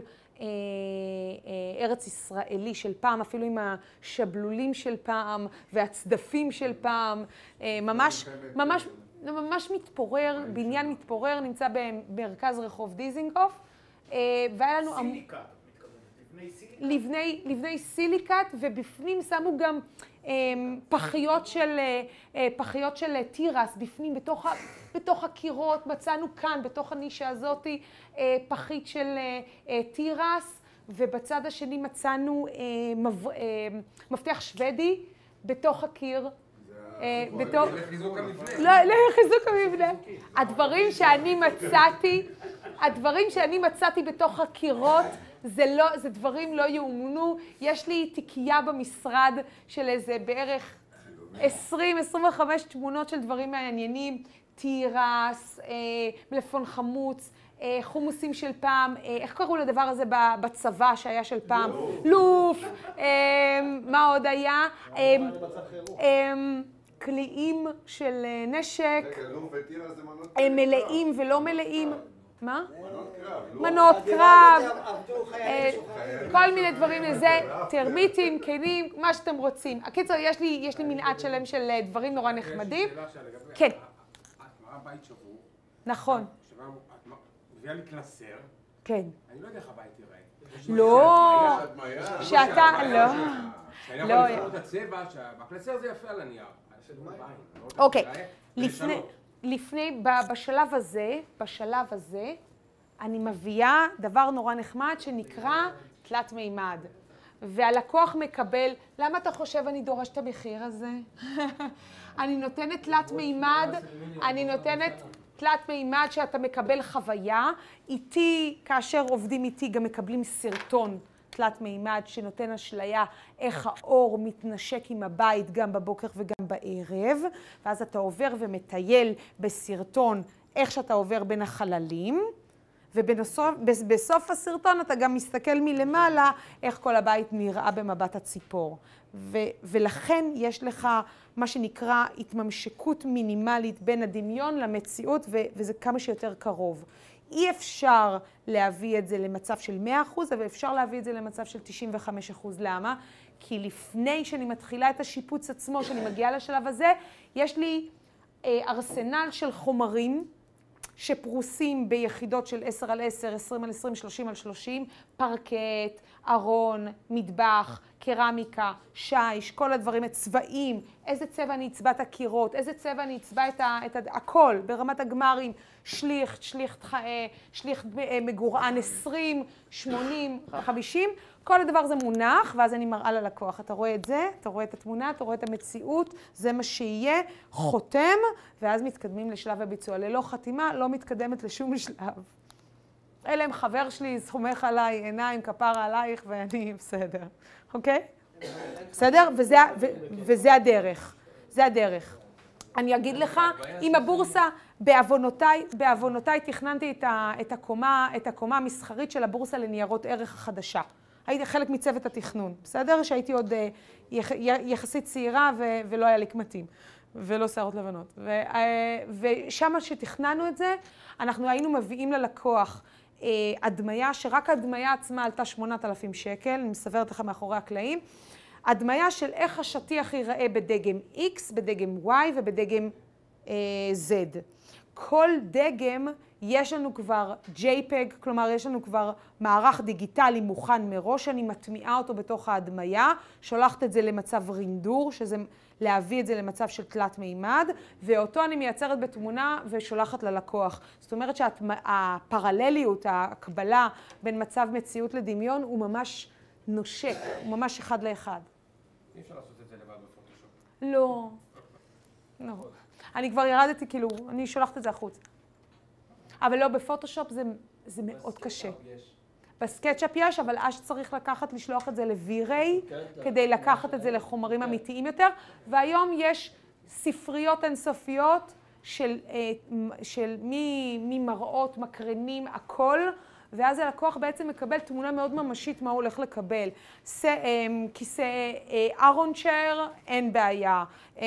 B: ארץ ישראלי של פעם, אפילו עם השבלולים של פעם והצדפים של פעם, ממש מתפורר, בניין מתפורר, נמצא במרכז רחוב דיזינגוף. והיה לנו...
A: סיליקט, את מתכוונת,
B: לבני סיליקט, ובפנים שמו גם פחיות של תירס בפנים, בתוך הקירות. מצאנו כאן, בתוך הנישה הזאת, פחית של תירס, ובצד השני מצאנו מפתח שוודי בתוך הקיר.
E: לחיזוק המבנה.
B: לא, לחיזוק המבנה. הדברים שאני מצאתי בתוך הקירות, זה דברים לא יאומנו. יש לי תיקייה במשרד של איזה בערך 20-25 תמונות של דברים מעניינים, תירס, מלפון חמוץ, חומוסים של פעם, איך קראו לדבר הזה בצבא שהיה של פעם? לוף, מה עוד היה? קליעים של נשק, מלאים ולא מלאים. מה? מנות קרב, כל מיני דברים לזה, טרמיטים, כלים, מה שאתם רוצים. הקיצור, יש לי מנעד שלם של דברים נורא נחמדים. כן.
E: את מראה בית שבור.
B: נכון.
E: את מביאה לי קלסר.
B: כן.
E: אני לא יודע איך הבית ייראה.
B: לא. שאתה, לא.
E: שאני יכול לבחור את הצבע, בקלסר זה יפה על הנייר.
B: אוקיי. בשלב הזה, אני מביאה דבר נורא נחמד שנקרא תלת מימד. והלקוח מקבל, למה אתה חושב אני דורש את המחיר הזה? אני נותנת תלת מימד שאתה מקבל חוויה. איתי, כאשר עובדים איתי, גם מקבלים סרטון תלת מימד שנותן אשליה איך האור מתנשק עם הבית גם בבוקר וגם בערב, ואז אתה עובר ומטייל בסרטון איך שאתה עובר בין החללים, ובסוף הסרטון אתה גם מסתכל מלמעלה איך כל הבית נראה במבט הציפור. ולכן יש לך מה שנקרא התממשקות מינימלית בין הדמיון למציאות, וזה כמה שיותר קרוב. אי אפשר להביא את זה למצב של 100%, אבל אפשר להביא את זה למצב של 95%. למה? כי לפני שאני מתחילה את השיפוץ עצמו, שאני מגיעה לשלב הזה, יש לי ארסנל של חומרים שפרוסים ביחידות של 10x10, 20x20, 30x30, פרקט, ארון, מטבח, קרמיקה, שיש, כל הדברים, צבעים, איזה צבע אני אצבע את הקירות, איזה צבע אני אצבע את הכל, ברמת הגמרים, שליך מגורען 20, 80, 50, כל הדבר זה מונח, ואז אני מראה ללקוח. אתה רואה את זה, אתה רואה את התמונה, אתה רואה את המציאות, זה מה שיהיה, חותם, ואז מתקדמים לשלב הביצוע. ללא חתימה, לא מתקדמת לשום שלב. אלה הם חבר שלי, סומך עליי, עיניים, כפרה עלייך, ואני בסדר. אוקיי? בסדר? וזה הדרך. זה הדרך. אני אגיד לך, עם הבורסה, בעוונותיי תכננתי את הקומה המסחרית של הבורסה לניירות ערך החדשה. הייתי חלק מצוות התכנון, בסדר? שהייתי עוד יחסית צעירה ולא היה לי קמטים, ולא שערות לבנות. ושם שתכננו את זה, אנחנו היינו מביאים ללקוח הדמיה, שרק הדמיה עצמה עלתה 8,000 שקל, אני מסברת לך מאחורי הקלעים, הדמיה של איך השטיח ייראה בדגם X, בדגם Y ובדגם Z. כל דגם יש לנו כבר JPEG, כלומר יש לנו כבר מערך דיגיטלי מוכן מראש, אני מטמיעה אותו בתוך ההדמיה, שולחת את זה למצב רינדור, שזה להביא את זה למצב של תלת מימד, ואותו אני מייצרת בתמונה ושולחת ללקוח. זאת אומרת שהפרלליות, ההקבלה בין מצב מציאות לדמיון הוא ממש נושק, הוא ממש אחד לאחד.
E: אי אפשר לעשות את זה לבד בפוטושופ.
B: לא, לא. אני כבר ירדתי, כאילו, אני שולחת את זה החוץ. אבל לא, בפוטושופ זה מאוד קשה. בסקטשאפ יש, אבל אז צריך לשלוח את זה לוויריי, כדי לקחת את זה לחומרים אמיתיים יותר. והיום יש ספריות אינסופיות של ממראות, מקרנים, הכל, ואז הלקוח בעצם מקבל תמונה מאוד ממשית מה הוא הולך לקבל. כיסא ארון צ'ר, אין בעיה.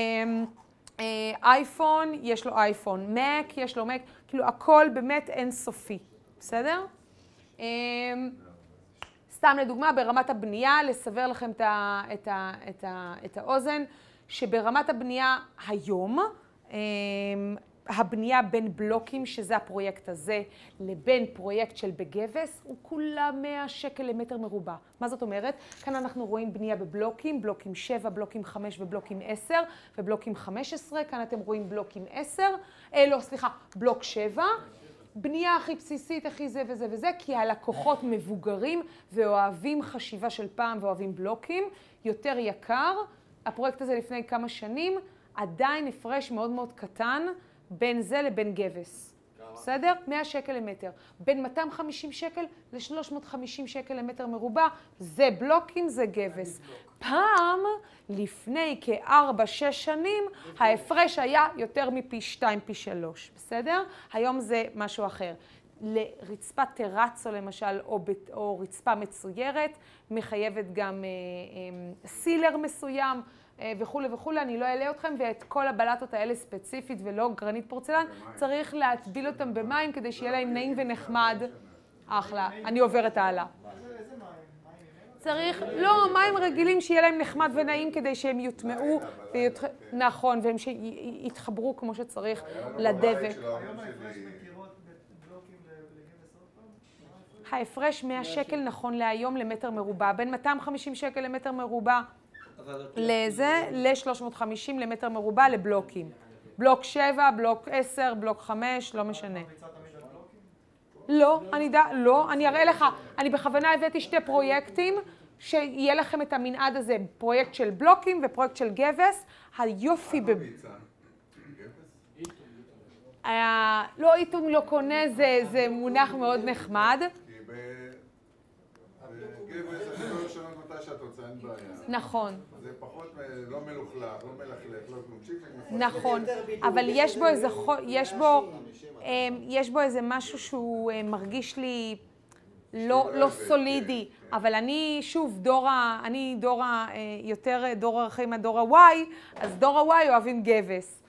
B: אייפון, יש לו אייפון. מק, יש לו מק. כאילו הכל באמת אינסופי. בסדר? סתם לדוגמה, ברמת הבנייה, לסבר לכם את האוזן, שברמת הבנייה היום, הבנייה בין בלוקים, שזה הפרויקט הזה, לבין פרויקט של בגבס, הוא כולה 100 שקל למטר מרובע. מה זאת אומרת? כאן אנחנו רואים בנייה בבלוקים, בלוקים 7, בלוקים 5 ובלוקים 10, ובלוקים 15, כאן אתם רואים בלוקים 10, בלוק 7. בנייה הכי בסיסית, הכי זה וזה וזה, כי הלקוחות מבוגרים ואוהבים חשיבה של פעם ואוהבים בלוקים, יותר יקר. הפרויקט הזה לפני כמה שנים, עדיין הפרש מאוד מאוד קטן בין זה לבין גבס. בסדר? 100 שקל למטר. בין 250 שקל ל-350 שקל למטר מרובע, זה בלוקים, זה גבס. פעם, לפני כ4-6 שנים, ההפרש היה יותר מפי 2, פי 3. בסדר? היום זה משהו אחר. לרצפת טרצו למשל, או רצפה מצוירת, מחייבת גם סילר מסוים, וכולי וכולי, אני לא אעלה אתכם, ואת כל הבלטות האלה ספציפית ולא גרנית פורצלן, צריך להטביל אותם במים כדי שיהיה להם נעים ונחמד. אחלה, אני עוברת הלאה. צריך, לא, מים רגילים שיהיה להם נחמד ונעים כדי שהם יוטמעו, נכון, והם שיתחברו כמו שצריך לדבק. ההפרש 100 שקל נכון להיום למטר מרובע, בין 250 שקל למטר מרובע לזה, ל-350 למטר מרובע לבלוקים. בלוק 7, בלוק 10, בלוק 5, לא משנה. לא, אני אראה לך, אני בכוונה הבאתי שתי פרויקטים, שיהיה לכם את המנעד הזה, פרויקט של בלוקים ופרויקט של גבס. היופי לא, איתום לא קונה, זה מונח מאוד נחמד.
H: גבס, אני לא לשנות מתי שאת רוצה, אין בעיה.
B: נכון.
H: זה פחות, לא מלוכלך, לא מלכלך, לא כלום.
B: נכון, אבל יש בו איזה משהו שהוא מרגיש לי לא סולידי, אבל אני שוב אני יותר דור הרחי מהדור ה-Y, אז דור ה-Y אוהבים גבס.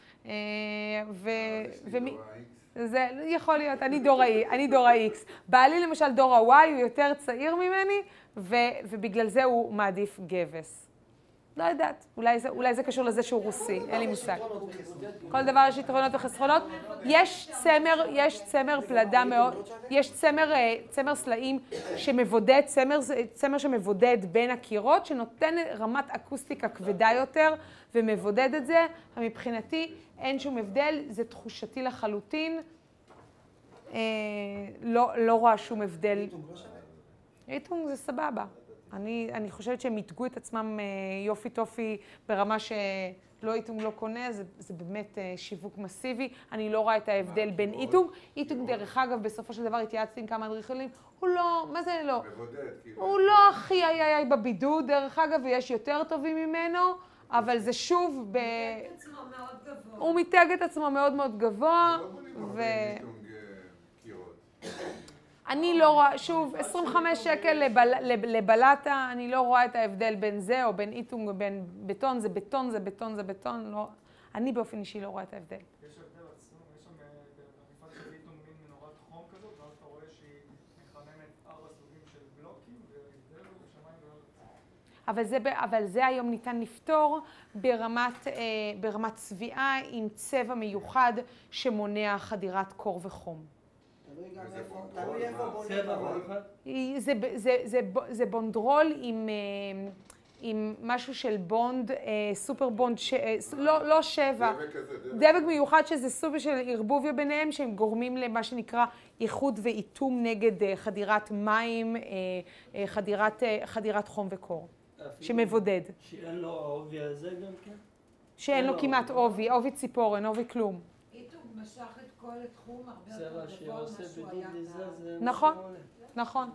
B: זה יכול להיות, אני דור ה-X. בעלי למשל דור ה-Y הוא יותר צעיר ממני, ובגלל זה הוא מעדיף גבס. לא יודעת, אולי זה קשור לזה שהוא רוסי, אין לי מושג. כל דבר יש יתרונות וחסרונות. יש צמר פלדה מאוד, יש צמר סלעים שמבודד, צמר שמבודד בין הקירות, שנותן רמת אקוסטיקה כבדה יותר ומבודד את זה. מבחינתי אין שום הבדל, זה תחושתי לחלוטין. לא רואה שום הבדל. איתום זה סבבה. אני חושבת שהם יתגו את עצמם יופי טופי ברמה שלא איתום לא קונה, זה באמת שיווק מסיבי. אני לא רואה את ההבדל בין איתום. איתום דרך אגב, בסופו של דבר התייעצתי עם כמה אדריכלים, הוא לא, מה זה לא? הוא לא הכי איי בבידוד דרך אגב, ויש יותר טובים ממנו, אבל זה שוב הוא מיתג את עצמו מאוד מאוד גבוה, אני לא רואה, שוב, 25 שקל לבלטה, אני לא רואה את ההבדל בין זה או בין איתום ובין בטון, זה בטון, זה בטון, זה בטון, לא, אני באופן אישי לא רואה את ההבדל.
D: יש הבדל עצום, יש שם במפעל של איתום מין מנורת חום כזאת, ואז אתה רואה שהיא מחממת 4 סוגים של בלוקים, והבדל הוא בשמיים וארץ.
B: אבל זה היום ניתן לפתור ברמת צביעה עם צבע מיוחד שמונע חדירת קור וחום. זה בונדרול עם משהו של בונד, סופר בונד, לא 7, דבק מיוחד שזה סופר של ערבוביה ביניהם, שהם גורמים למה שנקרא איחוד ואיתום נגד חדירת מים, חדירת חום וקור, שמבודד.
J: שאין לו העובי הזה גם כן?
B: שאין לו כמעט עובי ציפורן, עובי כלום.
I: משך את כל התחום הרבה יותר גבוה ממה שהוא היה.
B: נכון.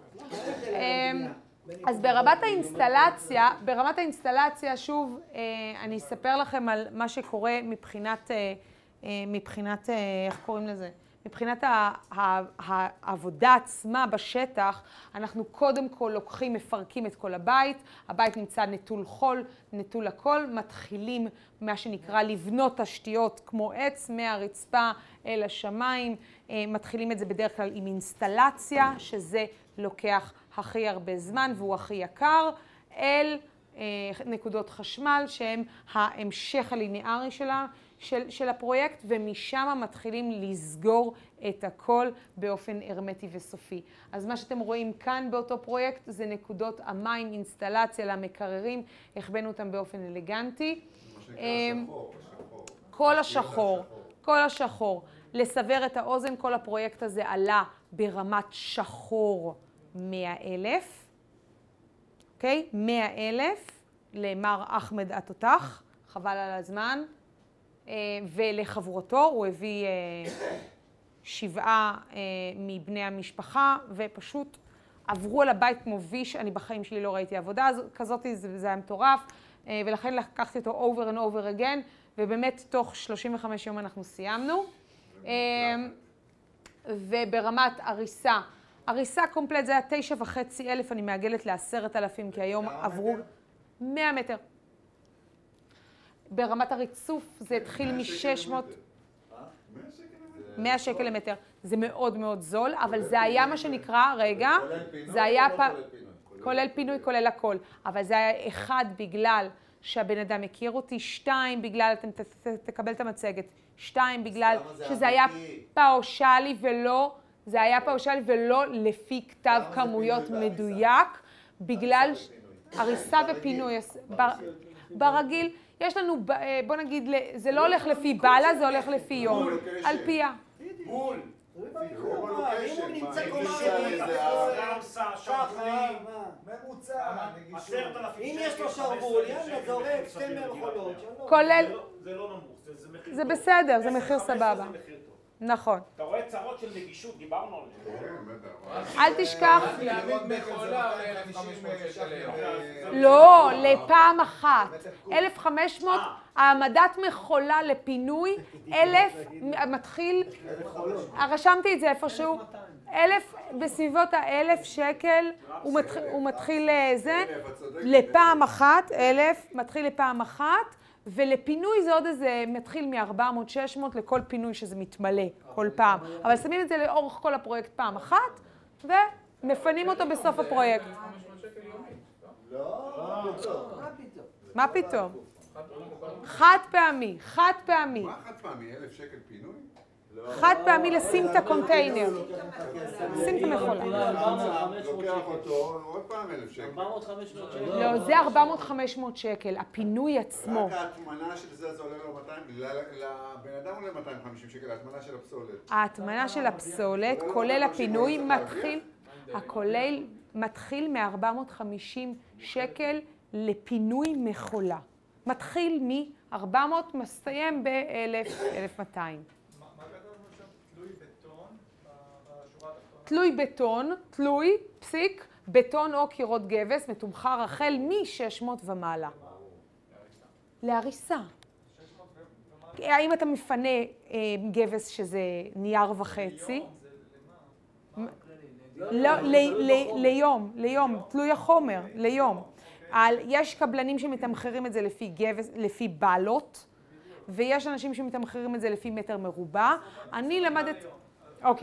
B: אז ברמת האינסטלציה, שוב, אני אספר לכם על מה שקורה מבחינת, איך קוראים לזה? מבחינת העבודה עצמה בשטח, אנחנו קודם כל לוקחים, מפרקים את כל הבית, הבית נמצא נטול חול, נטול הכל, מתחילים מה שנקרא לבנות תשתיות כמו עץ מהרצפה אל השמיים, מתחילים את זה בדרך כלל עם אינסטלציה, שזה לוקח הכי הרבה זמן והוא הכי יקר, אל נקודות חשמל שהם ההמשך הליניארי של הפרויקט, ומשם מתחילים לסגור את הכל באופן הרמטי וסופי. אז מה שאתם רואים כאן באותו פרויקט זה נקודות המים, אינסטלציה למקררים, הכבנו אותם באופן אלגנטי. כל השחור. לסבר את האוזן, כל הפרויקט הזה עלה ברמת שחור 100,000. אוקיי? 100,000 למר אחמד התותח, חבל על הזמן. ולחברותו, הוא הביא 7 מבני המשפחה, ופשוט עברו על הבית כמו ויש, אני בחיים שלי לא ראיתי עבודה כזאת, זה היה מטורף, ולכן לקחתי אותו over and over again, ובאמת תוך 35 יום אנחנו סיימנו. וברמת הריסה קומפלט, זה היה 9,500, אני מעגלת ל10,000, כי היום עברו 100 מטר. ברמת הריצוף זה התחיל מ-600... 100 שקל למטר. זה מאוד מאוד זול, אבל זה היה מה שנקרא, רגע, זה היה כולל פינוי, כולל הכל. אבל זה היה 1 בגלל שהבן אדם הכיר אותי, 2 בגלל, אתם תקבל את המצגת, 2 בגלל שזה היה פאושלי ולא, זה היה פאושלי ולא לפי כתב כמויות מדויק, בגלל הריסה ופינוי. ברגיל, יש לנו, בוא נגיד, זה לא הולך לפי בעלה, זה הולך לפי יום. על פיה.
H: בול.
G: אם הוא נמצא קומה אם יש לו שרוול, יאללה, זורק, 2 מכולות.
B: כולל...
A: זה לא נמוך, זה מחיר טוב.
B: זה בסדר, זה מחיר סבבה. נכון.
A: אתה רואה צרות של נגישות, דיברנו על זה.
B: אל תשכח.
E: להעמיד מכולה
B: לא, לפעם אחת. 1,500, העמדת מכולה לפינוי, 1,000, מתחיל, רשמתי את זה איפשהו, 1,000, בסביבות ה-1,000 שקל, הוא מתחיל זה, לפעם אחת, 1,000, מתחיל לפעם אחת, ולפינוי זה עוד איזה, מתחיל מ-400-600 לכל פינוי שזה מתמלא כל פעם. אבל שמים את זה לאורך כל הפרויקט פעם אחת, ומפנים אותו בסוף הפרויקט. מה פתאום? חד פעמי.
H: מה חד פעמי? 1,000 שקל פינוי?
B: חד פעמי לשים את הקונטיינר. שים את המכולה.
H: לוקח אותו, עוד פעם 1,000 שקל.
J: 400-500 שקל.
B: לא, זה 400-500 שקל, הפינוי עצמו.
H: רק ההטמנה של זה עולה לו 200, לבן אדם עולה 250 שקל, ההטמנה של הפסולת.
B: ההטמנה של הפסולת, כולל הפינוי, מתחיל מ-450 שקל לפינוי מכולה. מתחיל מ-400, מסתיים ב-1,200. תלוי בטון, תלוי, פסיק, בטון או קירות גבס, מתומחר החל מ-600 ומעלה. להריסה. האם אתה מפנה גבס שזה נייר וחצי? ליום, תלוי החומר, ליום. יש קבלנים שמתמחרים את זה לפי גבס, לפי בעלות, ויש אנשים שמתמחרים את זה לפי מטר מרובע. אני למדת... אוקיי.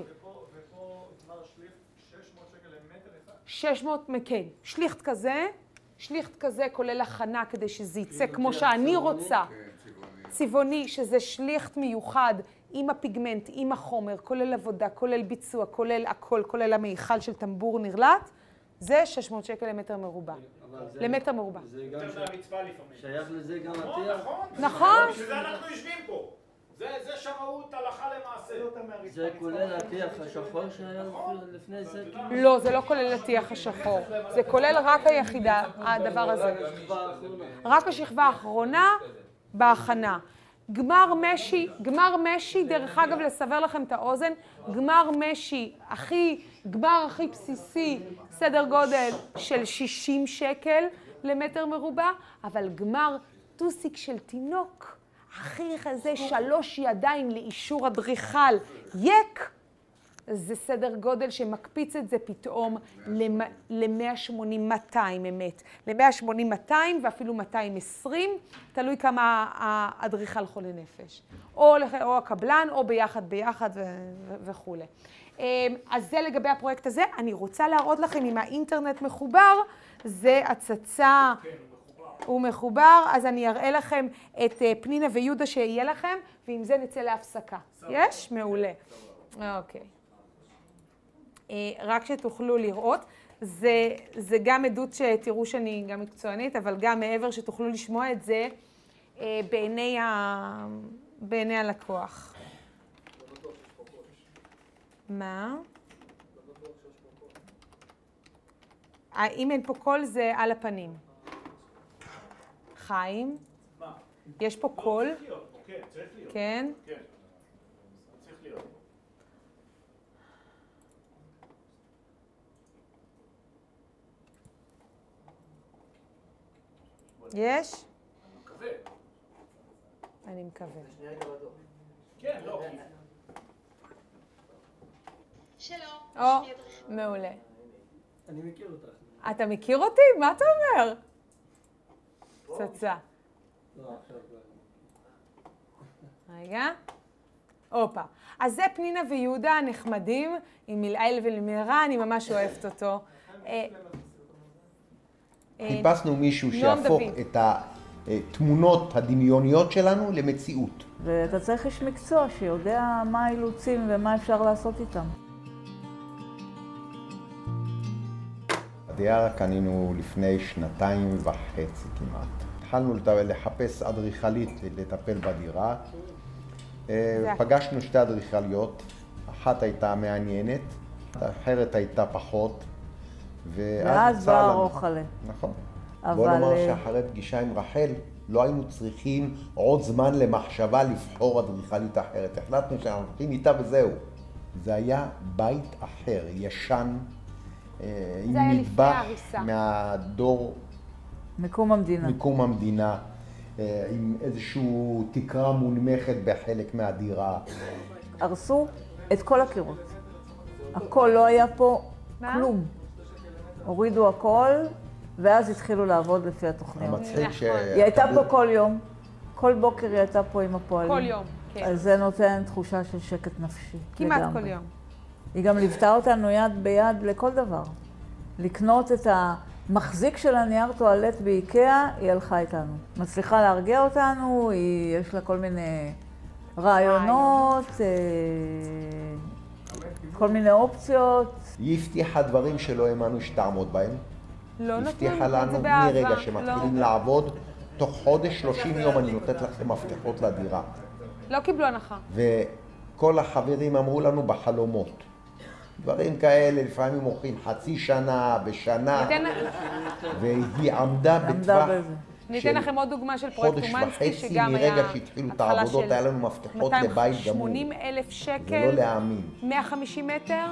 B: 600, כן. שליכט כזה כולל הכנה כדי שזה יצא כמו שאני רוצה. צבעוני, שזה שליכט מיוחד עם הפיגמנט, עם החומר, כולל עבודה, כולל ביצוע, כולל הכל, כולל המיכל של טמבור נרלט, זה 600 שקל למטר מרובע. למטר מרובע.
A: יותר מהרצפה לפעמים.
J: שייך לזה גם הטיח?
B: נכון.
A: בשביל זה אנחנו יושבים פה. זה שמאות הלכה למעשה.
J: זה כולל הטיח השחור שהיה לפני זה?
B: לא, זה לא כולל הטיח השחור. זה כולל רק היחידה, הדבר הזה. רק השכבה האחרונה בהכנה. גמר משי, דרך אגב, לסבר לכם את האוזן, גמר משי, גמר הכי בסיסי, סדר גודל של 60 שקל למטר מרובע, אבל גמר טוסיק של תינוק, הכי כזה 3 ידיים לאישור אדריכל, יק, זה סדר גודל שמקפיץ את זה פתאום ל-180-200 אמת. ל-180-200 ואפילו 220, תלוי כמה האדריכל חולה נפש. או הקבלן, או ביחד וכו'. אז זה לגבי הפרויקט הזה. אני רוצה להראות לכם אם האינטרנט מחובר, זה הצצה, הוא מחובר, אז אני אראה לכם את פנינה ויהודה שיהיה לכם, ועם זה נצא להפסקה. יש? מעולה. אוקיי. רק שתוכלו לראות, זה גם עדות שתראו שאני גם מקצוענית, אבל גם מעבר שתוכלו לשמוע את זה בעיני הלקוח. מה? אם אין פה קול זה על הפנים. חיים?
A: מה?
B: יש פה קול?
A: צריך להיות פה, כן, צריך להיות.
B: כן?
A: כן, צריך להיות פה.
B: יש?
A: מקווה.
B: אני מקווה.
A: כן, לא.
K: שלום.
B: או, מעולה.
C: אני מכיר אותך.
B: אתה מכיר אותי? מה אתה אומר? פצצה.
C: לא, עכשיו לא.
B: רגע. הופה. אז זה פנינה ויהודה הנחמדים, עם מלעיל ולמירה, אני ממש אוהבת אותו.
L: חיפשנו מישהו שיהפוך את התמונות הדמיוניות שלנו למציאות.
M: ואתה צריך איש מקצוע שיודע מה האילוצים ומה אפשר לעשות איתם.
L: הדירה קנינו לפני 2.5 כמעט. התחלנו לחפש אדריכלית לטפל בדירה. פגשנו 2 אדריכליות, אחת הייתה מעניינת, האחרת הייתה פחות.
M: ואז בא הרוחלה.
L: נכון. בוא נאמר שאחרי פגישה עם רחל, לא היינו צריכים עוד זמן למחשבה לבחור אדריכלית אחרת. החלטנו שאנחנו הולכים איתה וזהו. זה היה בית אחר, ישן, עם מטבח מהדור...
M: מקום המדינה.
L: מקום המדינה, עם איזושהי תקרה מונמכת בחלק מהדירה.
M: הרסו את כל הקירות. הכל לא היה פה כלום. הורידו הכל, ואז התחילו לעבוד לפי התוכניות. היא הייתה פה כל יום. כל בוקר היא הייתה פה עם הפועלים.
B: כל יום, כן.
M: אז זה נותן תחושה של שקט נפשי.
B: כמעט כל יום.
M: היא גם ליוותה אותנו יד ביד לכל דבר. לקנות את המחזיק של הנייר טואלט באיקאה, היא הלכה איתנו. מצליחה להרגיע אותנו, יש לה כל מיני רעיונות, כל מיני אופציות.
L: היא הבטיחה דברים שלא האמנו שתעמוד בהם.
B: לא נתנו
L: הבטיחה לנו מרגע שמתחילים לעבוד, תוך חודש, 30 יום אני נותנת לכם מפתחות לדירה.
B: לא קיבלו הנחה.
L: וכל החברים אמרו לנו בחלומות. דברים כאלה, לפעמים מוכרים חצי שנה, בשנה, והיא עמדה בטווח
B: ניתן לכם עוד דוגמה של פרויקט אומנסקי, שגם היה
L: מרגע שהתחילו את העבודות, היה לנו מפתחות לבית גמור.
B: 280,000 שקל,
L: זה לא להאמין.
B: 150 מטר,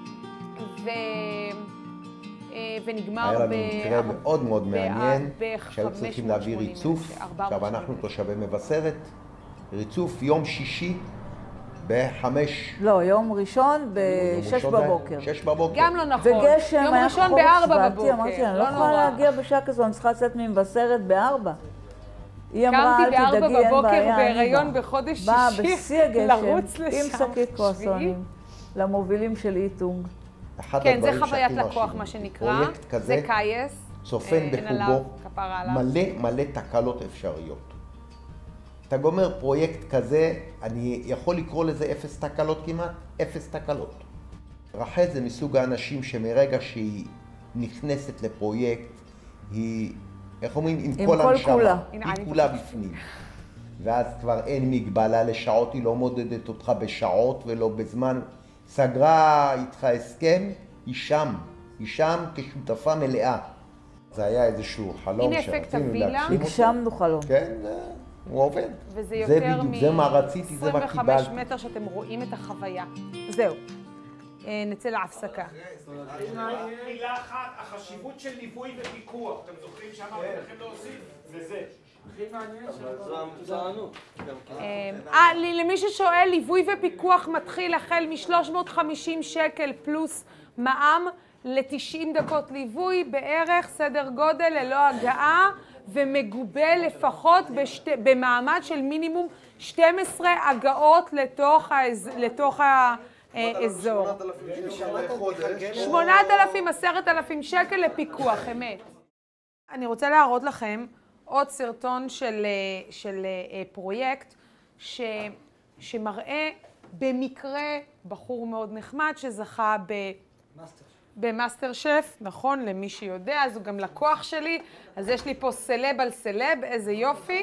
B: ונגמר
L: היה לנו מקרה מאוד מאוד מעניין, שהיו צריכים להביא ריצוף. עכשיו אנחנו תושבי מבשרת, ריצוף יום שישי ב-5.
M: לא, יום ראשון ב-6 בבוקר.
L: 6 בבוקר.
B: גם לא נכון.
M: וגשם היה חורף
B: ב-4
M: אמרתי, אני לא יכולה להגיע בשעה כזו, אני צריכה לצאת ממבשרת ב-4. היא אמרה, אל תדאגי, אין בעיה,
B: קמתי ב-4 בבוקר בהיריון בחודש שישי,
M: באה בשיא הגשם, עם
B: לשם.
M: שקית קרואסונים, למובילים של איטונג.
B: כן, זה חוויית לקוח, מה שנקרא. זה קייס.
L: צופן בחובו, מלא תקלות אפשריות. אתה גומר פרויקט כזה, אני יכול לקרוא לזה 0 תקלות כמעט, 0 תקלות. רחל זה מסוג האנשים שמרגע שהיא נכנסת לפרויקט, היא, איך אומרים, עם כל הנשמה, היא כולה בפנים. ואז כבר אין מגבלה לשעות, היא לא מודדת אותך בשעות ולא בזמן. סגרה איתך הסכם, היא שם כשותפה מלאה. זה היה איזשהו חלום שרצינו להגשים.
M: הגשמנו חלום.
L: כן, הוא עובד.
B: וזה יותר
L: זה מה רציתי, זה מה קיבלתי.
B: 25 מטר שאתם רואים את החוויה. זהו. נצא להפסקה.
A: מילה אחת, החשיבות של ליווי ופיקוח. אתם זוכרים שאמרתי לכם להוסיף? וזה.
J: הכי מעניין זו המצאנות.
B: למי ששואל, ליווי ופיקוח מתחיל החל מ-350 שקל פלוס מע"מ ל-90 דקות ליווי בערך, סדר גודל ללא הגעה, ומגובה לפחות במעמד של מינימום 12 הגעות לתוך האזור. 8,000, 10,000 שקל לפיקוח, אמת. אני רוצה להראות לכם עוד סרטון של פרויקט שמראה במקרה בחור מאוד נחמד שזכה במאסטר שף, נכון, למי שיודע, אז הוא גם לקוח שלי, אז יש לי פה סלב על סלב, איזה יופי.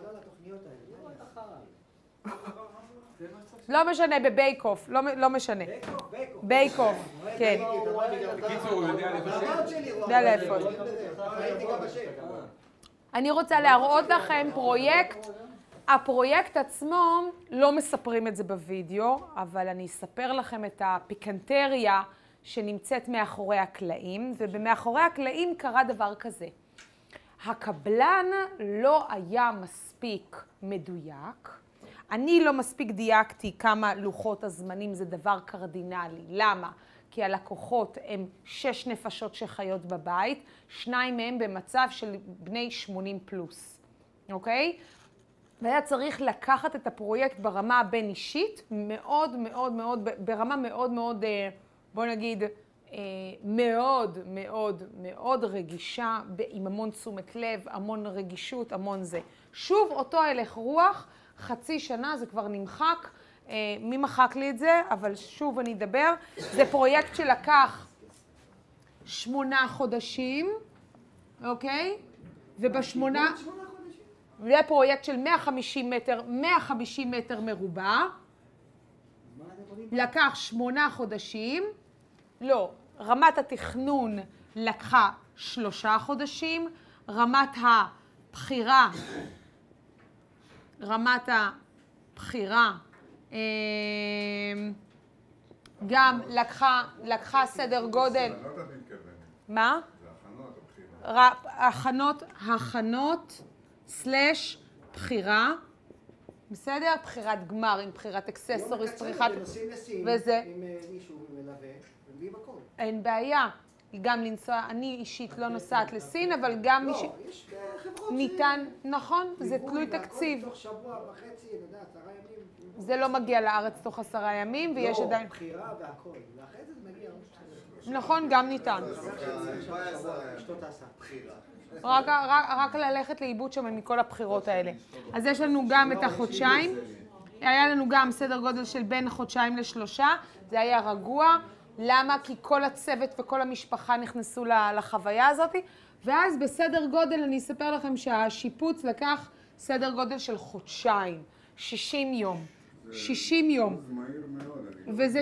B: לא משנה, בבייק אוף, לא משנה. בייק אוף, כן.
E: בקיצור, הוא יודע לבשל.
B: יודע לאיפה. אני רוצה להראות לכם פרויקט. הפרויקט עצמו, לא מספרים את זה בווידאו, אבל אני אספר לכם את הפיקנטריה שנמצאת מאחורי הקלעים, ובמאחורי הקלעים קרה דבר כזה. הקבלן לא היה מספיק מדויק. אני לא מספיק דייקתי כמה לוחות הזמנים, זה דבר קרדינלי. למה? כי הלקוחות הם 6 נפשות שחיות בבית, 2 מהם במצב של בני 80 פלוס, אוקיי? והיה צריך לקחת את הפרויקט ברמה הבין-אישית, מאוד מאוד מאוד, ברמה מאוד מאוד, בוא נגיד, מאוד מאוד מאוד רגישה, עם המון תשומת לב, המון רגישות, המון זה. שוב, אותו הלך רוח, חצי שנה, זה כבר נמחק, מי מחק לי את זה, אבל שוב אני אדבר. זה פרויקט שלקח 8 חודשים, אוקיי? ובשמונה... זה פרויקט של 150 מטר מרובע. לקח 8 חודשים. לא, רמת התכנון לקחה 3 חודשים. רמת הבחירה גם לקחה סדר גודל. מה? זה הכנות, הבחירה. הכנות סלש בחירה, בסדר? בחירת גמר עם בחירת אקססוריס, צריכת... וזה...
G: עם מישהו מלווה, ומביאים הכל.
B: אין בעיה. גם לנסוע, אני אישית לא נוסעת לסין, אבל גם מי ש...
G: לא, יש חברות
B: ניתן, נכון, זה תלוי תקציב.
G: תוך שבוע וחצי, אני יודע, 10 ימים.
B: זה לא מגיע לארץ תוך 10 ימים, ויש עדיין...
G: לא, בחירה והכל. ואחרי זה זה מגיע...
B: נכון, גם ניתן. רק ללכת לאיבוד שם מכל הבחירות האלה. אז יש לנו גם את החודשיים. היה לנו גם סדר גודל של בין חודשיים ל3. זה היה רגוע. למה? כי כל הצוות וכל המשפחה נכנסו לחוויה הזאת. ואז בסדר גודל, אני אספר לכם שהשיפוץ לקח סדר גודל של חודשיים. 60 יום. 60 יום. וזה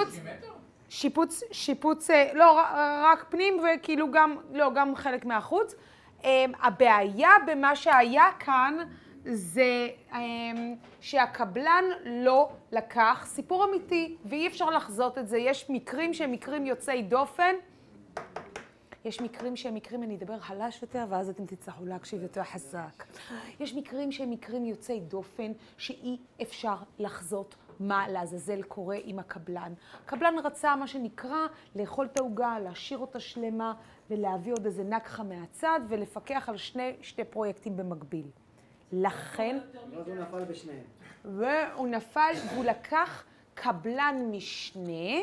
B: שיפוץ, לא, רק פנים וכאילו גם, לא, גם חלק מהחוץ. הבעיה במה שהיה כאן זה שהקבלן לא לקח, סיפור אמיתי, ואי אפשר לחזות את זה. יש מקרים שהם מקרים יוצאי דופן, יש מקרים שהם מקרים, אני אדבר חלש יותר, ואז אתם תצטרכו להקשיב יותר חזק. יש מקרים שהם מקרים יוצאי דופן, שאי אפשר לחזות מה לעזאזל קורה עם הקבלן. הקבלן רצה מה שנקרא לאכול את העוגה, להשאיר אותה שלמה, ולהביא עוד איזה נקחה מהצד, ולפקח על שתי פרויקטים במקביל. לכן...
G: אז הוא נפל בשניהם.
B: והוא נפל, והוא לקח קבלן משנה,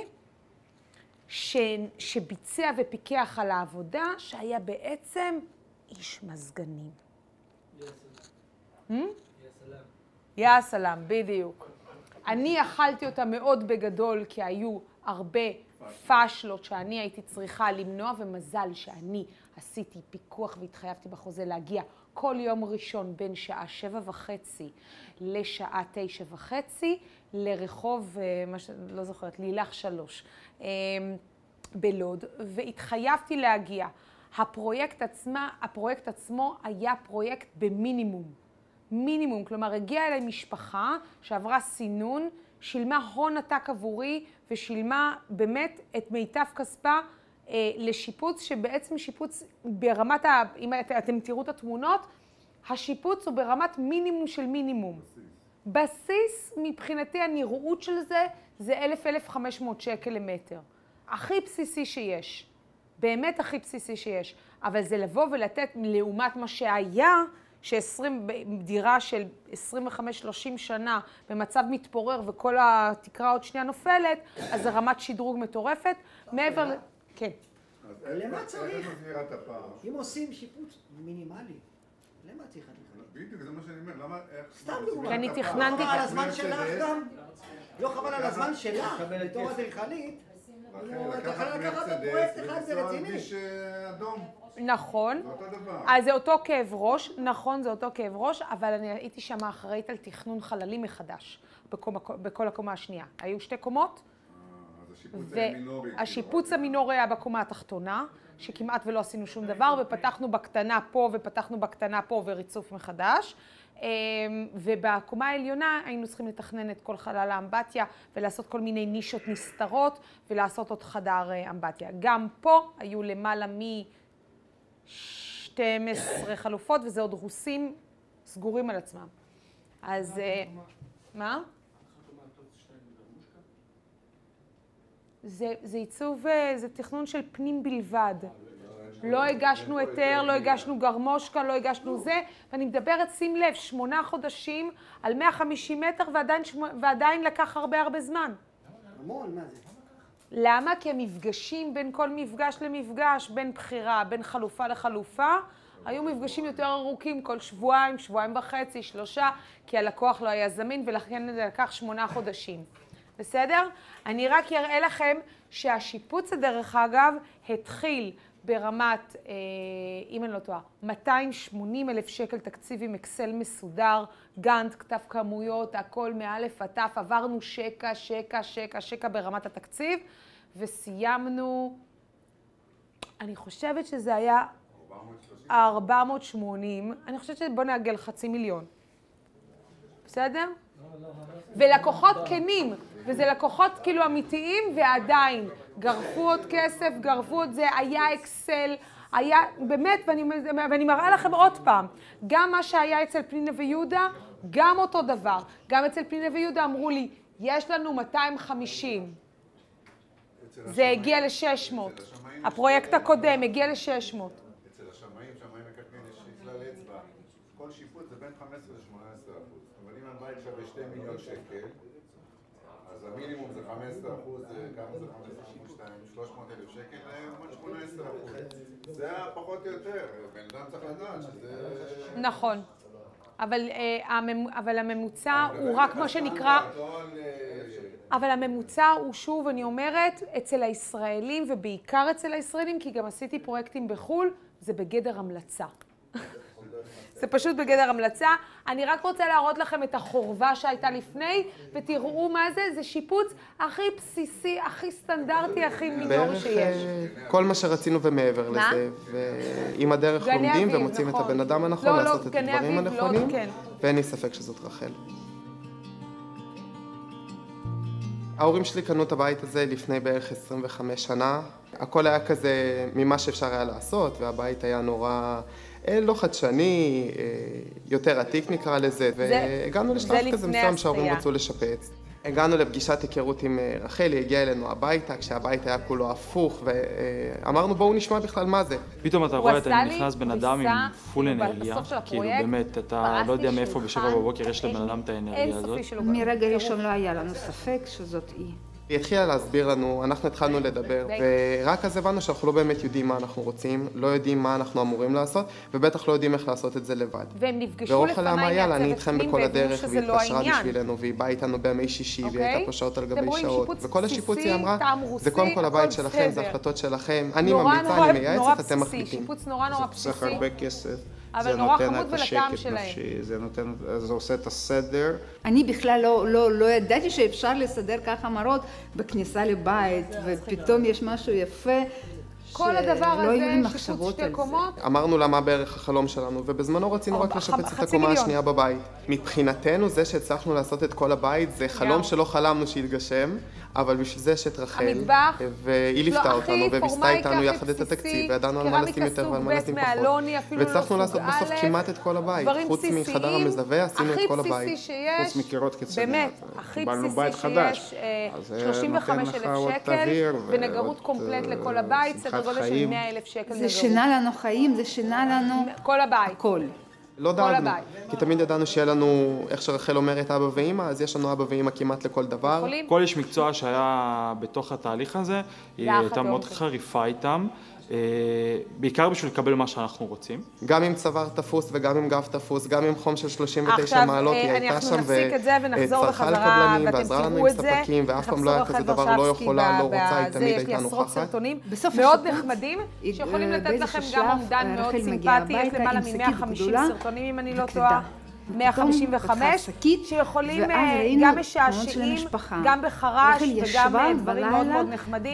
B: שביצע ופיקח על העבודה, שהיה בעצם איש מזגנים. יא סלאם, בדיוק. אני אכלתי אותה מאוד בגדול, כי היו הרבה פשלות שאני הייתי צריכה למנוע, ומזל שאני עשיתי פיקוח והתחייבתי בחוזה להגיע כל יום ראשון בין שעה 7:30 לשעה 9:30 לרחוב, לא זוכרת, לילך 3 בלוד, והתחייבתי להגיע. הפרויקט עצמו היה פרויקט במינימום. מינימום, כלומר, הגיעה אליי משפחה שעברה סינון, שילמה הון עתק עבורי ושילמה באמת את מיטב כספה לשיפוץ, שבעצם שיפוץ ברמת, אם אתם תראו את התמונות, השיפוץ הוא ברמת מינימום של מינימום. בסיס מבחינתי הנראות של זה 1,000-1,500 שקל למטר. הכי בסיסי שיש. באמת הכי בסיסי שיש. אבל זה לבוא ולתת לעומת מה שהיה, דירה של 25-30 שנה במצב מתפורר וכל התקרה עוד שנייה נופלת, אז זה רמת שדרוג מטורפת. מעבר ל... כן.
G: למה צריך? אם עושים שיפוץ מינימלי, למה צריך אדריכלית?
H: בדיוק, זה מה שאני אומר, למה...
G: סתם דוגמא.
B: כי אני תכננתי...
G: לא חבל על הזמן שלך גם? לא חבל על הזמן שלך, בתור אדריכלית? אתה יכול לקחת בפרויקט אחד ורציני.
B: נכון, אז זה אותו כאב ראש, נכון, זה אותו כאב ראש, אבל אני הייתי שם אחראית על תכנון חללים מחדש, בכל הקומה השנייה. היו 2 קומות, והשיפוץ המינורי היה בקומה התחתונה, שכמעט ולא עשינו שום דבר, ופתחנו בקטנה פה, ופתחנו בקטנה פה, וריצוף מחדש. ובקומה העליונה היינו צריכים לתכנן את כל חלל האמבטיה ולעשות כל מיני נישות נסתרות ולעשות עוד חדר אמבטיה. גם פה היו למעלה מ-12 חלופות וזה עוד רוסים סגורים על עצמם. אז מה? זה עיצוב, זה תכנון של פנים בלבד. לא הגשנו היתר, לא הגשנו גרמושקה, לא הגשנו זה, ואני מדברת, שים לב, 8 חודשים על 150 מטר ועדיין לקח הרבה זמן.
G: המון, מה זה?
B: למה? כי המפגשים בין כל מפגש למפגש, בין בחירה, בין חלופה לחלופה, היו מפגשים יותר ארוכים כל שבועיים, 1.5 שבועות, 3, כי הלקוח לא היה זמין ולכן זה לקח 8 חודשים. בסדר? אני רק אראה לכם שהשיפוץ הדרך אגב התחיל ברמת, אם אני לא טועה, 280,000 שקל תקציב עם אקסל מסודר, גאנט, כתב כמויות, הכל מאלף עד תף, עברנו שקע ברמת התקציב, וסיימנו, אני חושבת שזה היה 480, אני חושבת שבוא נעגל 500,000. בסדר? ולקוחות כנים, וזה לקוחות כאילו אמיתיים, ועדיין גרפו עוד כסף, גרפו עוד זה, היה אקסל, היה באמת, ואני מראה לכם עוד פעם, גם מה שהיה אצל פנינה ויהודה, גם אותו דבר. גם אצל פנינה ויהודה אמרו לי, יש לנו 250. זה הגיע ל-600. הפרויקט הקודם הגיע ל-600.
H: אצל השמאים מקטנים יש כלל אצבע. כל שיפוץ זה בין 15% ל-18%. אבל אם הבית שווה 2 מיליון שקל, אז המינימום זה 15%, כמה זה 15%, 300,000 שקל, זה 18%. זה הפחות או יותר, בן אדם צריך לדעת שזה...
B: נכון. אבל הממוצע הוא רק מה שנקרא... אבל הממוצע הוא שוב, אני אומרת, אצל הישראלים, ובעיקר אצל הישראלים, כי גם עשיתי פרויקטים בחו"ל, זה בגדר המלצה. זה פשוט בגדר המלצה. אני רק רוצה להראות לכם את החורבה שהייתה לפני, ותראו מה זה, זה שיפוץ הכי בסיסי, הכי סטנדרטי, הכי מינור שיש.
C: כל מה שרצינו ומעבר לזה, ועם הדרך לומדים ומוצאים את הבן אדם הנכון, לעשות את הדברים הנכונים, ואין לי ספק שזאת רחל. ההורים שלי קנו את הבית הזה לפני בערך 25 שנה. הכל היה כזה ממה שאפשר היה לעשות, והבית היה נורא לא חדשני, יותר עתיק נקרא לזה, והגענו לשלב כזה מסוים שההורים רצו לשפץ. הגענו לפגישת היכרות עם רחל, היא הגיעה אלינו הביתה, כשהבית היה כולו הפוך, ואמרנו בואו נשמע בכלל מה זה.
K: פתאום אתה רואה, אתה נכנס בן אדם עם פול אנרגיה, כאילו באמת, אתה לא יודע מאיפה ב7 בבוקר יש לבן אדם את האנרגיה הזאת.
N: מרגע ראשון לא היה לנו ספק שזאת היא.
C: היא התחילה להסביר לנו, אנחנו התחלנו לדבר, ורק אז הבנו שאנחנו לא באמת יודעים מה אנחנו רוצים, לא יודעים מה אנחנו אמורים לעשות, ובטח לא יודעים איך לעשות את זה לבד.
B: והם נפגשו לפעמים
C: יאללה, אני איתכם בכל הדרך, והיא התקשרה בשבילנו, והיא באה איתנו בימי שישי, והיא הייתה פה שעות על גבי שעות, וכל השיפוץ היא אמרה, זה קודם כל הבית שלכם, זה החלטות שלכם, אני ממליצה, אני מייעצת, אתם מחליטים.
B: שיפוץ נורא בסיסי.
O: צריך הרבה כסף.
B: אבל נורא חמוד ולטעם שלהם.
O: זה עושה את הסדר.
N: אני בכלל לא ידעתי שאפשר לסדר ככה מראות בכניסה לבית, ופתאום יש משהו יפה
B: כל הדבר הזה, שיפוץ 2 קומות.
C: אמרנו לה מה בערך החלום שלנו, ובזמנו רצינו רק לשפץ את הקומה השנייה בבית. מבחינתנו זה שהצלחנו לעשות את כל הבית, זה חלום שלא חלמנו שיתגשם, אבל בשביל זה יש את רחל, והיא ליוותה אותנו, וביסתה איתנו יחד את התקציב, וידענו על מה לשים יותר ועל מה לשים פחות. והצלחנו לעשות בסוף כמעט את כל הבית, חוץ מחדר המזווה, עשינו את כל הבית.
O: חוץ מקירות קיצוניות.
B: באמת, הכי בסיסי שיש, 35,000 שקל, ונגרות קומפלט לכל הבית, סדר גודל של 100,000 שקל נגרות.
N: זה שינה לנו חיים, זה שינה לנו...
B: כל הבית.
N: הכל.
C: לא דאגנו, כי תמיד ידענו שיהיה לנו, איך שרחל אומרת, אבא ואמא, אז יש לנו אבא ואמא כמעט לכל דבר.
K: כל איש מקצוע שהיה בתוך התהליך הזה, היא הייתה מאוד חריפה איתם, בעיקר בשביל לקבל מה שאנחנו רוצים.
C: גם עם צוואר תפוס וגם עם גב תפוס, גם עם חום של 39 מעלות, היא הייתה שם וצרחה לקבלנים ועזרה לנו עם ספקים, ואף פעם לא היה כזה דבר, לא יכולה, לא רוצה, היא תמיד הייתה נוכחת.
B: מאוד נחמדים, שיכולים לתת לכם גם עמדן מאוד סימפטי, יש למעלה מ-150 סרטונים אם אני לא טועה. 155, שיכולים גם משעשעים, גם בחרש וגם דברים מאוד מאוד נחמדים,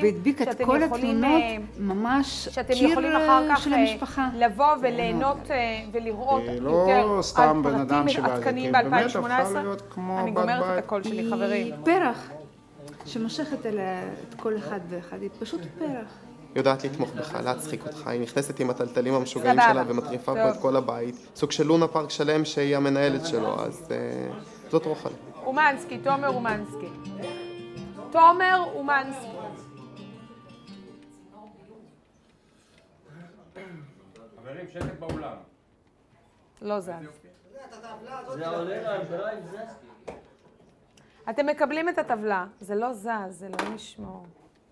B: שאתם יכולים אחר כך לבוא וליהנות ולראות יותר על פרטים עדכניים ב-2018. אני גומרת את הקול שלי, חברים.
N: פרח שמושכת את כל אחד ואחד, היא פשוט פרח.
C: יודעת לתמוך בך, להצחיק אותך, היא נכנסת עם הטלטלים המשוגעים שלה ומטריפה פה את כל הבית. סוג של לונה פארק שלם שהיא המנהלת שלו, אז זאת רוחל.
B: אומנסקי, תומר אומנסקי. תומר אומנסקי.
E: חברים, שקט באולם.
B: לא זז.
J: זה עולה להגדרה עם זה?
B: אתם מקבלים את הטבלה, זה לא זז, זה לא נשמור.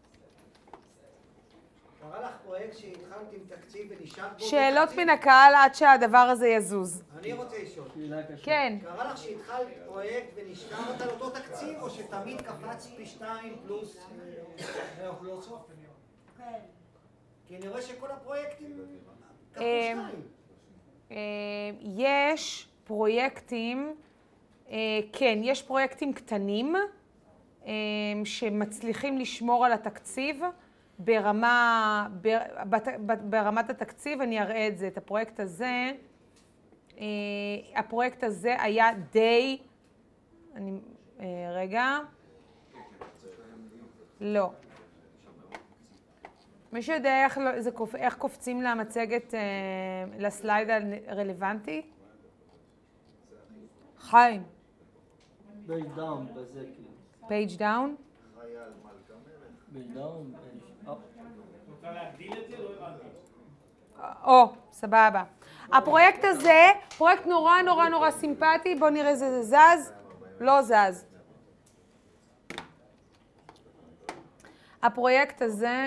G: קרה לך פרויקט שהתחלת עם תקציב ונשאר בו...
B: שאלות מן הקהל עד שהדבר הזה יזוז.
G: אני רוצה לשאול.
B: כן.
G: קרה לך שהתחלת פרויקט ונשארת על אותו תקציב, או שתמיד קפץ פי 2 פלוס... כן. כי אני רואה שכל הפרויקטים קפו 2.
B: יש פרויקטים, כן, יש פרויקטים קטנים שמצליחים לשמור על התקציב. ברמת התקציב, אני אראה את זה, את הפרויקט הזה היה די, רגע, לא. מישהו יודע איך קופצים למצגת, לסלייד הרלוונטי? חיים.
J: פייג' דאון בזה כאילו.
B: פייג' דאון?
J: פייג' דאון.
A: רוצה להגדיל את זה? לא הבנתי.
B: או, סבבה. הפרויקט הזה, פרויקט נורא נורא נורא סימפטי, בואו נראה איזה זה זז. לא זז. הפרויקט הזה,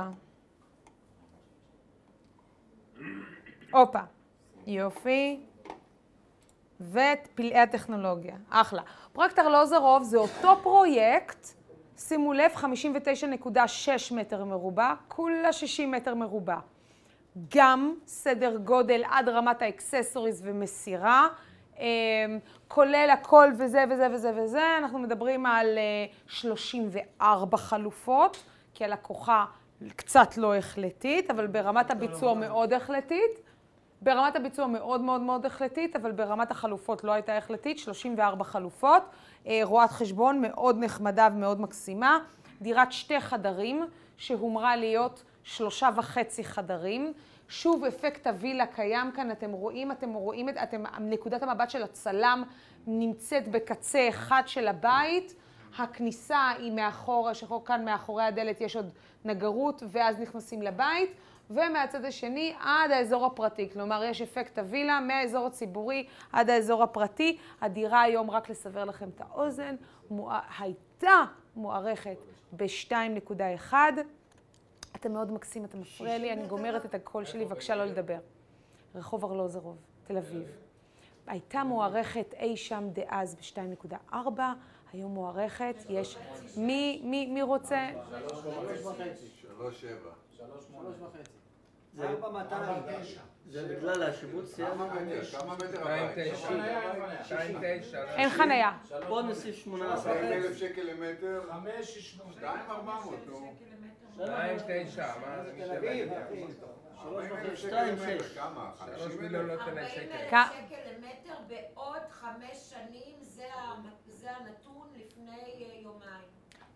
B: הופה, יופי, ואת פלאי הטכנולוגיה, אחלה. פרויקט ארלוזורוב זה אותו פרויקט, שימו לב, 59.6 מטר מרובע, כולה 60 מטר מרובע. גם סדר גודל עד רמת האקססוריז ומסירה, כולל הכל וזה וזה וזה וזה, אנחנו מדברים על 34 חלופות, כי הלקוחה קצת לא החלטית, אבל ברמת הביצוע מאוד החלטית. ברמת הביצוע מאוד מאוד מאוד החלטית, אבל ברמת החלופות לא הייתה החלטית, 34 חלופות, רואת חשבון מאוד נחמדה ומאוד מקסימה, דירת 2 חדרים, שהומרה להיות 3.5 חדרים, שוב אפקט הווילה קיים כאן, אתם רואים, נקודת המבט של הצלם נמצאת בקצה אחד של הבית, הכניסה היא מאחור, כאן מאחורי הדלת יש עוד נגרות, ואז נכנסים לבית, ומהצד השני עד האזור הפרטי, כלומר יש אפקט הווילה מהאזור הציבורי עד האזור הפרטי. הדירה היום, רק לסבר לכם את האוזן, הייתה מוערכת ב-2.1. אתם מאוד מקסים, אתה מפריע לי, אני גומרת את הקול שלי, בבקשה לא לדבר. רחוב ארלוזורוב, תל אביב. הייתה מוערכת אי שם דאז ב-2.4, היום מוערכת, יש... מי רוצה?
H: 3.5. 3.7.
J: זה בגלל השיבוץ סיימת?
H: כמה מטר הבית?
E: 2.9.
B: אין חניה.
J: בוא נוסיף 18.
H: 40,000 שקל למטר? 2,400, נו.
E: 2.9, מה זה משנה?
H: 40,000 שקל למטר, כמה?
E: 3 מיליון לא תן להם שקל.
I: 40,000 שקל למטר בעוד 5 שנים, זה הנתון לפני יומיים.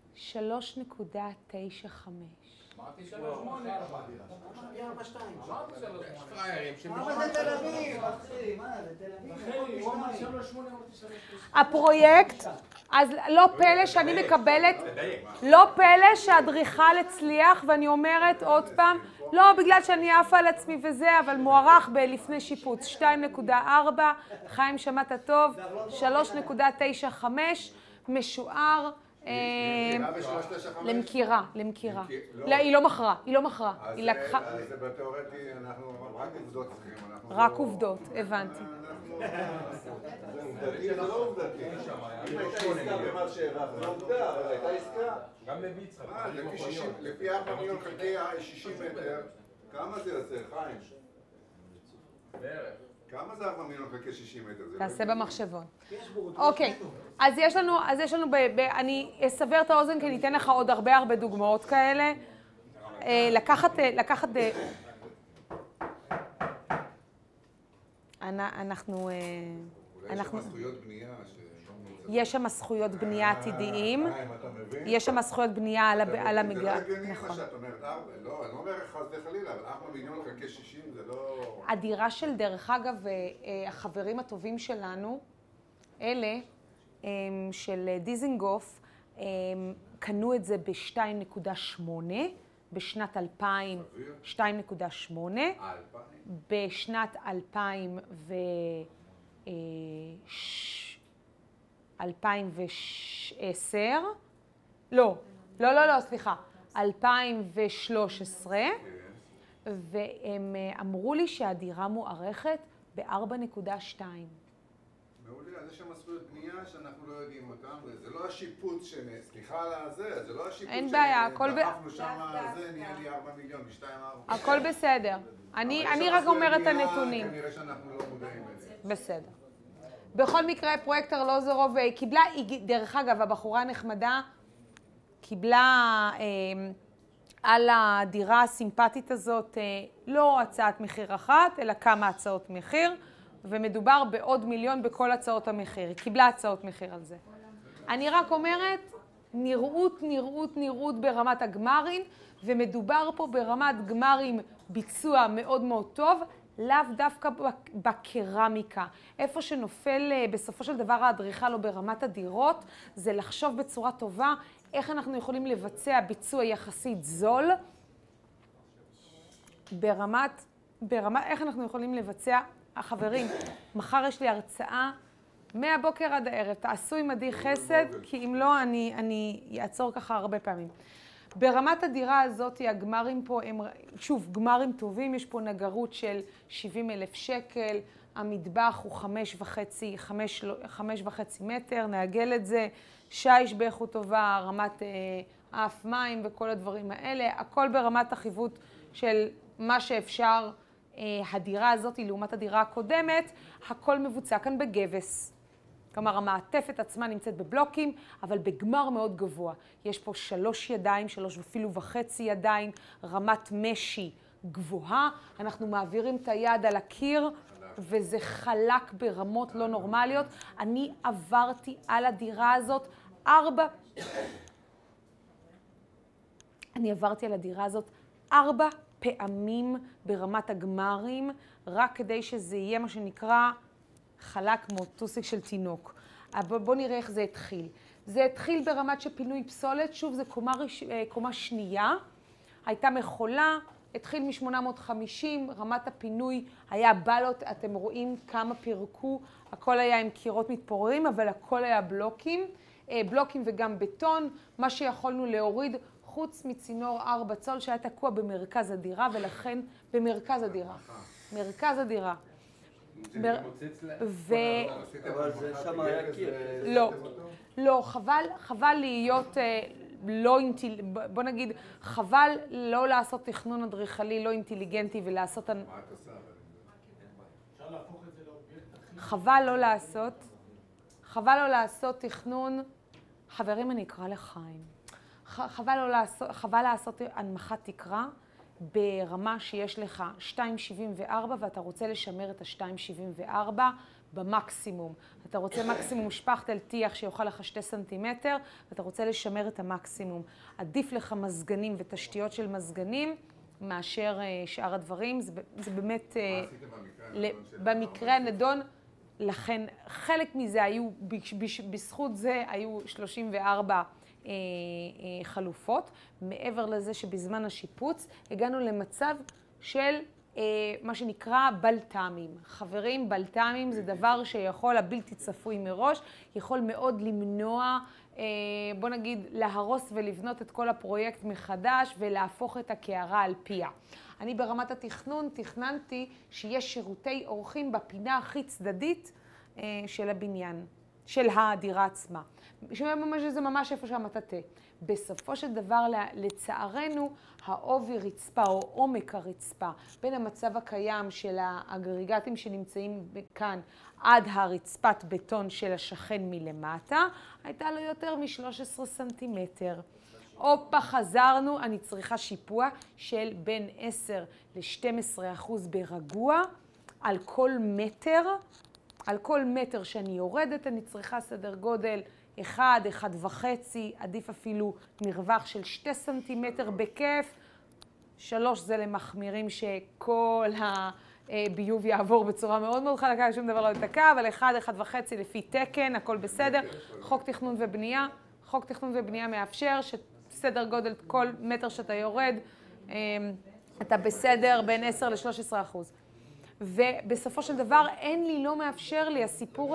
B: 3.95.
E: אמרתי 3.8. אמרתי 4.2. אמרתי 3.8. פריירים
G: אבל זה תל אביב, אחי, מה זה תל אביב?
B: הפרויקט, אז לא פלא שאני מקבלת, לא פלא שהאדריכל הצליח, ואני אומרת עוד פעם, לא בגלל שאני עפה על עצמי וזה, אבל מוערך בלפני שיפוץ, 2.4, חיים שמעת טוב, 3.95, משוער, למכירה, למכירה. לא, היא לא מכרה, היא לא מכרה. היא לקחה...
H: אז זה בתיאורטי, אנחנו רק עובדות צריכים.
B: רק עובדות, הבנתי.
H: זה עובדתי, זה לא עובדתי. אם הייתה עסקה במה שהערך, זה עובדה, אבל הייתה עסקה.
E: גם לביצחה.
H: לפי 4 מיליון חלקי 60 מטר, כמה זה יוצא, חיים?
E: בערך.
H: כמה זה 4 מיליון חלקי 60 מטר?
B: תעשה במחשבון. אוקיי, אז יש לנו, אני אסבר את האוזן כי אני אתן לך עוד הרבה דוגמאות כאלה. לקחת, אנחנו...
H: אולי יש שם זכויות בנייה
B: יש שם זכויות בנייה עתידיים. יש שם זכויות בנייה על המגרש.
H: זה לא הגיוני מה שאת אומרת, לא, אני לא אומר חס וחלילה, אבל 4 מיליון חלקי 60 זה לא...
B: הדירה של, דרך אגב, החברים הטובים שלנו, אלה של דיזינגוף, קנו את זה ב-2.8, בשנת 2000, 2.8, בשנת 2010, סליחה, 2013, והם אמרו לי שהדירה מוערכת ב-4.2.
H: מעולה, אז יש שם זכויות בנייה שאנחנו לא יודעים אותם, וזה לא השיפוץ סליחה על זה לא השיפוץ
B: אין בעיה, הכל
H: דחפנו שם, זה נהיה לי 4 מיליון, 2.4.
B: הכל בסדר. אני רק אומרת את הנתונים.
H: כנראה שאנחנו לא מודעים לזה.
B: בסדר. בכל מקרה, פרויקט ארלוזורוב קיבלה, דרך אגב, הבחורה הנחמדה קיבלה על הדירה הסימפטית הזאת לא הצעת מחיר אחת, אלא כמה הצעות מחיר, ומדובר בעוד מיליון בכל הצעות המחיר. היא קיבלה הצעות מחיר על זה. אני רק אומרת, נראות ברמת הגמרים, ומדובר פה ברמת גמרים ביצוע מאוד מאוד טוב, לאו דווקא בקרמיקה. איפה שנופל בסופו של דבר האדריכל או ברמת הדירות, זה לחשוב בצורה טובה איך אנחנו יכולים לבצע ביצוע יחסית זול, איך אנחנו יכולים לבצע, החברים, מחר יש לי הרצאה מהבוקר עד הערב, תעשו עמדי חסד, כי אם לא אני אעצור ככה הרבה פעמים. ברמת הדירה הזאת, הגמרים פה הם, שוב, גמרים טובים, יש פה נגרות של 70,000 שקל, המטבח הוא 5.5 מטר, נעגל את זה, שיש באיכות טובה, רמת אף מים וכל הדברים האלה, הכל ברמת החיווט של מה שאפשר. הדירה הזאת, לעומת הדירה הקודמת, הכל מבוצע כאן בגבס. כלומר, המעטפת עצמה נמצאת בבלוקים, אבל בגמר מאוד גבוה. יש פה 3 ידיים, 3 ואפילו וחצי ידיים, רמת משי גבוהה. אנחנו מעבירים את היד על הקיר, וזה חלק ברמות לא נורמליות. אני עברתי על הדירה הזאת 4 פעמים ברמת הגמרים, רק כדי שזה יהיה מה שנקרא חלק כמו טוסיק של תינוק. בואו נראה איך זה התחיל. זה התחיל ברמת של פינוי פסולת, שוב זה קומה שנייה, הייתה מכולה, התחיל מ-850, רמת הפינוי היה בלות, אתם רואים כמה פירקו, הכל היה עם קירות מתפוררים, אבל הכל היה בלוקים וגם בטון, מה שיכולנו להוריד חוץ מצינור 4 צול שהיה תקוע במרכז הדירה, ולכן במרכז הדירה. מרכז הדירה.
J: אבל זה שם היה קיר.
B: לא, חבל להיות לא בוא נגיד, חבל לא לעשות תכנון אדריכלי לא אינטליגנטי ולעשות...
H: מה את עושה?
E: אפשר להפוך את זה לאובייקט הכי...
B: חבל לא לעשות תכנון... חברים, אני אקרא לחיים. חבל לעשות הנמכת תקרה ברמה שיש לך 2.74 ואתה רוצה לשמר את ה-2.74 במקסימום. אתה רוצה מקסימום שפכטל טיח שיוכל לך 2 סנטימטר ואתה רוצה לשמר את המקסימום. עדיף לך מזגנים ותשתיות של מזגנים מאשר שאר הדברים. זה באמת... במקרה הנדון, לכן חלק מזה היו, בזכות זה היו 34 חלופות. מעבר לזה שבזמן השיפוץ הגענו למצב של מה שנקרא בלת"מים. חברים, בלת"מים זה דבר שיכול, הבלתי צפוי מראש, יכול מאוד למנוע, בוא נגיד, להרוס ולבנות את כל הפרויקט מחדש ולהפוך את הקערה על פיה. אני ברמת התכנון תכננתי שיש שירותי אורחים בפינה הכי צדדית של הבניין, של הדירה עצמה. שזה ממש איפה שהמטאטה. בסופו של דבר, לצערנו, העובי רצפה או עומק הרצפה בין המצב הקיים של האגריגטים שנמצאים כאן עד הרצפת בטון של השכן מלמטה, הייתה לו יותר מ-13 סנטימטר. אופה, חזרנו, אני צריכה שיפוע של בין 10 ל-12% ברגוע על כל מטר. על כל מטר שאני יורדת אני צריכה סדר גודל 1, 1.5, עדיף אפילו מרווח של 2 סנטימטר בכיף. 3 זה למחמירים שכל הביוב יעבור בצורה מאוד מאוד חלקה, שום דבר לא יתקע, אבל 1, 1.5 לפי תקן, הכל בסדר. חוק תכנון ובנייה מאפשר שסדר גודל כל מטר שאתה יורד, אתה בסדר בין 10 ל-13%. ובסופו של דבר אין לי, לא מאפשר לי הסיפור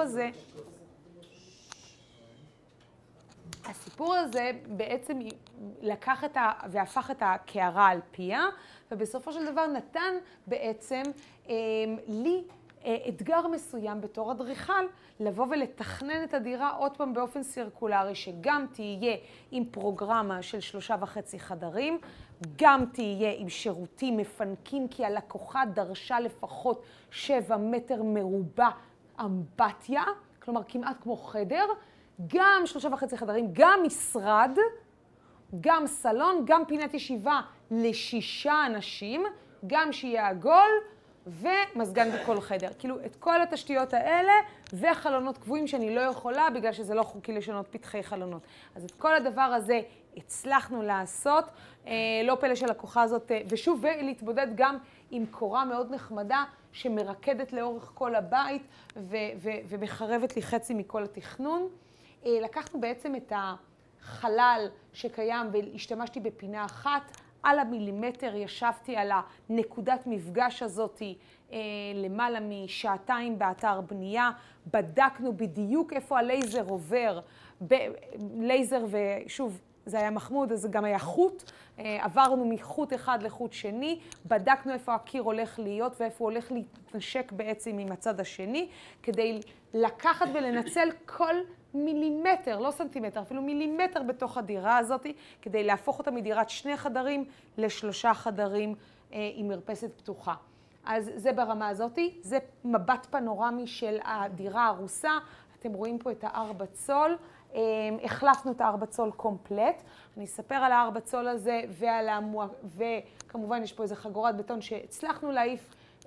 B: הזה בעצם לקח והפך את הקערה על פיה, ובסופו של דבר נתן בעצם לי אתגר מסוים בתור אדריכל, לבוא ולתכנן את הדירה עוד פעם באופן סירקולרי, שגם תהיה עם פרוגרמה של 3.5 חדרים, גם תהיה עם שירותים מפנקים, כי הלקוחה דרשה לפחות 7 מטר מרובע אמבטיה, כלומר כמעט כמו חדר, גם 3.5 חדרים, גם משרד, גם סלון, גם פינת ישיבה ל6 אנשים, גם שיהיה עגול ומזגן בכל חדר. כאילו את כל התשתיות האלה וחלונות קבועים שאני לא יכולה בגלל שזה לא חוקי לשנות פתחי חלונות. אז את כל הדבר הזה הצלחנו לעשות, לא פלא של הכוחה הזאת, ושוב ולהתמודד גם עם קורה מאוד נחמדה שמרקדת לאורך כל הבית ומחרבת לי חצי מכל התכנון. לקחנו בעצם את החלל שקיים והשתמשתי בפינה אחת, על המילימטר ישבתי על הנקודת מפגש הזאת למעלה משעתיים באתר בנייה, בדקנו בדיוק איפה הלייזר עובר, לייזר ושוב זה היה מחמוד, אז זה גם היה חוט, עברנו מחוט אחד לחוט שני, בדקנו איפה הקיר הולך להיות ואיפה הוא הולך להתנשק בעצם עם הצד השני, כדי לקחת ולנצל כל מילימטר, לא סנטימטר, אפילו מילימטר בתוך הדירה הזאת, כדי להפוך אותה מדירת 2 חדרים ל3 חדרים עם מרפסת פתוחה. אז זה ברמה הזאת, זה מבט פנורמי של הדירה הרוסה, אתם רואים פה את ה4 צול, החלפנו את ה4 צול קומפלט, אני אספר על ה4 צול הזה וכמובן יש פה איזה חגורת בטון שהצלחנו להעיף 80%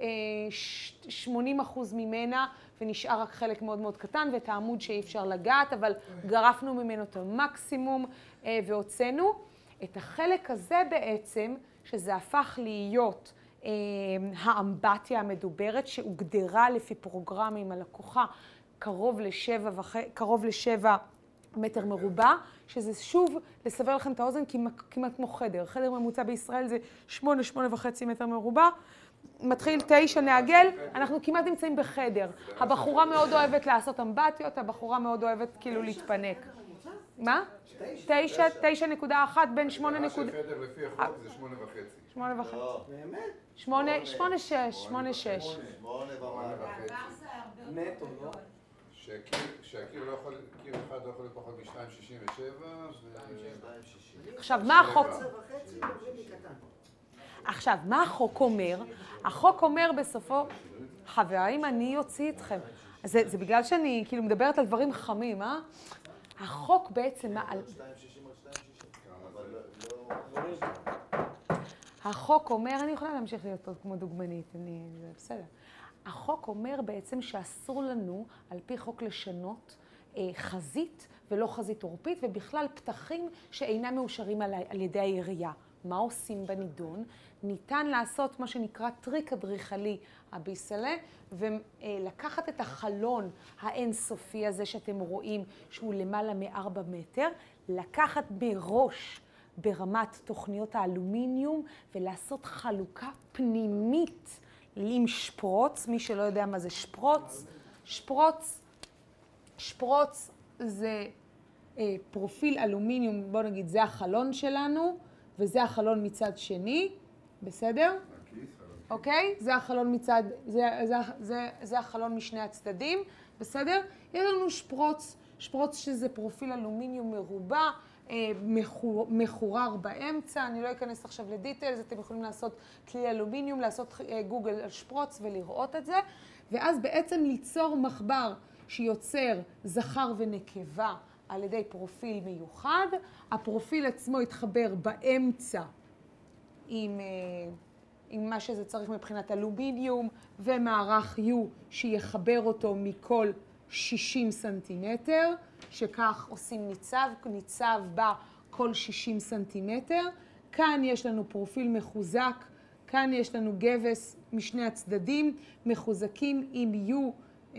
B: ממנה ונשאר רק חלק מאוד מאוד קטן ואת העמוד שאי אפשר לגעת, אבל גרפנו ממנו את המקסימום והוצאנו. את החלק הזה בעצם, שזה הפך להיות האמבטיה המדוברת שהוגדרה לפי פרוגרמים על לקוחה קרוב ל7 מטר מרובע, שזה שוב, לסבר לכם את האוזן, כמעט כמו חדר. חדר ממוצע בישראל זה 8.5 מטר מרובע. מתחיל 9 נעגל, אנחנו כמעט נמצאים בחדר. הבחורה מאוד אוהבת לעשות אמבטיות, הבחורה מאוד אוהבת כאילו להתפנק. מה? 9.1 בין 8 נקודה...
H: חדר לפי החוק זה 8.5.
B: 8.5. באמת? 8.6. 8.6.
H: נטו, לא? שהקיר לא יכול, קיר אחד לא יכול להיות פחות מ-2.67
B: עכשיו, מה החוק? עכשיו, מה החוק אומר? החוק אומר בסופו, חברים, אני אוציא אתכם. זה בגלל שאני כאילו מדברת על דברים חמים, אה? החוק בעצם, החוק אומר, אני יכולה להמשיך להיות עוד כמו דוגמנית, זה בסדר. החוק אומר בעצם שאסור לנו, על פי חוק, לשנות חזית ולא חזית עורפית, ובכלל פתחים שאינם מאושרים על ידי העירייה. מה עושים בנידון? ניתן לעשות מה שנקרא טריק אדריכלי הביסלה, ולקחת את החלון האינסופי הזה שאתם רואים, שהוא למעלה מ4 מטר, לקחת מראש ברמת תוכניות האלומיניום, ולעשות חלוקה פנימית עם שפרוץ. מי שלא יודע מה זה שפרוץ, שפרוץ זה פרופיל אלומיניום, בוא נגיד, זה החלון שלנו, וזה החלון מצד שני, בסדר? אוקיי? זה החלון מצד, זה החלון משני הצדדים, בסדר? יש לנו שפרוץ, שפרוץ שזה פרופיל אלומיניום מרובע, מחורר באמצע, אני לא אכנס עכשיו לדיטלס, אתם יכולים לעשות כלי אלומיניום, לעשות גוגל על שפרוץ ולראות את זה, ואז בעצם ליצור מחבר שיוצר זכר ונקבה על ידי פרופיל מיוחד. הפרופיל עצמו יתחבר באמצע עם מה שזה צריך מבחינת אלומיניום, ומערך U שיחבר אותו מכל 60 סנטימטר, שכך עושים ניצב בה כל 60 סנטימטר. כאן יש לנו פרופיל מחוזק, כאן יש לנו גבס משני הצדדים, מחוזקים עם U,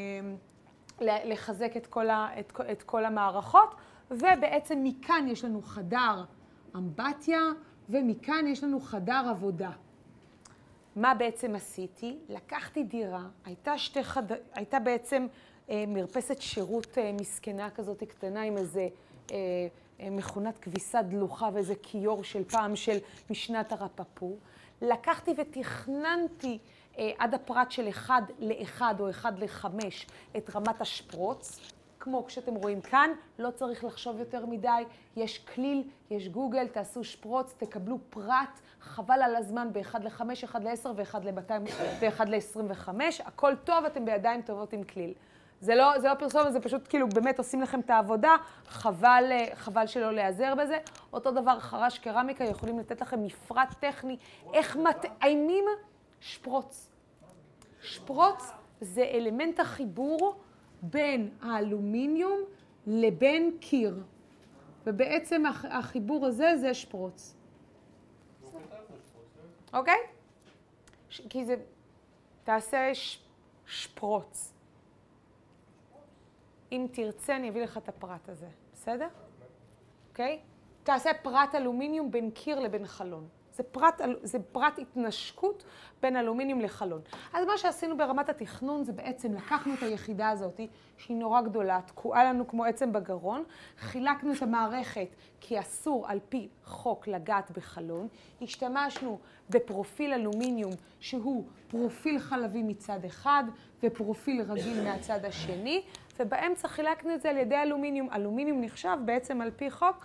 B: לחזק את כל המערכות, ובעצם מכאן יש לנו חדר אמבטיה, ומכאן יש לנו חדר עבודה. מה בעצם עשיתי? לקחתי דירה, הייתה בעצם מרפסת שירות מסכנה כזאת קטנה, עם איזה מכונת כביסה דלוחה ואיזה כיור של פעם של משנת הרפפור. לקחתי ותכננתי עד הפרט של 1:1 או 1:5 את רמת השפרוץ. כמו כשאתם רואים כאן, לא צריך לחשוב יותר מדי, יש כליל, יש גוגל, תעשו שפרוץ, תקבלו פרט, חבל על הזמן ב-1:5, 1:10 ו-1:200 ו-1:25, הכל טוב, אתם בידיים טובות עם כליל. זה לא פרסומת, זה פשוט כאילו באמת עושים לכם את העבודה, חבל שלא להיעזר בזה. אותו דבר חרש קרמיקה, יכולים לתת לכם מפרט טכני, איך מתאימים שפרוץ. שפרוץ זה אלמנט החיבור בין האלומיניום לבין קיר. ובעצם החיבור הזה זה שפרוץ. אוקיי? כי זה, תעשה שפרוץ. אם תרצה, אני אביא לך את הפרט הזה, בסדר? אוקיי? תעשה פרט אלומיניום בין קיר לבין חלון. זה פרט התנשקות בין אלומיניום לחלון. אז מה שעשינו ברמת התכנון זה בעצם לקחנו את היחידה הזאת, שהיא נורא גדולה, תקועה לנו כמו עצם בגרון, חילקנו את המערכת כי אסור על פי חוק לגעת בחלון, השתמשנו בפרופיל אלומיניום שהוא פרופיל חלבי מצד אחד ובפרופיל רגיל מהצד השני, ובאמצע חילקנו את זה על ידי אלומיניום. אלומיניום נחשב בעצם על פי חוק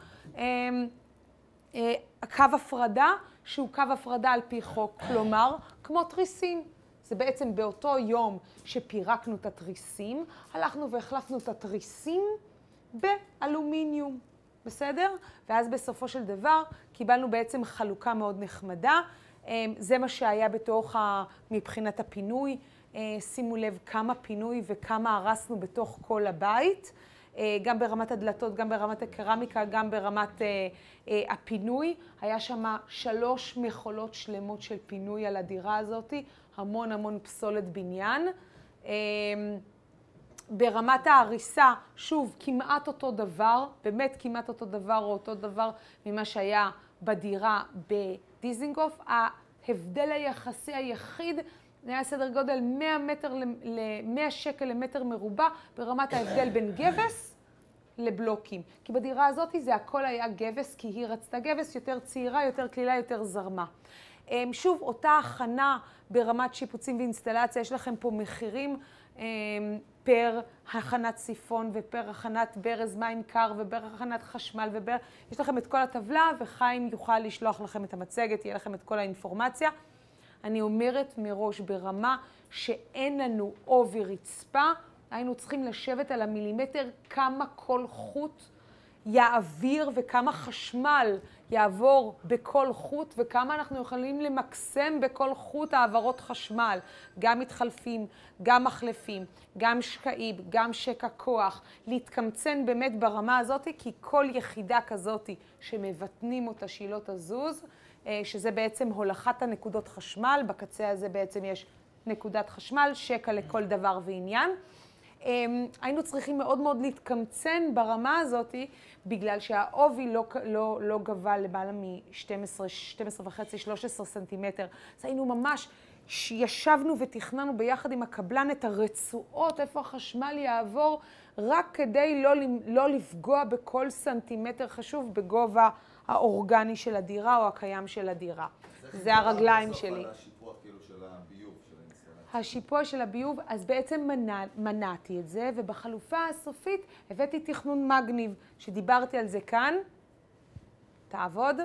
B: קו הפרדה, שהוא קו הפרדה על פי חוק, כלומר, כמו תריסים. זה בעצם באותו יום שפירקנו את התריסים, הלכנו והחלפנו את התריסים באלומיניום, בסדר? ואז בסופו של דבר קיבלנו בעצם חלוקה מאוד נחמדה. זה מה שהיה מבחינת הפינוי. שימו לב כמה פינוי וכמה הרסנו בתוך כל הבית. גם ברמת הדלתות, גם ברמת הקרמיקה, גם ברמת הפינוי. היה שם 3 מכולות שלמות של פינוי על הדירה הזאת, המון פסולת בניין. ברמת ההריסה, שוב, כמעט אותו דבר, באמת כמעט אותו דבר או אותו דבר ממה שהיה בדירה בדיזינגוף. ההבדל היחסי היחיד, זה היה סדר גודל 100 שקל למטר מרובע ברמת ההבדל בין גבס לבלוקים. כי בדירה הזאת זה הכל היה גבס, כי היא רצתה גבס יותר צעירה, יותר כלילה, יותר זרמה. שוב, אותה הכנה ברמת שיפוצים ואינסטלציה, יש לכם פה מחירים פר הכנת סיפון ופר הכנת ברז מים קר ופר הכנת חשמל יש לכם את כל הטבלה, וחיים יוכל לשלוח לכם את המצגת, יהיה לכם את כל האינפורמציה. אני אומרת מראש ברמה שאין לנו עובי רצפה, היינו צריכים לשבת על המילימטר כמה כל חוט יעביר וכמה חשמל יעבור בכל חוט וכמה אנחנו יכולים למקסם בכל חוט העברות חשמל, גם מתחלפים, גם מחלפים, גם שקעים, גם שקע כוח, להתקמצן באמת ברמה הזאת, כי כל יחידה כזאת שמבטנים אותה שהיא לא תזוז, שזה בעצם הולכת הנקודות חשמל, בקצה הזה בעצם יש נקודת חשמל, שקע לכל דבר ועניין. היינו צריכים מאוד מאוד להתקמצן ברמה הזאת, בגלל שהעובי לא גבה למעלה מ-12.5-13 סנטימטר. אז היינו ממש, ישבנו ותכננו ביחד עם הקבלן את הרצועות, איפה החשמל יעבור, רק כדי לא לפגוע בכל סנטימטר חשוב בגובה האורגני של הדירה או הקיים של הדירה. זה הרגליים שלי. השיפוע של הביוב, אז בעצם מנעתי את זה, ובחלופה הסופית הבאתי תכנון מגניב, שדיברתי על זה כאן. תעבוד.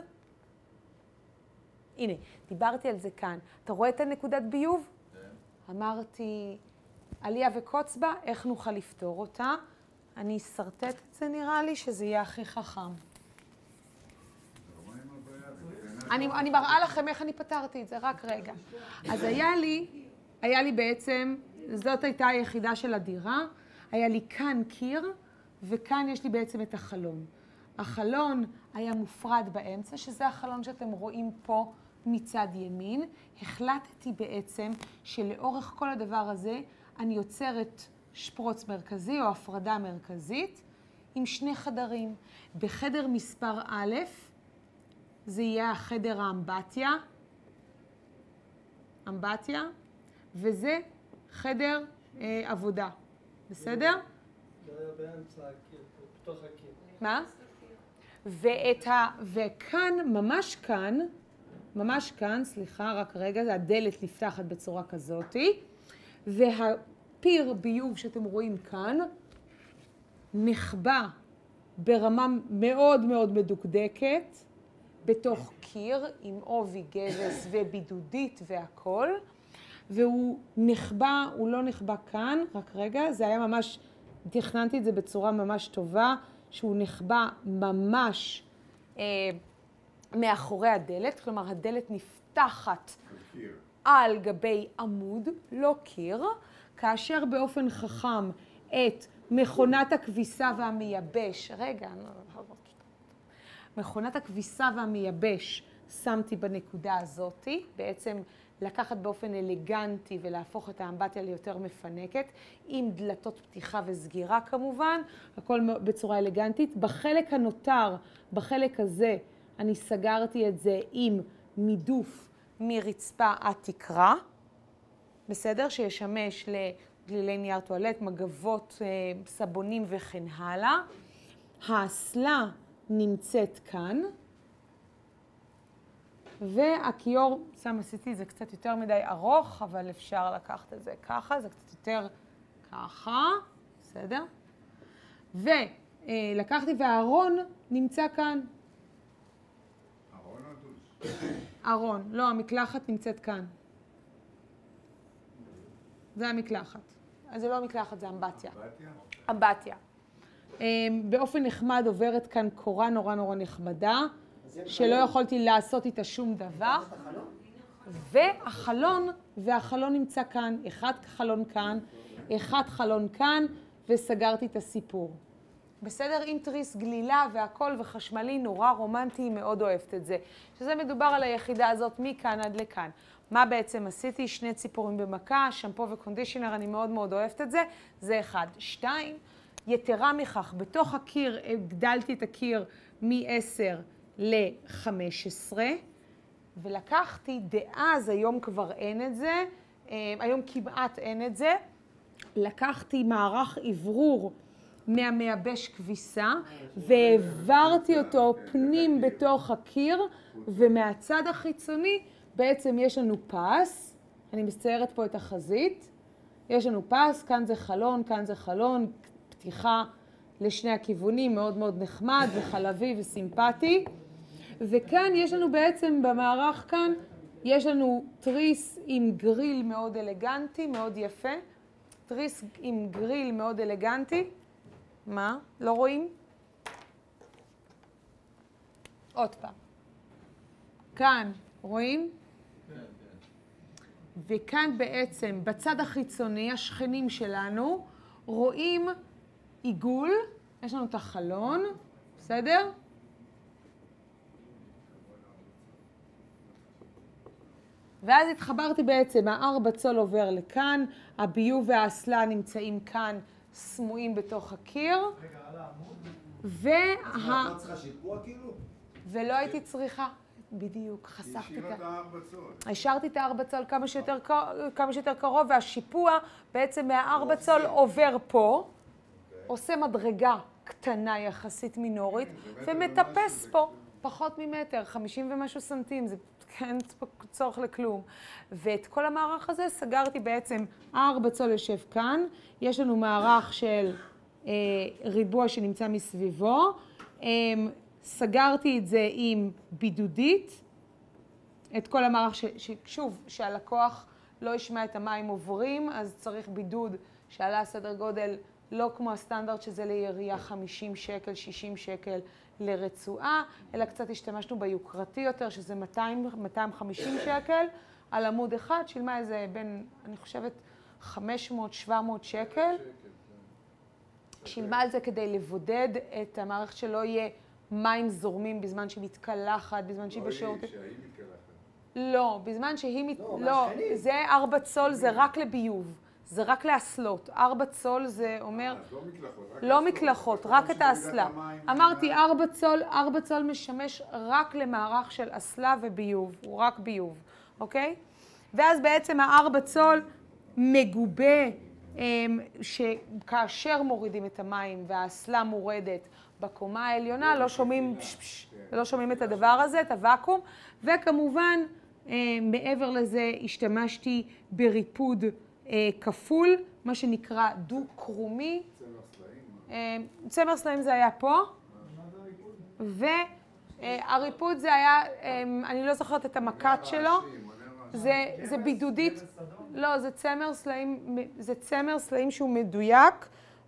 B: הנה, דיברתי על זה כאן. אתה רואה את הנקודת ביוב? אמרתי, עליה וקוץ בה, איך נוכל לפתור אותה? אני אסרטט את זה, נראה לי שזה יהיה הכי חכם. אני מראה לכם איך אני פתרתי את זה, רק רגע. אז היה לי בעצם, זאת הייתה היחידה של הדירה, היה לי כאן קיר, וכאן יש לי בעצם את החלון. החלון היה מופרד באמצע, שזה החלון שאתם רואים פה מצד ימין. החלטתי בעצם שלאורך כל הדבר הזה, אני יוצרת שפרוץ מרכזי או הפרדה מרכזית, עם שני חדרים. בחדר מספר א', זה יהיה החדר אמבטיה, וזה חדר עבודה, בסדר?
J: זה היה באמצע הקיר, בתוך הקיר.
B: מה? וכאן, ממש כאן, סליחה, רק רגע, זה הדלת נפתחת בצורה כזאת, והפיר ביוב שאתם רואים כאן, נחבא ברמה מאוד מאוד מדוקדקת, בתוך קיר עם עובי גבס ובידודית והכל, והוא נחבא, הוא לא נחבא כאן, רק רגע, זה היה ממש, תכננתי את זה בצורה ממש טובה, שהוא נחבא ממש מאחורי הדלת, כלומר הדלת נפתחת על גבי עמוד, לא קיר, כאשר באופן חכם את מכונת הכביסה והמייבש, מכונת הכביסה והמייבש שמתי בנקודה הזאת, בעצם לקחת באופן אלגנטי ולהפוך את האמבטיה ליותר מפנקת, עם דלתות פתיחה וסגירה כמובן, הכל בצורה אלגנטית. בחלק הנותר, בחלק הזה, אני סגרתי את זה עם מידוף מרצפה עד תקרה, בסדר? שישמש לגלילי נייר טואלט, מגבות, סבונים וכן הלאה. האסלה נמצאת כאן, והכיור, עשיתי את זה קצת יותר מדי ארוך, אבל אפשר לקחת את זה ככה, זה קצת יותר ככה, בסדר? ולקחתי והארון נמצא כאן.
H: ארון או דוש?
B: ארון, לא, המקלחת נמצאת כאן. זה המקלחת. אז זה לא המקלחת, זה אמבטיה. אמבטיה. באופן נחמד עוברת כאן קורה נורא נורא נחמדה, שלא יכולתי לעשות איתה שום דבר. והחלון נמצא כאן, אחד חלון כאן, אחד חלון כאן, וסגרתי את הסיפור. בסדר? עם תריס גלילה והכל וחשמלי, נורא רומנטי, מאוד אוהבת את זה. שזה מדובר על היחידה הזאת מכאן עד לכאן. מה בעצם עשיתי? שני ציפורים במכה, שמפו וקונדישנר, אני מאוד מאוד אוהבת את זה. זה אחד. שתיים, יתרה מכך, בתוך הקיר, הגדלתי את הקיר מ-10 ל-15, ולקחתי דאז, היום כבר אין את זה, היום כמעט אין את זה, לקחתי מערך עברור מהמייבש כביסה, והעברתי אותו פנים בתוך הקיר, ומהצד החיצוני בעצם יש לנו פס, אני מציירת פה את החזית, יש לנו פס, כאן זה חלון, כאן זה חלון, פתיחה לשני הכיוונים, מאוד מאוד נחמד וחלבי וסימפטי. וכאן יש לנו בעצם במערך כאן, יש לנו תריס עם גריל מאוד אלגנטי, מאוד יפה. תריס עם גריל מאוד אלגנטי. מה? לא רואים? עוד פעם. כאן, רואים? וכאן בעצם, בצד החיצוני, השכנים שלנו, רואים עיגול. יש לנו את החלון, בסדר? ואז התחברתי בעצם, ה4 צול עובר לכאן, הביוב והאסלה נמצאים כאן, סמויים בתוך הקיר.
E: רגע, על העמוד?
G: את צריכה שיפוע כאילו?
B: ולא הייתי צריכה, בדיוק, חסכתי את
H: השאירה את ה4 צול.
B: השארתי את ה4 צול כמה שיותר קרוב, והשיפוע בעצם מה4 צול עובר פה, עושה מדרגה קטנה יחסית מינורית, ומטפס פה פחות ממטר, 50 ומשהו סנטים, זה אין צורך לכלום. ואת כל המערך הזה סגרתי בעצם, ה4 צול יושב כאן, יש לנו מערך של ריבוע שנמצא מסביבו, סגרתי את זה עם בידודית, את כל המערך שוב, שהלקוח לא ישמע את המים עוברים, אז צריך בידוד שעלה סדר גודל לא כמו הסטנדרט שזה לירייה 50 שקל, 60 שקל לרצועה, אלא קצת השתמשנו ביוקרתי יותר, שזה 250 שקל על עמוד אחד, שילמה איזה בין, אני חושבת, 500-700 שקל. שילמה על זה כדי לבודד את המערכת שלא יהיה מים זורמים בזמן שהיא מתקלחת, בזמן שהיא בשירות. לא, בזמן שהיא לא, זה 4 צול, זה רק לביוב. זה רק לאסלות. 4 צול זה אומר... לא מקלחות, רק את האסלה. אמרתי, 4 צול משמש רק למערך של אסלה וביוב. הוא רק ביוב, אוקיי? ואז בעצם ה4 צול מגובה, שכאשר מורידים את המים והאסלה מורדת בקומה העליונה, לא שומעים את הדבר הזה, את הוואקום. וכמובן, מעבר לזה, השתמשתי בריפוד כפול, מה שנקרא דו-קרומי. צמר סלעים זה היה פה. והריפוד זה היה, אני לא זוכרת את המקט שלו. זה בידודית, לא, זה צמר סלעים שהוא מדויק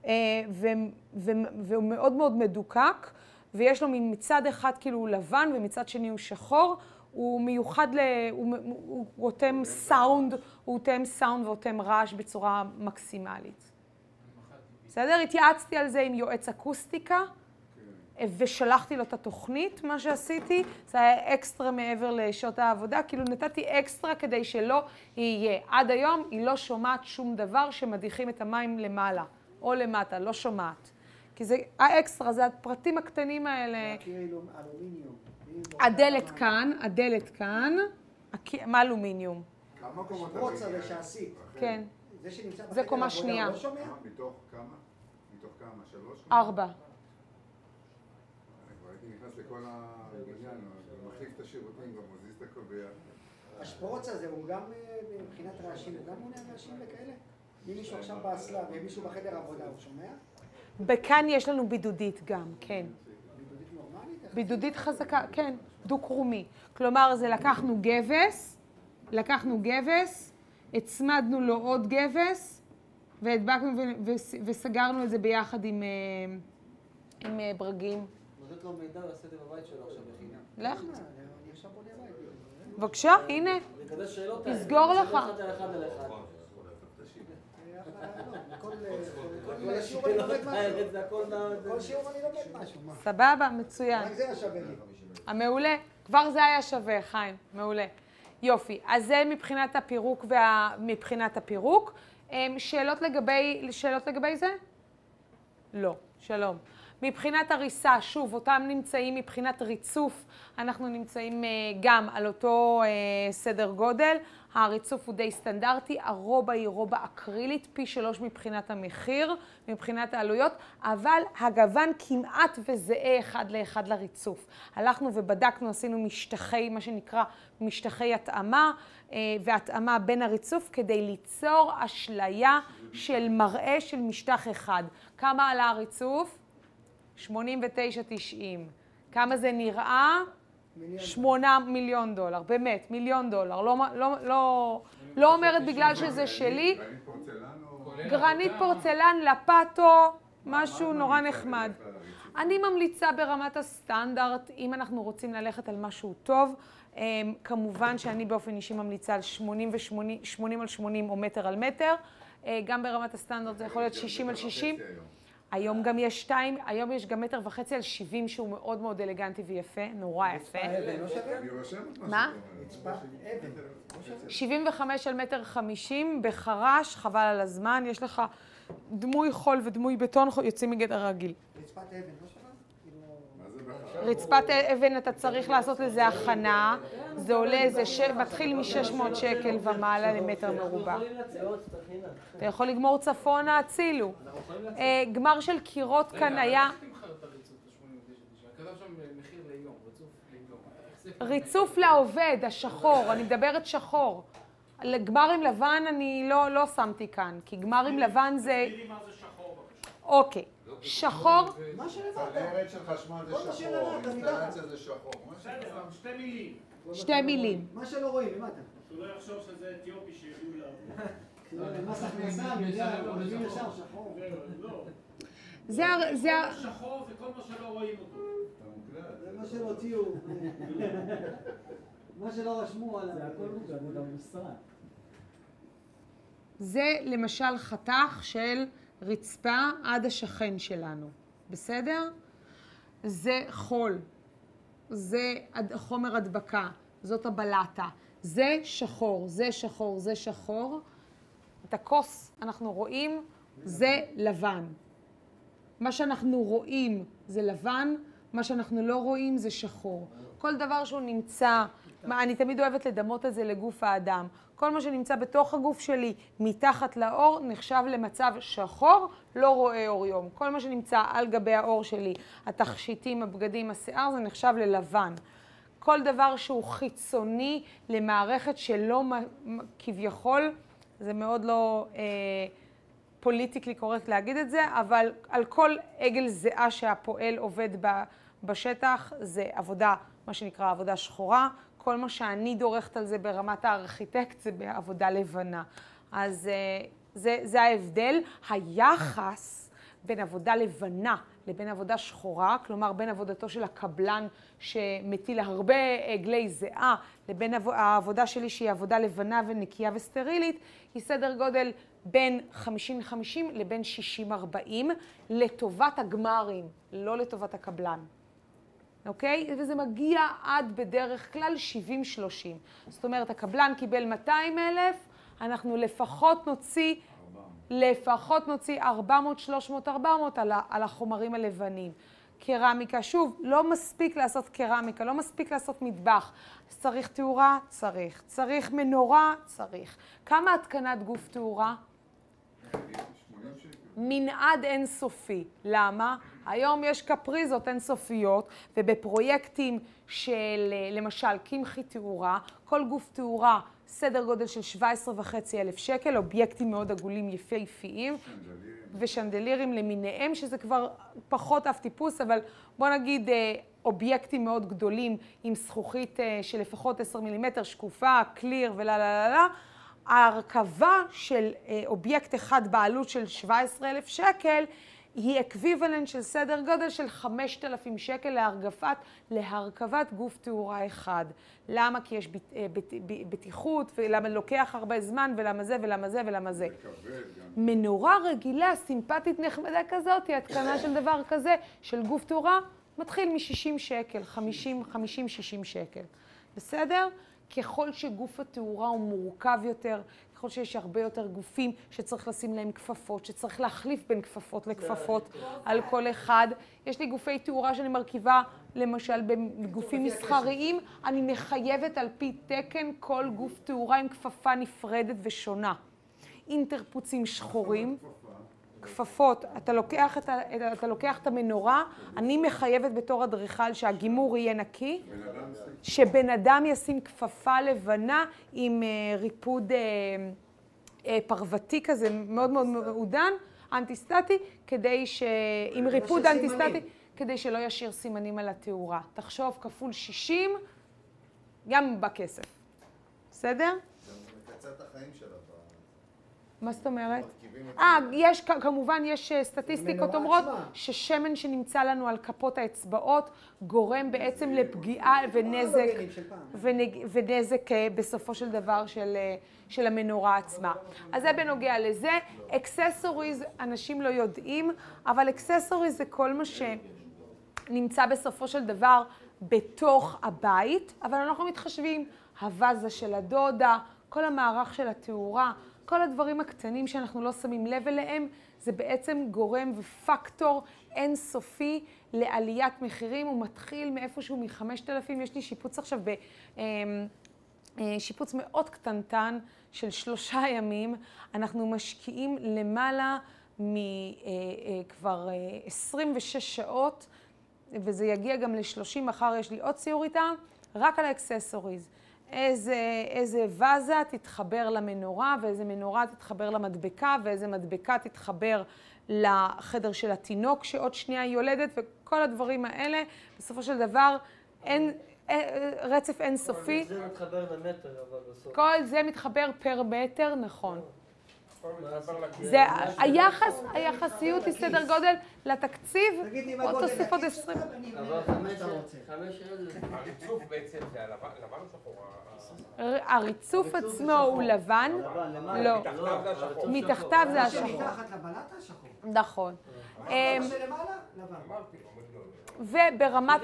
B: והוא מאוד מאוד מדוקק, ויש לו מצד אחד כאילו הוא לבן ומצד שני הוא שחור. הוא מיוחד, הוא רותם סאונד, הוא רותם סאונד ורותם רעש בצורה מקסימלית. בסדר? התייעצתי על זה עם יועץ אקוסטיקה, ושלחתי לו את התוכנית, מה שעשיתי. זה היה אקסטרה מעבר לשעות העבודה, כאילו נתתי אקסטרה כדי שלא יהיה. עד היום היא לא שומעת שום דבר שמדיחים את המים למעלה או למטה, לא שומעת. כי זה האקסטרה, זה הפרטים הקטנים האלה.
G: כאילו אלומיניום.
B: הדלת כאן, מה אלומיניום?
H: כמה קומות
G: שפרוץ הזה שעשית.
B: כן. זה קומה שנייה.
G: לא שומע?
H: מתוך כמה? מתוך כמה? 3?
B: 4.
H: אני כבר הייתי נכנס לכל הבניין, מחליף את השירותים, גם מוזיז את הכל ביחד.
G: השפרוץ הזה הוא גם מבחינת רעשים, הוא גם מונע רעשים וכאלה? אם מישהו עכשיו באסלה ומישהו בחדר עבודה, הוא שומע?
B: בכאן יש לנו בידודית גם, כן.
G: בידודית נורמלית?
B: בידודית חזקה, כן, דו-קרומי. כלומר, זה לקחנו גבס, הצמדנו לו עוד גבס, והדבקנו וסגרנו את זה ביחד עם ברגים.
E: נותנת לו מידע לעשות בבית שלו עכשיו בחינם.
B: לך.
G: אני עכשיו בונה בית.
B: בבקשה, הנה. תסגור לך.
G: כל שיעור אני לומד משהו.
B: סבבה, מצוין.
G: רק זה היה שווה לי.
B: המעולה. כבר זה היה שווה, חיים. מעולה. יופי. אז זה מבחינת הפירוק ומבחינת הפירוק. שאלות לגבי זה? לא. שלום. מבחינת הריסה, שוב, אותם נמצאים מבחינת ריצוף, אנחנו נמצאים גם על אותו סדר גודל. הריצוף הוא די סטנדרטי, הרובה היא רובה אקרילית, פי 3 מבחינת המחיר, מבחינת העלויות, אבל הגוון כמעט וזהה אחד לאחד לריצוף. הלכנו ובדקנו, עשינו משטחי, מה שנקרא משטחי התאמה, והתאמה בין הריצוף כדי ליצור אשליה של מראה של משטח אחד. כמה עלה הריצוף? 89.90. כמה זה נראה? 8 מיליון דולר, באמת, מיליון דולר. לא אומרת בגלל שזה שלי. גרנית פורצלן, לפטו, משהו נורא נחמד. אני ממליצה ברמת הסטנדרט, אם אנחנו רוצים ללכת על משהו טוב, כמובן שאני באופן אישי ממליצה על 80 על 80 או מטר על מטר. גם ברמת הסטנדרט זה יכול להיות 60 על 60. היום גם יש 2, היום יש גם 1.5 מטר על 70 שהוא מאוד מאוד אלגנטי ויפה, נורא יפה. מה? 75 על 1.50 מטר בחרש, חבל על הזמן, יש לך דמוי חול ודמוי בטון יוצאים מגדר הרגיל.
G: רצפת אבן, לא שווה?
B: רצפת אבן אתה צריך לעשות לזה הכנה, זה עולה, מתחיל מ-600 שקל ומעלה למטר מרובע. אתה יכול לגמור צפונה, הצילו. גמר של קירות כאן היה... ריצוף לעובד, השחור, אני מדברת שחור. גמר עם לבן אני לא שמתי כאן, כי גמר עם לבן זה... אוקיי. שחור.
H: מה צנרת של חשמל זה שחור, אינסטלציה זה שחור.
A: 2 מילים.
B: 2 מילים.
G: מה שלא רואים, למטה.
A: שהוא לא יחשוב שזה אתיופי שהביאו לעבוד.
G: מס הכנסה, מביאים לשם שחור.
B: זה
A: שחור זה כל מה שלא רואים אותו.
G: זה מה שלא הוציאו. מה שלא רשמו עליו. זה הכל מוגד במשרד.
B: זה למשל חתך של רצפה עד השכן שלנו, בסדר? זה חול, זה חומר הדבקה, זאת הבלטה, זה שחור, זה שחור, זה שחור. את הכוס אנחנו רואים, זה לבן. מה שאנחנו רואים זה לבן, מה שאנחנו לא רואים זה שחור. כל דבר שהוא נמצא, אני תמיד אוהבת לדמות את זה לגוף האדם. כל מה שנמצא בתוך הגוף שלי, מתחת לאור, נחשב למצב שחור, לא רואה אור יום. כל מה שנמצא על גבי האור שלי, התכשיטים, הבגדים, השיער, זה נחשב ללבן. כל דבר שהוא חיצוני למערכת שלא כביכול, זה מאוד לא פוליטיקלי קורקט להגיד את זה, אבל על כל עגל זהה שהפועל עובד בשטח, זה עבודה, מה שנקרא עבודה שחורה. כל מה שאני דורכת על זה ברמת הארכיטקט זה בעבודה לבנה. אז זה ההבדל. היחס בין עבודה לבנה לבין עבודה שחורה, כלומר בין עבודתו של הקבלן שמטיל הרבה עגלי זהה, לבין העבודה שלי שהיא עבודה לבנה ונקייה וסטרילית, היא סדר גודל בין 50-50 לבין 60-40 לטובת הגמרים, לא לטובת הקבלן. אוקיי? וזה מגיע עד בדרך כלל 70-30. זאת אומרת, הקבלן קיבל 200,000, אנחנו לפחות נוציא 400, 300, 400 על החומרים הלבנים. קרמיקה, שוב, לא מספיק לעשות קרמיקה, לא מספיק לעשות מטבח. צריך תאורה? צריך. צריך מנורה? צריך. כמה התקנת גוף תאורה? מנעד אינסופי. למה? היום יש קפריזות אינסופיות, ובפרויקטים של, למשל, קמחי תאורה, כל גוף תאורה סדר גודל של 17,500 שקל, אובייקטים מאוד עגולים יפהפיים, ושנדלירים למיניהם, שזה כבר פחות אף טיפוס, אבל בוא נגיד אובייקטים מאוד גדולים עם זכוכית של לפחות 10 מילימטר, שקופה, קליר וללה. ההרכבה של אובייקט אחד בעלות של 17,000 שקל היא אקוויוולנט של סדר גודל של 5,000 שקל להרכבת גוף תאורה אחד. למה? כי יש בטיחות, ולמה לוקח הרבה זמן, ולמה זה, ולמה זה, ולמה זה. מנורה רגילה, סימפטית נחמדה כזאת, היא התקנה של דבר כזה, של גוף תאורה, מתחיל מ-60 שקל, 50-60 שקל. בסדר? ככל שגוף התאורה הוא מורכב יותר, ככל שיש הרבה יותר גופים שצריך לשים להם כפפות, שצריך להחליף בין כפפות לכפפות על כל אחד. יש לי גופי תאורה שאני מרכיבה, למשל בגופים מסחריים, אני מחייבת על פי תקן כל גוף תאורה עם כפפה נפרדת ושונה. אינטרפוצים שחורים, כפפות, אתה לוקח את המנורה, אני מחייבת בתור אדריכל שהגימור יהיה נקי, שבן אדם ישים כפפה לבנה עם ריפוד פרוותי כזה, מאוד מאוד מעודן, אנטי-סטטי, עם ריפוד אנטי-סטטי, כדי שלא ישאיר סימנים על התאורה. תחשוב כפול 60, גם בכסף. בסדר?
H: זה מקצר את החיים שלה.
B: מה זאת אומרת? כמובן יש סטטיסטיקות אומרות ששמן שנמצא לנו על כפות האצבעות גורם בעצם לפגיעה ונזק בסופו של דבר של המנורה עצמה. אז זה בנוגע לזה. אקססוריז, אנשים לא יודעים, אבל אקססוריז זה כל מה שנמצא בסופו של דבר בתוך הבית, אבל אנחנו מתחשבים, הווזה של הדודה, כל המערך של התאורה, כל הדברים הקטנים שאנחנו לא שמים לב אליהם, זה בעצם גורם ופקטור אינסופי לעליית מחירים. הוא מתחיל מאיפשהו מ-5,000, יש לי שיפוץ עכשיו שיפוץ מאוד קטנטן של 3 ימים. אנחנו משקיעים למעלה מכבר 26 שעות, וזה יגיע גם ל-30, מחר יש לי עוד ציור איתם, רק על האקססוריז. איזה וזה תתחבר למנורה, ואיזה מנורה תתחבר למדבקה, ואיזה מדבקה תתחבר לחדר של התינוק שעוד שנייה היא יולדת, וכל הדברים האלה, בסופו של דבר, רצף אינסופי.
J: כל זה מתחבר למטר, אבל בסוף.
B: כל זה מתחבר פר מטר, נכון. היחסיות היא סדר גודל לתקציב, עוד תוספות 20.
J: אבל 5,000.
E: הריצוף בעצם זה לבן או שחור?
B: הריצוף עצמו הוא לבן, לא, מתחתיו זה השחור.
G: מתחת לבלטה השחור.
B: נכון.
G: שלמעלה, לבן.
B: וברמת,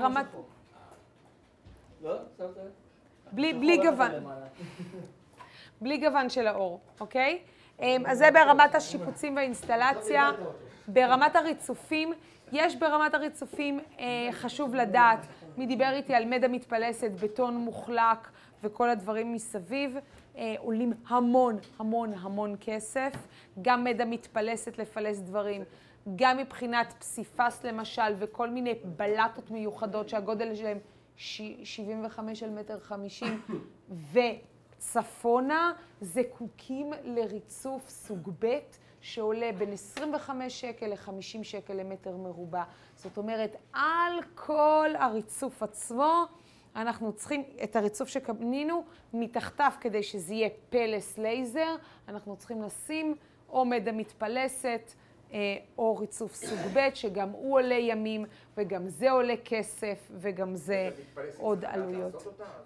B: בלי גוון. בלי גוון של האור, אוקיי? אז זה ברמת השיפוצים והאינסטלציה. ברמת הריצופים, יש ברמת הריצופים, חשוב לדעת, מי דיבר איתי על מדה מתפלסת, בטון מוחלק וכל הדברים מסביב, עולים המון המון המון כסף. גם מדה מתפלסת לפלס דברים, גם מבחינת פסיפס למשל, וכל מיני בלטות מיוחדות שהגודל שלהם 75 על 1.50 מטר, צפונה, זקוקים לריצוף סוג ב' שעולה בין 25 שקל ל-50 שקל למטר מרובע. זאת אומרת, על כל הריצוף עצמו, אנחנו צריכים את הריצוף שקנינו מתחתיו כדי שזה יהיה פלס לייזר, אנחנו צריכים לשים או מדה מתפלסת או ריצוף סוג ב' שגם הוא עולה ימים וגם זה עולה כסף וגם זה עוד עלויות.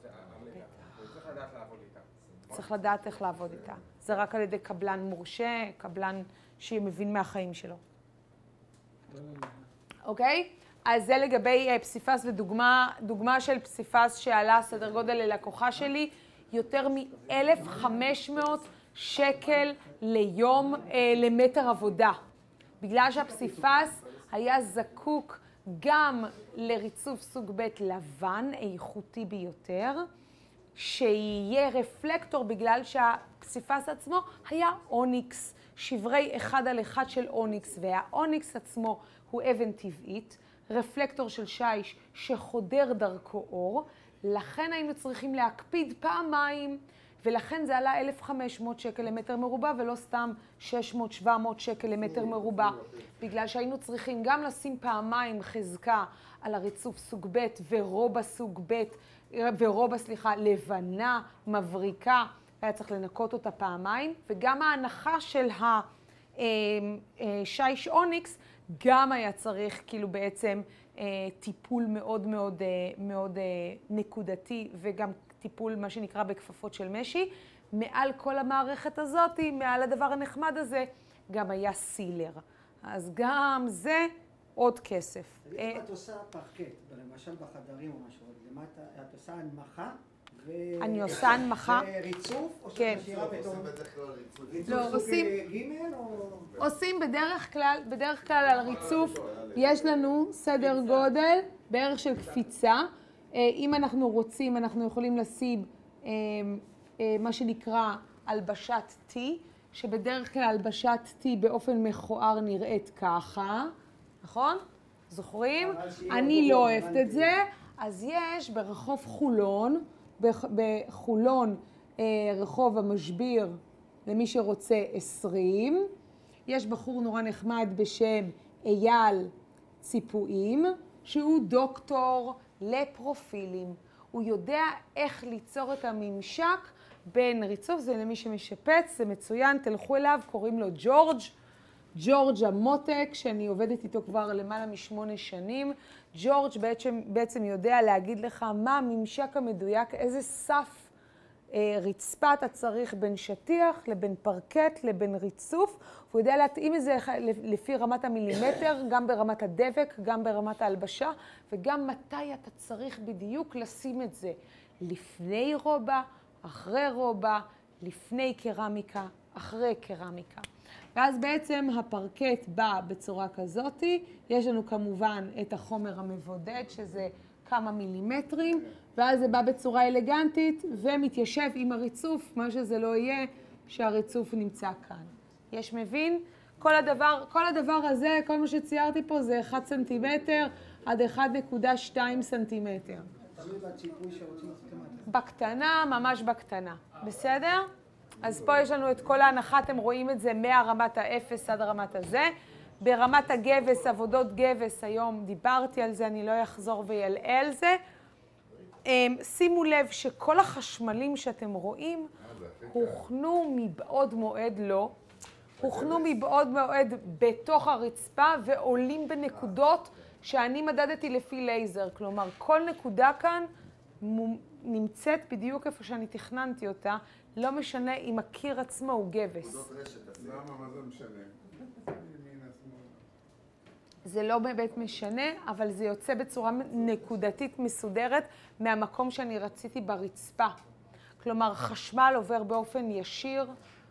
B: צריך לדעת איך לעבוד איתה. זה רק על ידי קבלן מורשה, קבלן שמבין מהחיים שלו. אוקיי? אז זה לגבי פסיפס, ודוגמה של פסיפס שעלה סדר גודל ללקוחה שלי, יותר מ-1,500 שקל ליום למטר עבודה. בגלל שהפסיפס היה זקוק גם לריצוף סוג ב' לבן, איכותי ביותר, שיהיה רפלקטור בגלל שהפסיפס עצמו היה אוניקס, שברי 1/1 של אוניקס, והאוניקס עצמו הוא אבן טבעית, רפלקטור של שיש שחודר דרכו אור, לכן היינו צריכים להקפיד פעמיים, ולכן זה עלה 1,500 שקל למטר מרובע, ולא סתם 600-700 שקל למטר מרובע, בגלל שהיינו צריכים גם לשים פעמיים חזקה על הריצוף סוג ב' ורובה לבנה, מבריקה, היה צריך לנקות אותה פעמיים, וגם ההנחה של שיש אוניקס גם היה צריך כאילו בעצם טיפול מאוד מאוד מאוד נקודתי, וגם טיפול מה שנקרא בכפפות של משי. מעל כל המערכת הזאת, מעל הדבר הנחמד הזה, גם היה סילר. אז גם זה עוד כסף.
G: אם את עושה פרקט, למשל בחדרים או משהו, למטה, את עושה הנמכה
B: אני עושה הנמכה.
G: זה ריצוף או
B: כן.
G: שמשאירה בתור?
B: לא,
G: עושים ג' או?
B: עושים בדרך כלל על ריצוף, יש לנו סדר גודל בערך של קפיצה. אם אנחנו רוצים, אנחנו יכולים לשים מה שנקרא הלבשת T, שבדרך כלל הלבשת T באופן מכוער נראית ככה, נכון? זוכרים? אני לא אוהבת את זה. אז יש ברחוב חולון, בחולון רחוב המשביר, למי שרוצה 20. יש בחור נורא נחמד בשם אייל ציפויים, שהוא דוקטור לפרופילים. הוא יודע איך ליצור את הממשק בין ריצוף, זה למי שמשפץ, זה מצוין, תלכו אליו, קוראים לו ג'ורג' המותק, שאני עובדת איתו כבר למעלה מ8 שנים. ג'ורג' בעצם יודע להגיד לך מה הממשק המדויק, איזה סף רצפה אתה צריך בין שטיח, לבין פרקט, לבין ריצוף. הוא יודע להתאים את זה לפי רמת המילימטר, גם ברמת הדבק, גם ברמת ההלבשה, וגם מתי אתה צריך בדיוק לשים את זה. לפני רובה, אחרי רובה, לפני קרמיקה, אחרי קרמיקה. ואז בעצם הפרקט בא בצורה כזאת, יש לנו כמובן את החומר המבודד, שזה כמה מילימטרים, ואז זה בא בצורה אלגנטית ומתיישב עם הריצוף, מה שזה לא יהיה, שהריצוף נמצא כאן. יש מבין? כל הדבר הזה, כל מה שציירתי פה זה 1 סנטימטר עד 1.2 סנטימטר. בקטנה, ממש בקטנה. בסדר? אז פה יש לנו את כל ההנחה, אתם רואים את זה מהרמת האפס עד הרמת הזה. ברמת הגבס, עבודות גבס, היום דיברתי על זה, אני לא אחזור וילאה על זה. שימו לב שכל החשמלים שאתם רואים הוכנו מבעוד מועד, הוכנו מבעוד מועד בתוך הרצפה ועולים בנקודות שאני מדדתי לפי לייזר. כלומר, כל נקודה כאן נמצאת בדיוק איפה שאני תכננתי אותה, לא משנה אם הקיר עצמו הוא גבס.
H: למה? מה זה משנה?
B: זה לא באמת משנה, אבל זה יוצא בצורה נקודתית מסודרת מהמקום שאני רציתי ברצפה. כלומר, חשמל עובר באופן ישיר,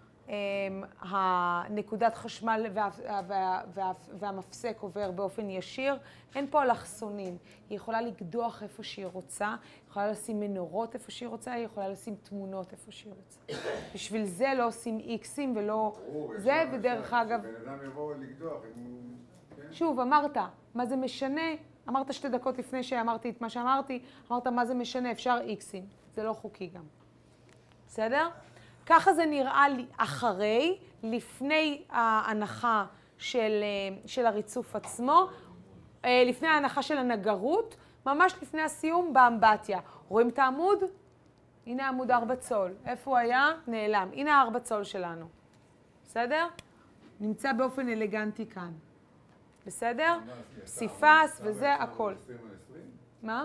B: הנקודת חשמל והמפסק עובר באופן ישיר. אין פה אלכסונים. היא יכולה לקדוח איפה שהיא רוצה, היא יכולה לשים מנורות איפה שהיא רוצה, היא יכולה לשים תמונות איפה שהיא רוצה. בשביל זה לא עושים איקסים ולא זה, ודרך אגב...
H: בן אדם יבוא לקדוח,
B: שוב, אמרת, מה זה משנה? אמרת 2 דקות לפני שאמרתי את מה שאמרתי, אמרת מה זה משנה, אפשר איקסים. זה לא חוקי גם. בסדר? ככה זה נראה לי אחרי, לפני ההנחה של הריצוף עצמו, לפני ההנחה של הנגרות, ממש לפני הסיום באמבטיה. רואים את העמוד? הנה העמוד 4 צול. איפה הוא היה? נעלם. הנה 4 צול שלנו. בסדר? נמצא באופן אלגנטי כאן. בסדר? פסיפס וזה הכל. מה?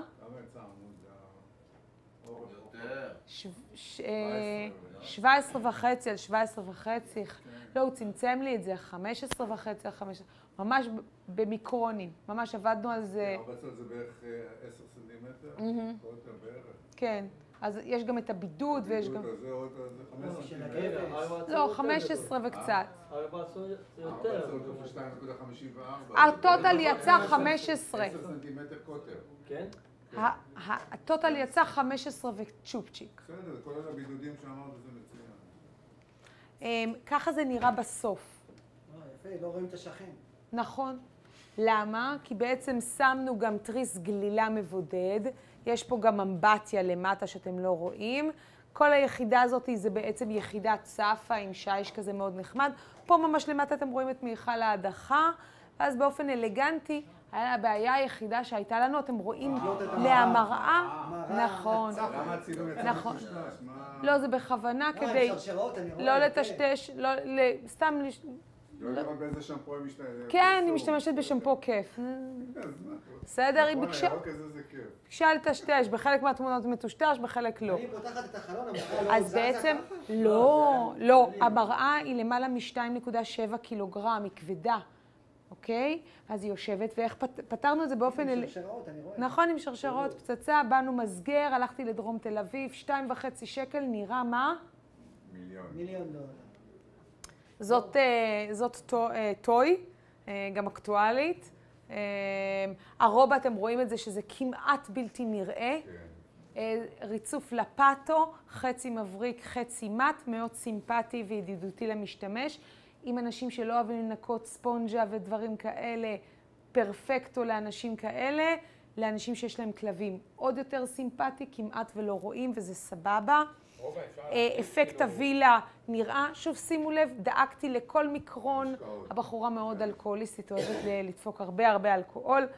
B: 17.5 על 17.5. לא, הוא צמצם לי את זה, 15.5 על 15. ממש במיקרונים. ממש עבדנו על זה.
H: 4 צול זה בערך 10 סנטימטר? בערך?
B: כן. אז יש גם את הבידוד ויש גם...
H: זה עוד 15 סנטימטר?
B: לא, 15 וקצת.
J: 4 צול יותר.
H: 4 צול זה 2.54.
B: הטוטל יצא 15.
H: 10 סנטימטר קוטר.
J: כן?
B: הטוטל יצא 15 וצ'ופצ'יק.
H: בסדר, כל הבידודים שאמרת זה מצוין.
B: ככה זה נראה בסוף.
G: יפה, לא רואים את השכן.
B: נכון. למה? כי בעצם שמנו גם תריס גלילה מבודד. יש פה גם אמבטיה למטה שאתם לא רואים. כל היחידה הזאת זה בעצם יחידת צפה עם שיש כזה מאוד נחמד. פה ממש למטה אתם רואים את מיכל ההדחה. ואז באופן אלגנטי, הבעיה היחידה שהייתה לנו, אתם רואים מהמראה, נכון, נכון, לא, זה בכוונה כדי לא לטשטש, סתם,
H: לא לראות באיזה שמפו היא משתמשת.
B: כן, היא משתמשת בשמפו כיף. בסדר, היא ביקשה לטשטש, בחלק מהתמונות מטושטש, בחלק לא.
G: אני פותחת את החלון,
B: אז בעצם, לא, המראה היא למעלה מ2.7 קילוגרם, היא כבדה. אוקיי? אז היא יושבת, ואיך פתרנו את זה באופן...
G: עם שרשרות, אני רואה.
B: נכון, עם שרשרות, פצצה, באנו מסגר, הלכתי לדרום תל אביב, 2.5 שקל, נראה מה?
G: מיליון דולר.
B: זאת טוי, גם אקטואלית. הרובע, אתם רואים את זה שזה כמעט בלתי נראה. ריצוף לפאטו, חצי מבריק, חצי מט, מאוד סימפטי וידידותי למשתמש. עם אנשים שלא אוהבים לנקות ספונג'ה ודברים כאלה, פרפקטו לאנשים כאלה. לאנשים שיש להם כלבים עוד יותר סימפטי, כמעט ולא רואים, וזה סבבה. אפקט הווילה נראה, שוב שימו לב, דאגתי לכל מיקרון, הבחורה מאוד אלכוהוליסטית, אוהבת לדפוק הרבה אלכוהול,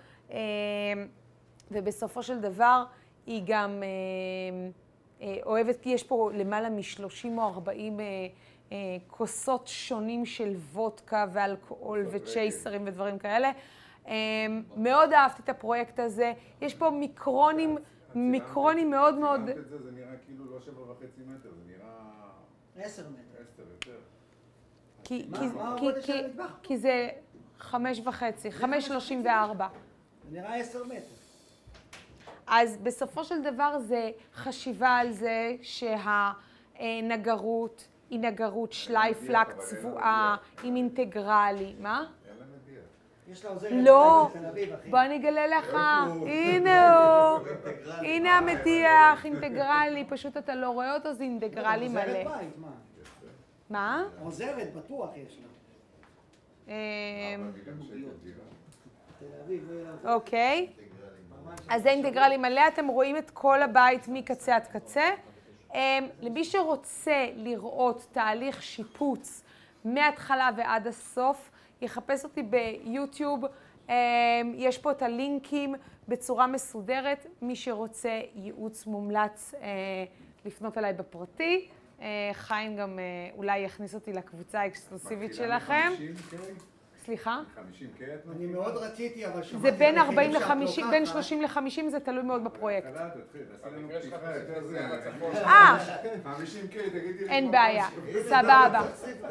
B: ובסופו של דבר היא גם אוהבת, כי יש פה למעלה מ-30 או 40 כוסות שונים של וודקה ואלכוהול וצ'ייסרים ודברים כאלה. מאוד אהבתי את הפרויקט הזה, יש פה מיקרונים מאוד מאוד...
H: זה נראה כאילו לא 7.5 מטר, זה נראה...
G: 10 מטר.
H: 10 יותר.
B: כי זה 5.5, 5.34.
G: זה נראה 10 מטר.
B: אז בסופו של דבר זה חשיבה על זה שהנגרות היא נגרות שלייפלק צבועה, עם אינטגרלי. מה?
G: יש לה עוזרת
B: לא,
G: בתל אביב, אחי.
B: בוא אני אגלה לך, הנה הוא, הנה המדיח, אינטגרלי, פשוט אתה לא רואה אותו, זה אינטגרלי מלא.
G: עוזרת בית, מה?
B: מה?
G: עוזרת, בטוח יש לה.
B: אוקיי, אז זה אינטגרלי מלא, אתם רואים את כל הבית מקצה עד קצה. למי שרוצה לראות תהליך שיפוץ מההתחלה ועד הסוף, יחפש אותי ביוטיוב, יש פה את הלינקים בצורה מסודרת. מי שרוצה ייעוץ מומלץ לפנות אליי בפרטי. חיים גם אולי יכניס אותי לקבוצה האקסקלוסיבית שלכם. סליחה?
H: 50 קט?
G: אני מאוד רציתי, אבל שמעתי...
B: זה בין 40 ל-50, בין 30 ל-50, זה תלוי מאוד בפרויקט.
H: 50 קט, תגידי...
B: אין בעיה, סבבה.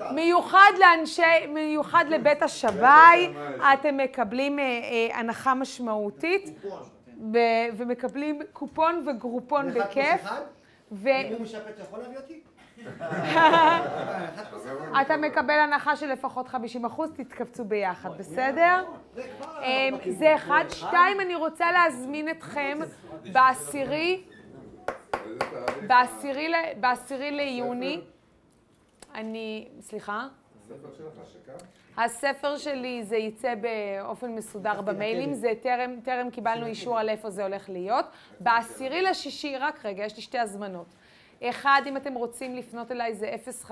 B: מיוחד לבית השבי, אתם מקבלים הנחה משמעותית, ומקבלים קופון וגרופון בכיף.
G: אם הוא משפט, יכול להביא אותי?
B: אתה מקבל הנחה של לפחות 50%, תתקבצו ביחד, בסדר? זה 1. 2, אני רוצה להזמין אתכם ב-10 ליוני. סליחה? הספר שלי זה יצא באופן מסודר במיילים, זה טרם קיבלנו אישור על איפה זה הולך להיות. ב-10/6, רק רגע, יש לי 2 הזמנות. 1, אם אתם רוצים לפנות אליי, זה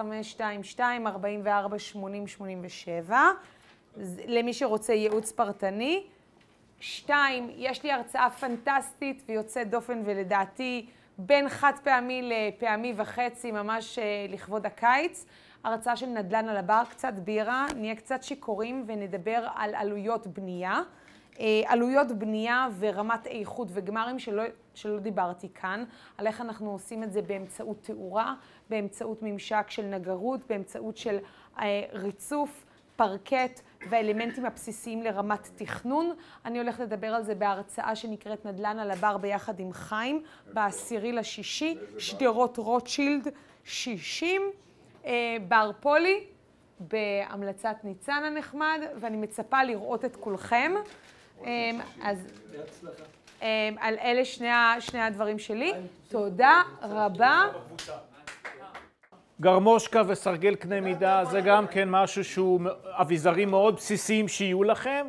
B: 0522-44-80-87, למי שרוצה ייעוץ פרטני. 2, יש לי הרצאה פנטסטית ויוצאת דופן, ולדעתי בין חד פעמי לפעמי וחצי, ממש לכבוד הקיץ. הרצאה של נדל"ן על הבר, קצת בירה, נהיה קצת שיכורים ונדבר על עלויות בנייה. עלויות בנייה ורמת איכות וגמרים שלא דיברתי כאן, על איך אנחנו עושים את זה באמצעות תאורה, באמצעות ממשק של נגרות, באמצעות של ריצוף, פרקט והאלמנטים הבסיסיים לרמת תכנון. אני הולכת לדבר על זה בהרצאה שנקראת נדל"ן על הבר ביחד עם חיים, ב10/6, שדרות רוטשילד 60, בר פולי, בהמלצת ניצן הנחמד, ואני מצפה לראות את כולכם. אז על אלה שני הדברים שלי. תודה רבה.
A: גרמושקה וסרגל קנה מידה, זה גם כן משהו שהוא אביזרים מאוד בסיסיים שיהיו לכם,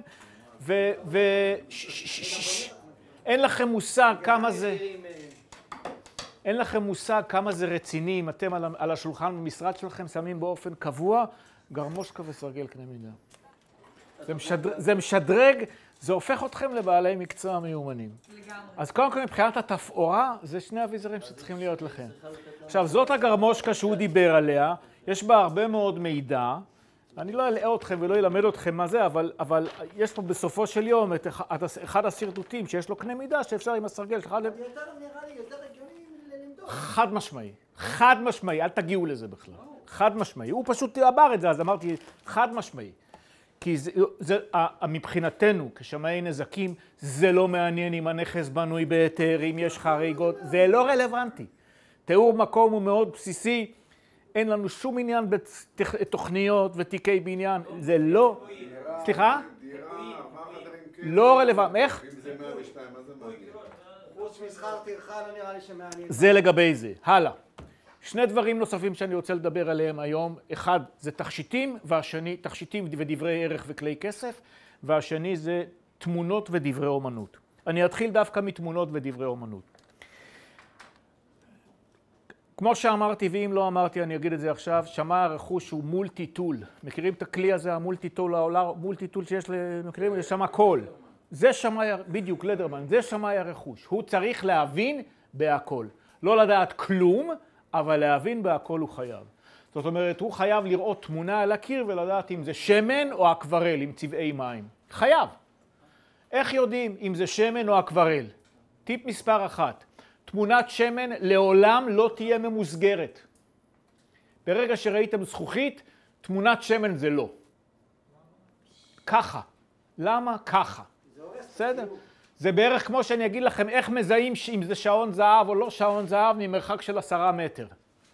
A: אין לכם מושג כמה זה... אין לכם מושג כמה זה רציני אם אתם על השולחן במשרד שלכם שמים באופן קבוע גרמושקה וסרגל קנה מידה. זה משדרג, זה הופך אתכם לבעלי מקצוע מיומנים. אז קודם כל מבחינת התפאורה, זה 2 אביזרים שצריכים להיות לכם. עכשיו, זאת הגרמושקה שהוא דיבר עליה, יש בה הרבה מאוד מידע. אני לא אלאה אתכם ולא אלמד אתכם מה זה, אבל יש פה בסופו של יום את אחד השרטוטים שיש לו קנה מידה שאפשר עם הסרגל שלך...
G: יותר נראה לי, יותר הגיוני למדוד.
A: חד משמעי, אל תגיעו לזה בכלל. חד משמעי. הוא פשוט אמר את זה, אז אמרתי חד משמעי. כי מבחינתנו, כשמאי נזקים, זה לא מעניין אם הנכס בנוי בהיתר, אם יש חריגות, זה לא רלוונטי. תיאור מקום הוא מאוד בסיסי, אין לנו שום עניין בתוכניות ותיקי בניין, זה לא... סליחה? לא רלוונטי. איך?
H: אם זה 102, מה זה מעניין?
G: חוץ משכר טרחה לא נראה לי שמעניין.
A: זה לגבי זה. הלאה. שני דברים נוספים שאני רוצה לדבר עליהם היום. אחד זה תכשיטים, והשני, תכשיטים ודברי ערך וכלי כסף, והשני זה תמונות ודברי אומנות. אני אתחיל דווקא מתמונות ודברי אומנות. כמו שאמרתי, ואם לא אמרתי, אני אגיד את זה עכשיו, שמאי הרכוש הוא מולטי-טול. מכירים את הכלי הזה, המולטי-טול, מולטי-טול שיש, מכירים? יש שם הכל. זה שמאי, בדיוק, לדרמן, זה שמאי הרכוש. הוא צריך להבין בהכל. לא לדעת כלום, אבל להבין בהכל הוא חייב. זאת אומרת, הוא חייב לראות תמונה על הקיר ולדעת אם זה שמן או אקוורל עם צבעי מים. חייב. איך יודעים אם זה שמן או אקוורל? טיפ מספר 1. תמונת שמן לעולם לא תהיה ממוסגרת. ברגע שראיתם זכוכית, תמונת שמן זה לא. ככה. למה? ככה. בסדר? זה בערך כמו שאני אגיד לכם איך מזהים אם זה שעון זהב או לא שעון זהב ממרחק של 10 מטר.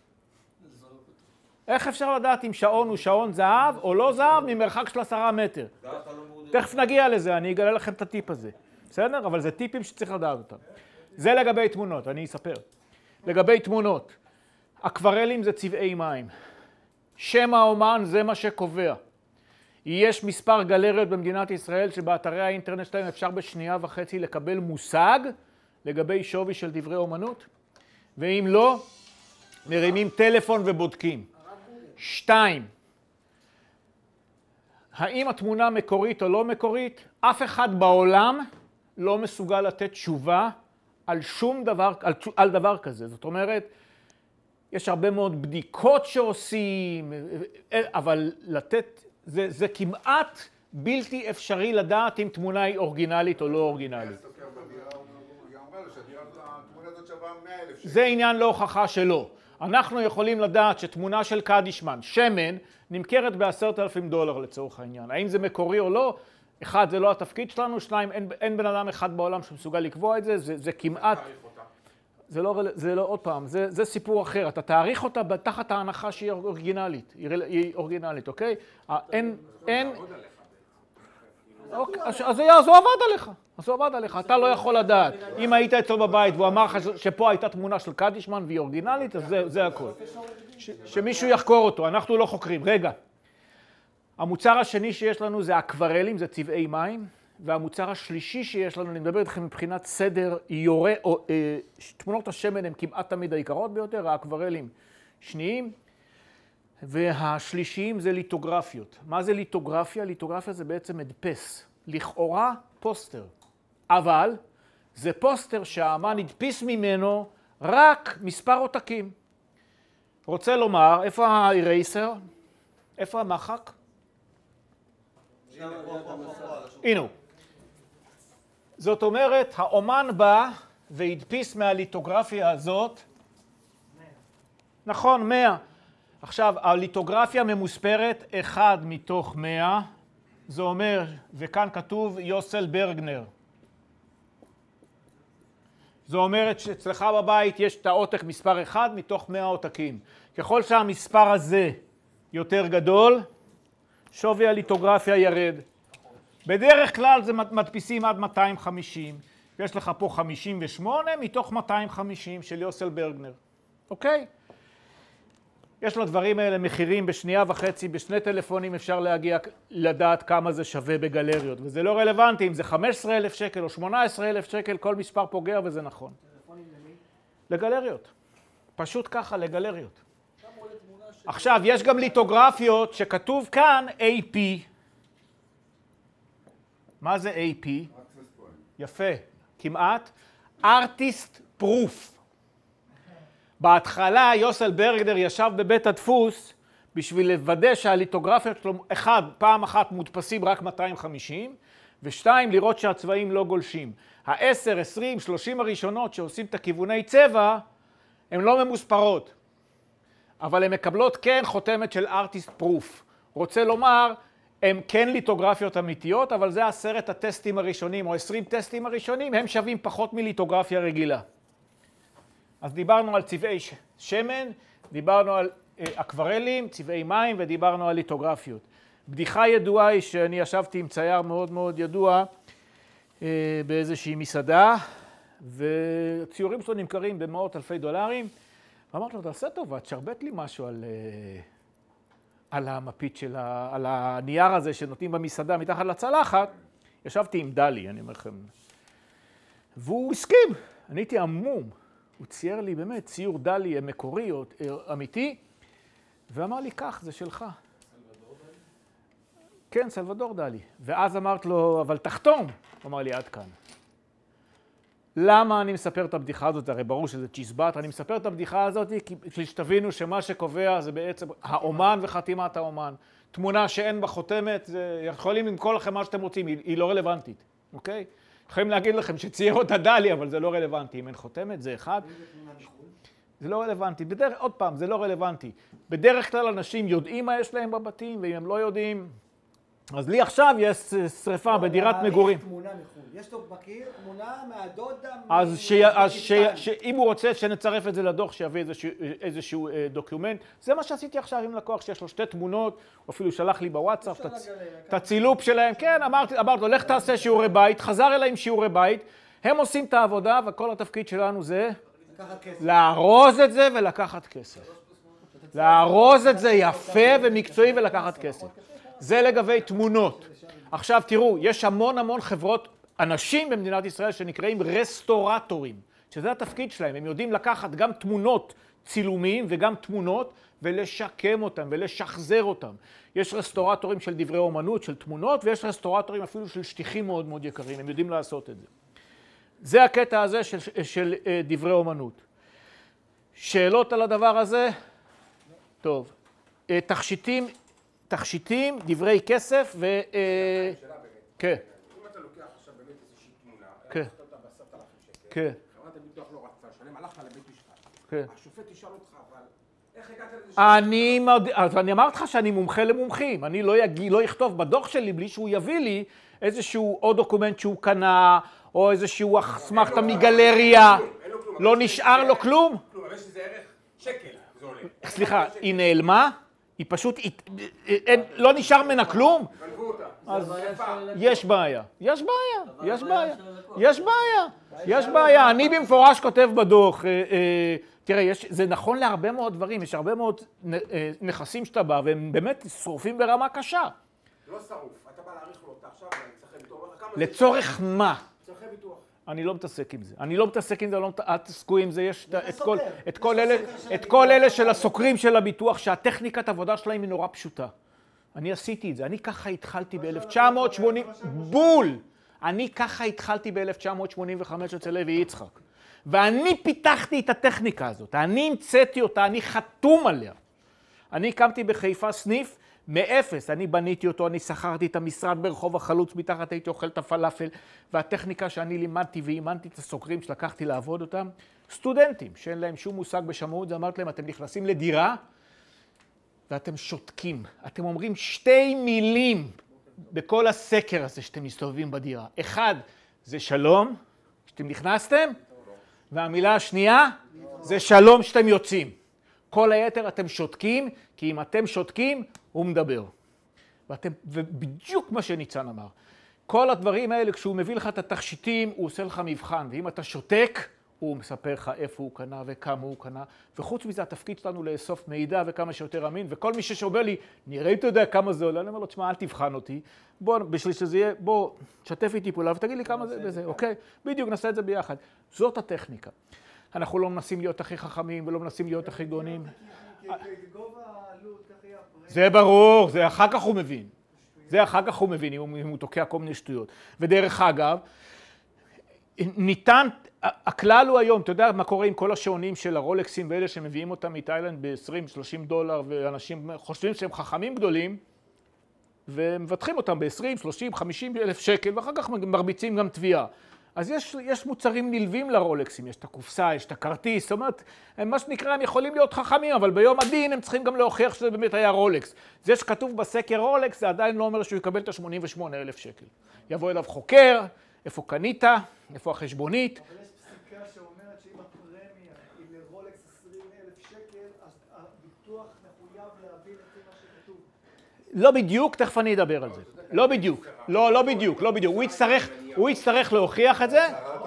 A: איך אפשר לדעת אם שעון הוא שעון זהב או לא זהב ממרחק של 10 מטר? תכף נגיע לזה, אני אגלה לכם את הטיפ הזה. בסדר? אבל זה טיפים שצריך לדעת אותם. זה לגבי תמונות, אני אספר. לגבי תמונות, אקוורלים זה צבעי מים. שם האומן זה מה שקובע. יש מספר גלריות במדינת ישראל שבאתרי האינטרנט שלהם אפשר בשנייה וחצי לקבל מושג לגבי שווי של דברי אומנות, ואם לא, מרימים טלפון ובודקים. 2. האם התמונה מקורית או לא מקורית? אף אחד בעולם לא מסוגל לתת תשובה על שום דבר, על דבר כזה. זאת אומרת, יש הרבה מאוד בדיקות שעושים, אבל לתת, זה כמעט בלתי אפשרי לדעת אם תמונה היא אורגינלית או לא אורגינלית. זה עניין להוכחה שלא. אנחנו יכולים לדעת שתמונה של קדישמן, שמן, נמכרת $10,000 לצורך העניין. האם זה מקורי או לא? 1, זה לא התפקיד שלנו, 2, אין בן אדם אחד בעולם שמסוגל לקבוע את זה, זה כמעט... זה לא עוד פעם, זה סיפור אחר. אתה תאריך אותה תחת ההנחה שהיא אורגינלית, היא אורגינלית, אוקיי? אין... אז הוא עבד עליך, אתה לא יכול לדעת. אם היית אצלו בבית והוא אמר לך שפה הייתה תמונה של קדישמן והיא אורגינלית, אז זה הכל. שמישהו יחקור אותו, אנחנו לא חוקרים. רגע, המוצר השני שיש לנו זה אקוורלים, זה צבעי מים, והמוצר השלישי שיש לנו, אני מדבר איתכם מבחינת סדר, תמונות השמן הן כמעט תמיד העיקרות ביותר, האקוורלים שניים, והשלישיים זה ליטוגרפיות. מה זה ליטוגרפיה? ליטוגרפיה זה בעצם הדפס. לכאורה פוסטר. אבל זה פוסטר שהאמן הדפיס ממנו רק מספר עותקים. רוצה לומר, איפה האירייסר? איפה המחק? הנה. זאת אומרת, האומן בא והדפיס מהליטוגרפיה הזאת, נכון, 100. עכשיו, הליטוגרפיה ממוספרת 1 מתוך 100, זה אומר, וכאן כתוב יוסל ברגנר. זו אומרת שאצלך בבית יש את העותק מספר 1 מתוך 100 עותקים. ככל שהמספר הזה יותר גדול, שווי הליטוגרפיה ירד. בדרך כלל זה מדפיסים עד 250. יש לך פה 58 מתוך 250 של יוסל ברגנר. אוקיי? יש לדברים האלה מחירים בשנייה וחצי, בשני טלפונים אפשר להגיע לדעת כמה זה שווה בגלריות. וזה לא רלוונטי אם זה 15,000 שקל או 18,000 שקל, כל מספר פוגע וזה נכון. טלפונים למי? לגלריות. פשוט ככה, לגלריות. עכשיו, יש גם ליטוגרפיות שכתוב כאן AP. מה זה AP? יפה, כמעט. Artist Proof. בהתחלה יוסל ברגנר ישב בבית הדפוס בשביל לוודא שהליטוגרפיות שלו, פעם אחת מודפסים רק 250, ושתיים, לראות שהצבעים לא גולשים. ה-10, 20, 30 הראשונות שעושים את הכיווני צבע, הן לא ממוספרות. אבל הן מקבלות כן חותמת של Artist Proof. רוצה לומר, הם כן ליטוגרפיות אמיתיות, אבל זה 10 הטסטים הראשונים, או 20 טסטים הראשונים, הם שווים פחות מליטוגרפיה רגילה. אז דיברנו על צבעי שמן, דיברנו על אקוורלים, צבעי מים, ודיברנו על ליטוגרפיות. בדיחה ידועה היא שאני ישבתי עם צייר מאוד מאוד ידוע באיזושהי מסעדה, וציורים שלו נמכרים במאות אלפי דולרים, ואמרתי לו, תעשה טובה, תשרבט לי משהו על המפית על הנייר הזה שנותנים במסעדה מתחת לצלחת. ישבתי עם דלי, אני אומר לכם, והוא הסכים, אני הייתי עמום. הוא צייר לי באמת ציור דלי מקורי או אמיתי, ואמר לי, כך, זה שלך. כן, סלבדור דלי. ואז אמרת לו, אבל תחתום. הוא אמר לי, עד כאן. למה אני מספר את הבדיחה הזאת? הרי ברור שזה צ'יזבט. אני מספר את הבדיחה הזאת כדי שתבינו שמה שקובע זה בעצם האומן וחתימת האומן. תמונה שאין בה חותמת, יכולים למכור לכם מה שאתם רוצים, היא לא רלוונטית, אוקיי? יכולים להגיד לכם שצייר אותה דלי, אבל זה לא רלוונטי. אם אין חותמת, זה אחד. זה לא רלוונטי. עוד פעם, זה לא רלוונטי. בדרך כלל אנשים יודעים מה יש להם בבתים, ואם הם לא יודעים... אז לי עכשיו יש שריפה בדירת מגורים.
G: יש לו בקיר תמונה מהדודה...
A: אז שאם הוא רוצה שנצרף את זה לדוח, שיביא איזשהו דוקומנט. זה מה שעשיתי עכשיו עם לקוח שיש לו 2 תמונות, הוא אפילו שלח לי בוואטסאפ את הצילופ שלהם. כן, אמרתי לו, לך תעשה שיעורי בית, חזר אליי עם שיעורי בית. הם עושים את העבודה, וכל התפקיד שלנו זה לארוז את זה ולקחת כסף. לארוז את זה יפה ומקצועי ולקחת כסף. זה לגבי תמונות. עכשיו תראו, יש המון חברות, אנשים במדינת ישראל שנקראים רסטורטורים, שזה התפקיד שלהם. הם יודעים לקחת גם תמונות צילומים וגם תמונות ולשקם אותם ולשחזר אותם. יש רסטורטורים של דברי אומנות, של תמונות, ויש רסטורטורים אפילו של שטיחים מאוד מאוד יקרים. הם יודעים לעשות את זה. זה הקטע הזה של דברי אומנות. שאלות על הדבר הזה? טוב. תכשיטים, דברי כסף ו... כן.
E: אם אתה לוקח עכשיו באמת איזושהי תמונה,
A: כן.
E: הלכת אותה ב10,000 שקל,
A: כן.
E: חברת הביטוח לא רצתה לשלם, הלכת לבית משפט.
A: כן.
E: השופט ישאל אותך, אבל איך הגעת לזה?
A: אז אני אמרתי לך שאני מומחה למומחים. אני לא אכתוב בדוח שלי בלי שהוא יביא לי איזשהו או דוקומנט שהוא קנה, או איזשהו אסמכתה מגלריה. לא נשאר לו כלום?
E: כלום, אבל יש לזה ערך שקל, זה עולה.
A: סליחה, היא נעלמה? היא פשוט, לא נשאר ממנה כלום? אז יש בעיה. יש בעיה. אני במפורש כותב בדוח, תראה, זה נכון להרבה מאוד דברים, יש הרבה מאוד נכסים שאתה בא, והם באמת שורפים ברמה קשה.
E: לא שרוף, אתה בא להעריך לו אותה עכשיו,
A: לצורך מה?
E: צורכי ביטוח.
A: אני לא מתעסק עם זה. אל תעסקו עם זה. יש את כל אלה של הסוקרים של הביטוח, שהטכניקת עבודה שלהם היא נורא פשוטה. אני עשיתי את זה. אני ככה התחלתי ב-1980, בול! אני ככה התחלתי ב-1985 אצל לוי יצחק. ואני פיתחתי את הטכניקה הזאת. אני המצאתי אותה, אני חתום עליה. אני הקמתי בחיפה סניף, מאפס, אני בניתי אותו, אני שכרתי את המשרד ברחוב החלוץ, מתחת הייתי אוכל את הפלאפל, והטכניקה שאני לימדתי ואימנתי את הסוקרים שלקחתי לעבוד אותם, סטודנטים שאין להם שום מושג בשמאות, זה אמרתי להם, אתם נכנסים לדירה ואתם שותקים. אתם אומרים 2 מילים בכל הסקר הזה שאתם מסתובבים בדירה. 1, זה שלום, שאתם נכנסתם, והמילה השנייה, זה שלום שאתם יוצאים. כל היתר אתם שותקים, כי אם אתם שותקים, הוא מדבר. ובדיוק מה שניצן אמר. כל הדברים האלה, כשהוא מביא לך את התכשיטים, הוא עושה לך מבחן. ואם אתה שותק, הוא מספר לך איפה הוא קנה וכמה הוא קנה. וחוץ מזה, התפקיד שלנו לאסוף מידע וכמה שיותר אמין. וכל מי ששומע לי, נראה אתה יודע כמה זה עולה, אני אומר לו, תשמע, אל תבחן אותי. בוא, בשביל שזה יהיה, בוא, שתף איתי פעולה ותגיד לי כמה זה בזה, אוקיי? בדיוק, נעשה את זה ביחד. זאת הטכניקה. אנחנו לא מנסים להיות הכי חכמים ולא מנסים להיות הכי גאונים. זה ברור, זה אחר כך הוא מבין. אם הוא תוקע כל מיני שטויות. ודרך אגב, ניתן, הכלל הוא היום, אתה יודע מה קורה עם כל השעונים של הרולקסים ואלה שמביאים אותם מתאילנד ב-$20-30, ואנשים חושבים שהם חכמים גדולים, ומבטחים אותם ב-20, 30, 50 אלף שקל, ואחר כך מרביצים גם תביעה. אז יש מוצרים נלווים לרולקסים, יש את הקופסה, יש את הכרטיס, זאת אומרת, מה שנקרא, הם יכולים להיות חכמים, אבל ביום הדין הם צריכים גם להוכיח שזה באמת היה רולקס. זה שכתוב בסקר רולקס, זה עדיין לא אומר שהוא יקבל את ה-88,000 שקל. יבוא אליו חוקר, איפה קנית, איפה החשבונית.
D: אבל יש פסיקה שאומרת שאם הפרמיה היא לרולקס 20,000 שקל, אז הביטוח מחויב להביא לפי מה שכתוב.
A: לא בדיוק, תכף אני אדבר על זה. לא בדיוק, לא בדיוק. הוא יצטרך להוכיח את זה.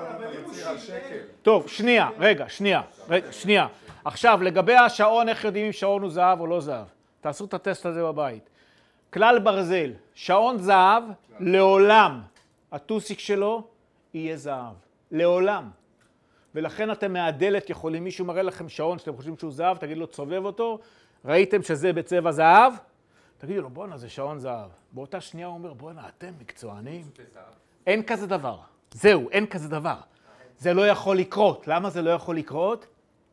A: טוב, שנייה. עכשיו, לגבי השעון, איך יודעים אם שעון הוא זהב או לא זהב? תעשו את הטסט הזה בבית. כלל ברזל, שעון זהב, לעולם, הטוסיק שלו יהיה זהב. לעולם. ולכן אתם מהדלת יכולים, מישהו מראה לכם שעון שאתם חושבים שהוא זהב, תגיד לו, צובב אותו, ראיתם שזה בצבע זהב? תגידו לו, בואנה, זה שעון זהב. באותה שנייה הוא אומר, בואנה, אתם מקצוענים. אין כזה דבר. זהו, אין כזה דבר. זה לא יכול לקרות. למה זה לא יכול לקרות?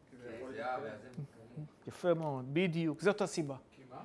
A: יפה מאוד, בדיוק. זאת הסיבה.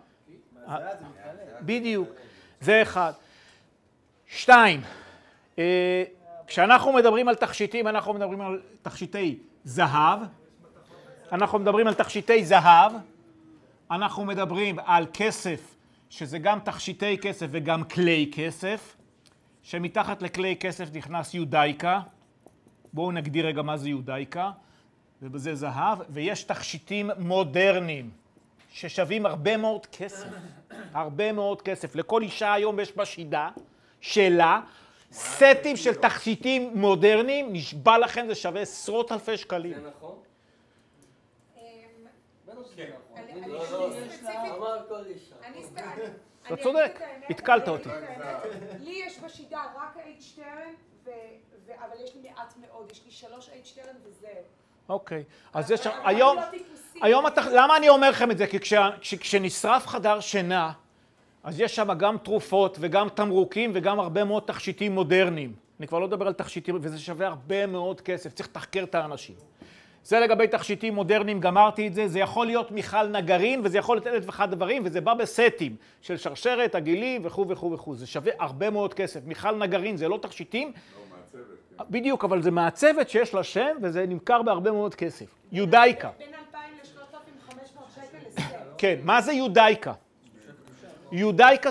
A: בדיוק. זה אחד. 2. כשאנחנו מדברים על תכשיטים, אנחנו מדברים על תכשיטי זהב. אנחנו מדברים על תכשיטי זהב. אנחנו מדברים על כסף, שזה גם תכשיטי כסף וגם כלי כסף, שמתחת לכלי כסף נכנס יודאיקה. בואו נגדיר רגע מה זה יודאיקה, ובזה זהב, ויש תכשיטים מודרניים, ששווים הרבה מאוד כסף. הרבה מאוד כסף. לכל אישה היום יש בשידה שלה, סטים של תכשיטים מודרניים, נשבע לכם זה שווה עשרות אלפי שקלים.
J: זה נכון?
A: אתה צודק, התקלת אותי.
B: לי יש בשידה רק H-טרן, אבל יש לי מעט מאוד, יש לי 3 H-טרן וזהו.
A: אוקיי, אז יש היום, למה אני אומר לכם את זה? כי כשנשרף חדר שינה, אז יש שם גם תרופות וגם תמרוקים וגם הרבה מאוד תכשיטים מודרניים. אני כבר לא מדבר על תכשיטים, וזה שווה הרבה מאוד כסף, צריך לתחקר את האנשים. זה לגבי תכשיטים מודרניים, גמרתי את זה, זה יכול להיות מיכל נגרין, וזה יכול להיות 1,001 דברים, וזה בא בסטים של שרשרת, עגילים וכו' וכו' וכו'. זה שווה הרבה מאוד כסף. מיכל נגרין זה לא תכשיטים. לא, מעצבת. בדיוק, אבל זה מעצבת שיש לה שם, וזה נמכר בהרבה מאוד כסף. יודאיקה.
B: בין 2,000 ל-3,500 שקל לסטר.
A: כן, מה זה יודאיקה? יודאיקה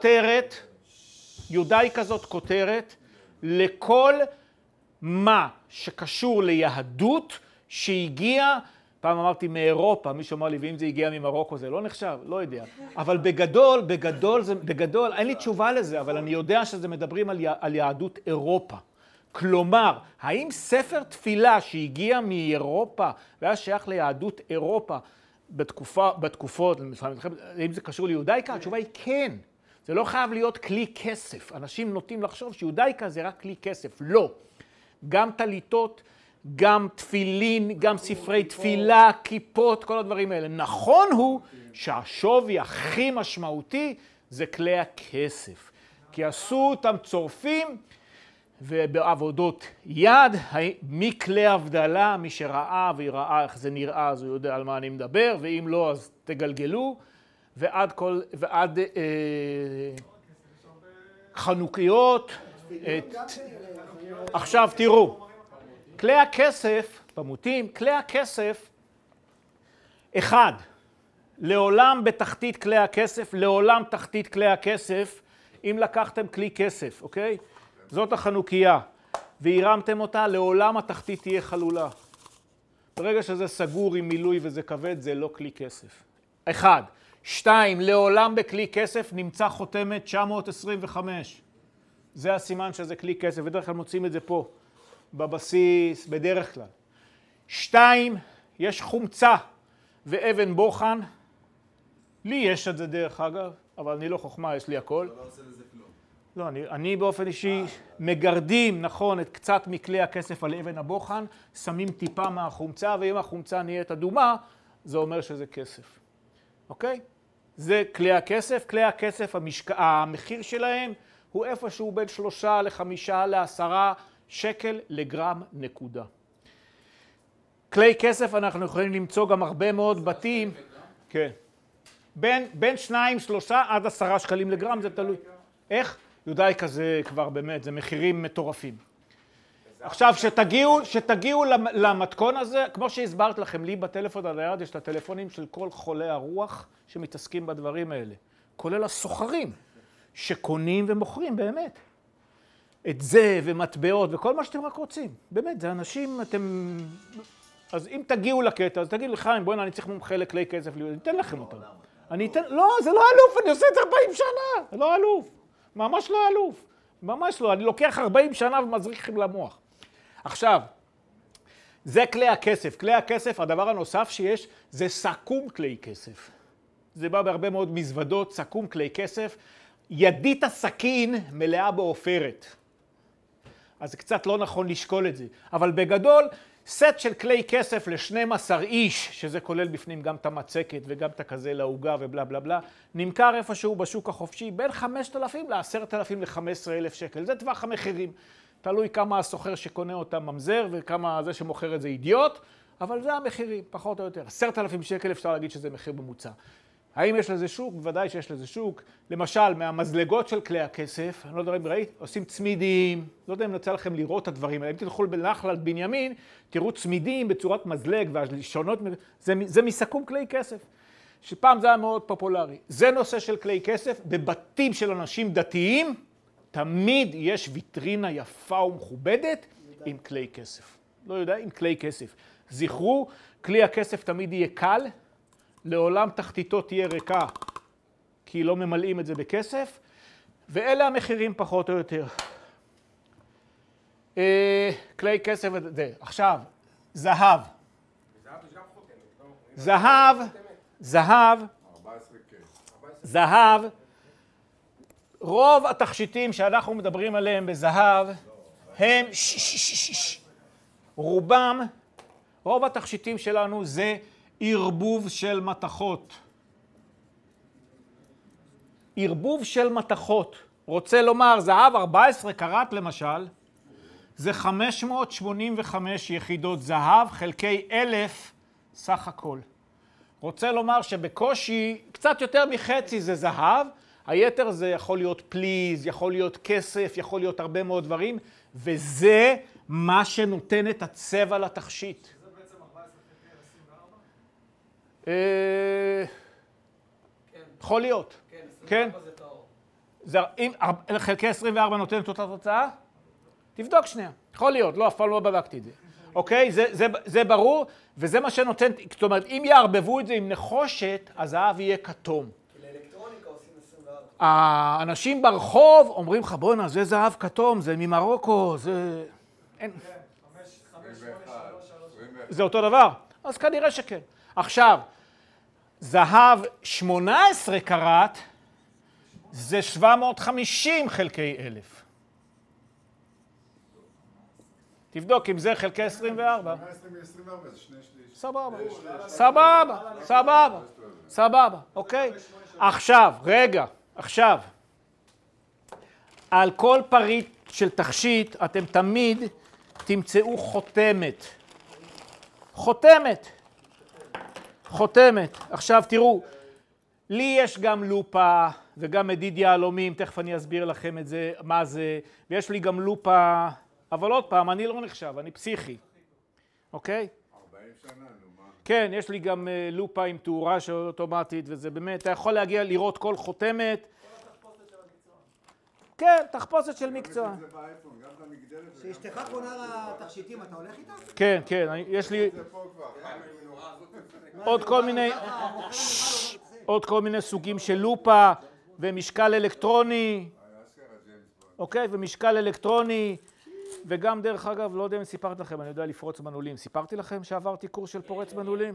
A: זאת כותרת לכל מה שקשור ליהדות, שהגיע, פעם אמרתי מאירופה, מישהו אמר לי, ואם זה הגיע ממרוקו זה לא נחשב, לא יודע. אבל בגדול, אין לי תשובה לזה, אבל אני יודע שזה מדברים על יהדות אירופה. כלומר, האם ספר תפילה שהגיע מאירופה והיה שייך ליהדות אירופה בתקופות, האם זה קשור ליהודאיקה? התשובה היא כן. זה לא חייב להיות כלי כסף. אנשים נוטים לחשוב שיהודאיקה זה רק כלי כסף. לא. גם טליתות, גם תפילין, גם ספרי תפילה, כיפות, כל הדברים האלה. נכון הוא שהשווי הכי משמעותי זה כלי הכסף. כי עשו אותם צורפים ובעבודות יד, מכלי הבדלה, מי שראה ויראה איך זה נראה, אז הוא יודע על מה אני מדבר, ואם לא אז תגלגלו, ועד חנוכיות. עכשיו תראו. כלי הכסף, במותים, כלי הכסף, אחד, לעולם בתחתית כלי הכסף, לעולם תחתית כלי הכסף, אם לקחתם כלי כסף, אוקיי? זאת החנוכיה, והרמתם אותה, לעולם התחתית תהיה חלולה. ברגע שזה סגור עם מילוי וזה כבד, זה לא כלי כסף. 1. 2. לעולם בכלי כסף נמצא חותמת 925. זה הסימן שזה כלי כסף, בדרך כלל מוצאים את זה פה. בבסיס, בדרך כלל. 2, יש חומצה ואבן בוחן. לי יש את זה דרך אגב, אבל אני לא חוכמה, יש לי הכל. אתה לא עושה לזה כלום. לא, אני באופן אישי מגרדים, נכון, את קצת מכלי הכסף על אבן הבוחן, שמים טיפה מהחומצה, ואם החומצה נהיית אדומה, זה אומר שזה כסף. אוקיי? זה כלי הכסף. כלי הכסף, המחיר שלהם הוא איפשהו בין 3 ל-5 ל-10 שקל לגרם נקודה. כלי כסף אנחנו יכולים למצוא גם הרבה מאוד בתים. כן. בין 2, 3 עד 10 שקלים לגרם, זה תלוי. איך? יודאיקה זה כבר באמת, זה מחירים מטורפים.
P: עכשיו, שתגיעו למתכון הזה, כמו שהסברת לכם, לי בטלפון הנייד יש את הטלפונים של כל חולי הרוח שמתעסקים בדברים האלה, כולל הסוחרים שקונים ומוכרים באמת. את זה ומטבעות וכל מה שאתם רק רוצים. באמת, זה אנשים, אתם... אז אם תגיעו לקטע, אז תגיד לי, חיים, בוא'נה, אני צריך מומחה לכלי כסף, אני אתן לכם אותם. אני אתן... לא, זה לא אלוף, אני עושה את זה 40 שנה. זה לא אלוף. ממש לא אלוף. ממש לא. אני לוקח 40 שנה ומזריחים למוח. עכשיו, זה כלי הכסף. כלי הכסף, הדבר הנוסף שיש, זה סכו"ם כלי כסף. זה בא בהרבה מאוד מזוודות, סכו"ם כלי כסף. ידית הסכין מלאה בעופרת. אז זה קצת לא נכון לשקול את זה. אבל בגדול, סט של כלי כסף ל-12 איש, שזה כולל בפנים גם את המצקת וגם את הכזה לעוגה ובלה בלה בלה, נמכר איפשהו בשוק החופשי בין 5,000 ל-10,000 ל-15,000 שקל. זה טווח המחירים. תלוי כמה הסוחר שקונה אותם ממזר וכמה זה שמוכר את זה אידיוט, אבל זה המחירים, פחות או יותר. 10,000 שקל אפשר להגיד שזה מחיר ממוצע. האם יש לזה שוק? בוודאי שיש לזה שוק. למשל, מהמזלגות של כלי הכסף, אני לא יודע אם ראית, עושים צמידים, לא יודע אם נצא לכם לראות את הדברים האלה. אם תלכו בנחלת בנימין, תראו צמידים בצורת מזלג והשונות, זה מסכו"ם כלי כסף, שפעם זה היה מאוד פופולרי. זה נושא של כלי כסף. בבתים של אנשים דתיים, תמיד יש ויטרינה יפה ומכובדת עם כלי כסף. לא יודע, עם כלי כסף. זכרו, כלי הכסף תמיד יהיה קל, לעולם תחתיתו תהיה ריקה, כי לא ממלאים את זה בכסף, ואלה המחירים פחות או יותר. כלי כסף, עכשיו, זהב. זהב, רוב התכשיטים שאנחנו מדברים עליהם בזהב, הם רוב התכשיטים שלנו זה ערבוב של מתכות. ערבוב של מתכות. רוצה לומר, זהב 14 קראט למשל, זה 585 יחידות זהב חלקי 1,000 סך הכל. רוצה לומר שבקושי, קצת יותר מחצי זה זהב, היתר זה יכול להיות פליז, יכול להיות כסף, יכול להיות הרבה מאוד דברים, וזה מה שנותן את הצבע לתכשיט. יכול להיות, כן? אם חלקי 24 נותנת אותה תוצאה, תבדוק שנייה. יכול להיות, לא, אף פעם לא בדקתי את זה. אוקיי? זה ברור, וזה מה שנותן, זאת אומרת, אם יערבבו את זה עם נחושת, הזהב יהיה כתום.
Q: כי לאלקטרוניקה עושים 24.
P: האנשים ברחוב אומרים לך, בוא'נה, זה זהב כתום, זה ממרוקו, זה... זה אותו דבר? אז כנראה שכן. עכשיו, זהב 18 קראט זה 750 חלקי 1,000. תבדוק אם זה חלקי 24.
H: 124 זה 2/3.
P: סבבה. סבבה, סבבה, סבבה, אוקיי? עכשיו, רגע, עכשיו. על כל פריט של תכשיט אתם תמיד תמצאו חותמת. חותמת. חותמת. עכשיו תראו, לי יש גם לופה וגם מדיד יהלומים, תכף אני אסביר לכם את זה, מה זה, ויש לי גם לופה, אבל עוד פעם, אני לא נחשב, אני פסיכי, אוקיי?
H: 40 שנה, נו מה?
P: כן, יש לי גם לופה עם תאורה אוטומטית, וזה באמת, אתה יכול להגיע לראות כל חותמת. כן, תחפושת של מקצוע.
G: כשאשתך קונה לתכשיטים, אתה הולך איתה?
P: כן, כן, יש לי עוד כל מיני סוגים של לופה ומשקל אלקטרוני, אוקיי, ומשקל אלקטרוני, וגם דרך אגב, לא יודע אם סיפרתי לכם, אני יודע לפרוץ מנעולים. סיפרתי לכם שעברתי קורס של פורץ מנעולים?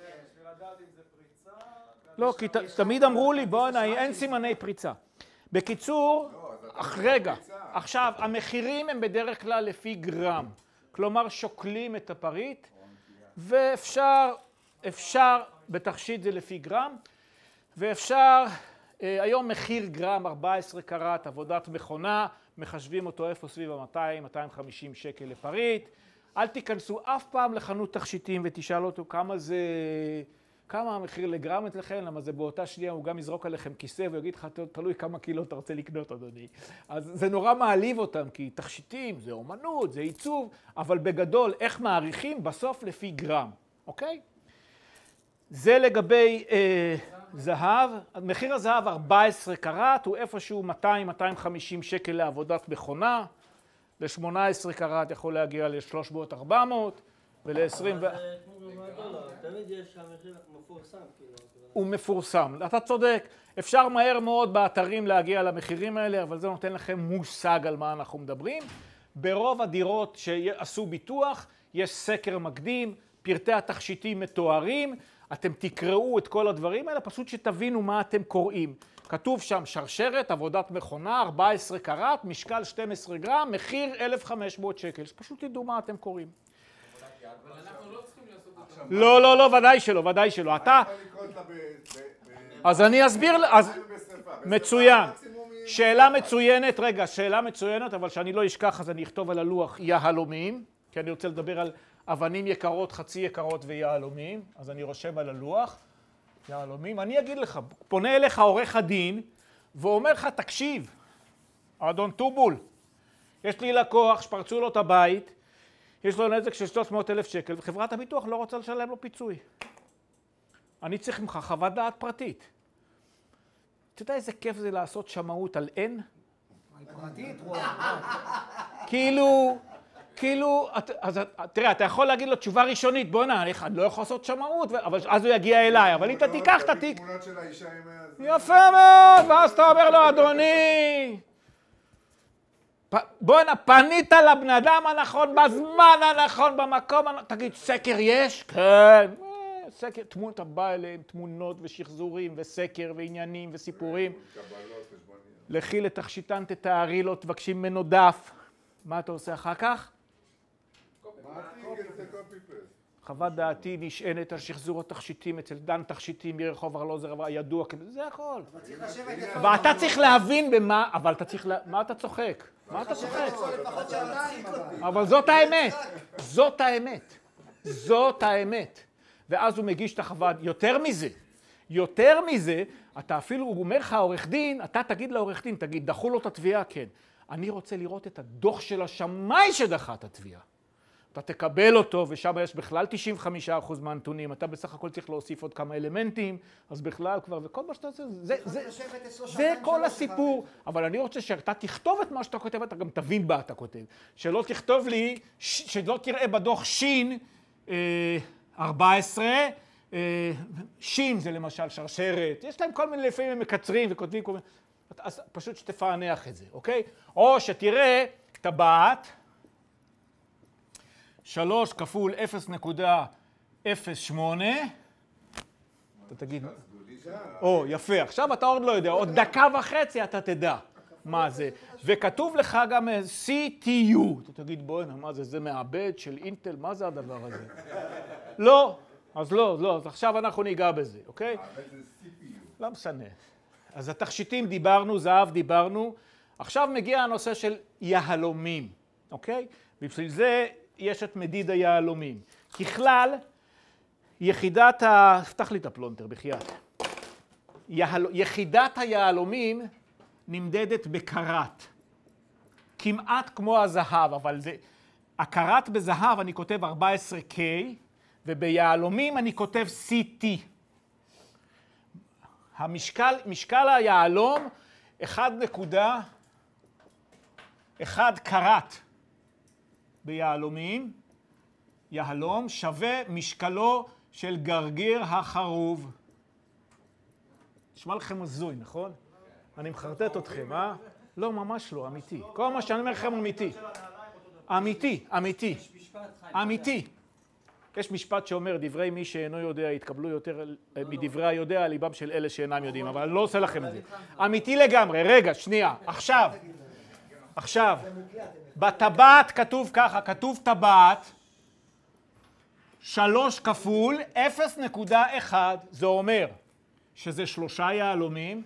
P: לא, כי תמיד אמרו לי, בוא'נה, אין סימני פריצה. בקיצור, רגע, עכשיו, המחירים הם בדרך כלל לפי גרם. כלומר, שוקלים את הפריט, ואפשר, בתכשיט זה לפי גרם, ואפשר, היום מחיר גרם 14 קראט, עבודת מכונה, מחשבים אותו איפה סביב ה-200-250 שקל לפריט. אל תיכנסו אף פעם לחנות תכשיטים ותשאל אותו כמה המחיר לגרם אצלכם, למה זה באותה שנייה הוא גם יזרוק עליכם כיסא ויגיד לך, תלוי כמה קילו אתה רוצה לקנות, אדוני. אז זה נורא מעליב אותם, כי תכשיטים, זה אומנות, זה עיצוב, אבל בגדול, איך מעריכים? בסוף לפי גרם, אוקיי? זה לגבי זהב. מחיר הזהב 14 קראט הוא איפשהו 200-250 שקל לעבודת מכונה. ל-18 קראט יכול להגיע ל-300-400, ול-20...
J: תמיד יש המחיר מפורסם, כאילו.
P: הוא מפורסם. אתה צודק. אפשר מהר מאוד באתרים להגיע למחירים האלה, אבל זה נותן לכם מושג על מה אנחנו מדברים. ברוב הדירות שעשו ביטוח, יש סקר מקדים, פרטי התכשיטים מתוארים, אתם תקראו את כל הדברים האלה, פשוט שתבינו מה אתם קוראים. כתוב שם שרשרת, עבודת מכונה, 14 קראט, משקל 12 גרם, מחיר 1,500 שקל. פשוט תדעו מה אתם קוראים. לא, לא, לא, ודאי שלא, ודאי שלא. אתה... אז אני אסביר, אז... מצוין. שאלה מצוינת, רגע, שאלה מצוינת, אבל שאני לא אשכח, אז אני אכתוב על הלוח יהלומים, כי אני רוצה לדבר על אבנים יקרות, חצי יקרות ויהלומים, אז אני רושם על הלוח, יהלומים. אני אגיד לך, פונה אליך עורך הדין, ואומר לך, תקשיב, אדון טובול, יש לי לקוח שפרצו לו את הבית, יש לו נזק של 300,000 שקל, וחברת הביטוח לא רוצה לשלם לו פיצוי. אני צריך ממך חוות דעת פרטית. אתה יודע איזה כיף זה לעשות שמאות על אין?
G: פרטית,
P: כאילו, אז תראה, אתה יכול להגיד לו תשובה ראשונית, בוא נע, אני לא יכול לעשות שמאות, אבל אז הוא יגיע אליי, אבל אם אתה תיקח את התיק... יפה מאוד, ואז אתה אומר לו, אדוני, בוא נע, פנית לבן אדם הנכון, בזמן הנכון, במקום הנכון, תגיד, סקר יש? כן. סקר, אתה בא אליהם, תמונות ושחזורים וסקר ועניינים וסיפורים. לכי לתכשיטן, תתארי לו, תבקשים ממנו דף. מה אתה עושה אחר כך? חוות דעתי נשענת על שחזור התכשיטים אצל דן תכשיטים מרחוב ארלוזר הידוע, זה הכל. ואתה צריך להבין במה, אבל אתה צריך, מה אתה צוחק? מה אתה צוחק? אבל זאת האמת, זאת האמת, זאת האמת. ואז הוא מגיש את החוות, יותר מזה, אתה אפילו, הוא אומר לך, העורך דין, אתה תגיד לעורך דין, תגיד, דחו לו את התביעה, כן. אני רוצה לראות את הדוח של השמאי שדחה את התביעה. אתה תקבל אותו, ושם יש בכלל 95% מהנתונים, אתה בסך הכל צריך להוסיף עוד כמה אלמנטים, אז בכלל כבר, וכל מה שאתה עושה, זה כל הסיפור. אבל אני רוצה שאתה תכתוב את מה שאתה כותב, אתה גם תבין מה אתה כותב. שלא תכתוב לי, שלא תראה בדוח שין, 14, שין זה למשל שרשרת, יש להם כל מיני, לפעמים הם מקצרים וכותבים כל מיני, אז פשוט שתפענח את זה, אוקיי? או שתראה טבעת, 3 כפול 0.08, אתה תגיד, או יפה, עכשיו אתה עוד לא יודע, עוד דקה וחצי אתה תדע מה זה, וכתוב לך גם CTU, אתה תגיד בוא'נה, מה זה, זה מעבד של אינטל, מה זה הדבר הזה? לא, אז לא, אז עכשיו אנחנו ניגע בזה, אוקיי? לא משנה. אז התכשיטים דיברנו, זהב דיברנו, עכשיו מגיע הנושא של יהלומים, אוקיי? ובשביל זה יש את מדיד היהלומים. ככלל, יחידת פתח לי את הפלונטר בחייאת. יחידת היהלומים נמדדת בקראט. כמעט כמו הזהב, אבל זה... הקראט בזהב אני כותב 14K, וביהלומים אני כותב CT. משקל היהלום 1.1 קראט ביהלומים. יהלום שווה משקלו של גרגיר החרוב. נשמע לכם הזוי, נכון? אני מחרטט אתכם, אה? לא, ממש לא, אמיתי. כל מה שאני אומר לכם אמיתי. אמיתי. יש משפט שאומר, דברי מי שאינו יודע יתקבלו יותר מדברי היודע על ליבם של אלה שאינם יודעים, אבל אני לא עושה לכם את זה. אמיתי לגמרי, רגע, שנייה, עכשיו, בטבעת כתוב ככה, כתוב טבעת, 3 כפול 0.1, זה אומר שזה 3 יהלומים,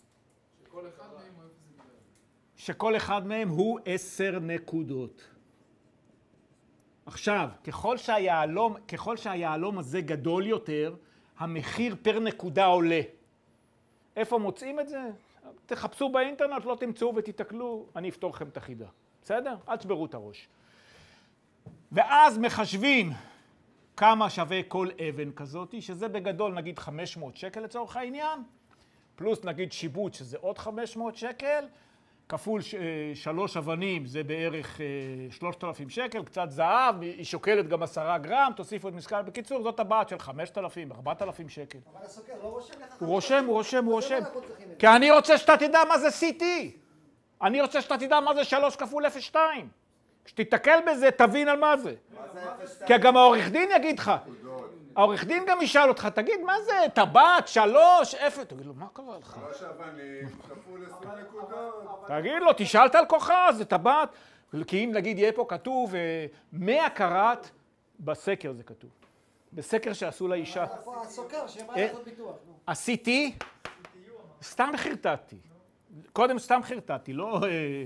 P: שכל אחד מהם הוא 10 נקודות. עכשיו, ככל שהיהלום הזה גדול יותר, המחיר פר נקודה עולה. איפה מוצאים את זה? תחפשו באינטרנט, לא תמצאו ותתקלו, אני אפתור לכם את החידה. בסדר? אל תשברו את הראש. ואז מחשבים כמה שווה כל אבן כזאת, שזה בגדול נגיד 500 שקל לצורך העניין, פלוס נגיד שיבוט שזה עוד 500 שקל, כפול 3 אבנים זה בערך 3,000 שקל, קצת זהב, היא שוקלת גם 10 גרם, תוסיפו את משקל. בקיצור, זאת טבעת של 5,000, 4,000 שקל.
G: אבל הסוקר לא רושם לך...
P: הוא רושם. כי אני רוצה שאתה תדע מה זה CT. אני רוצה שאתה תדע מה זה 3 כפול 0.2. כשתתקל בזה, תבין על מה זה. כי גם העורך דין יגיד לך. העורך דין גם ישאל אותך, תגיד, מה זה? טבעת, 3, 0, תגיד לו, מה קרה לך?
H: 3 אבנים, כפול 20 נקודות.
P: תגיד לו, תשאלת על כוחה, זה טבעת. כי אם נגיד יהיה פה כתוב 100 קראט, בסקר זה כתוב. בסקר שעשו לאישה.
G: הסוקר, שבא לעשות ביטוח.
P: עשיתי, סתם חרטטתי. קודם סתם חרטטתי, לא...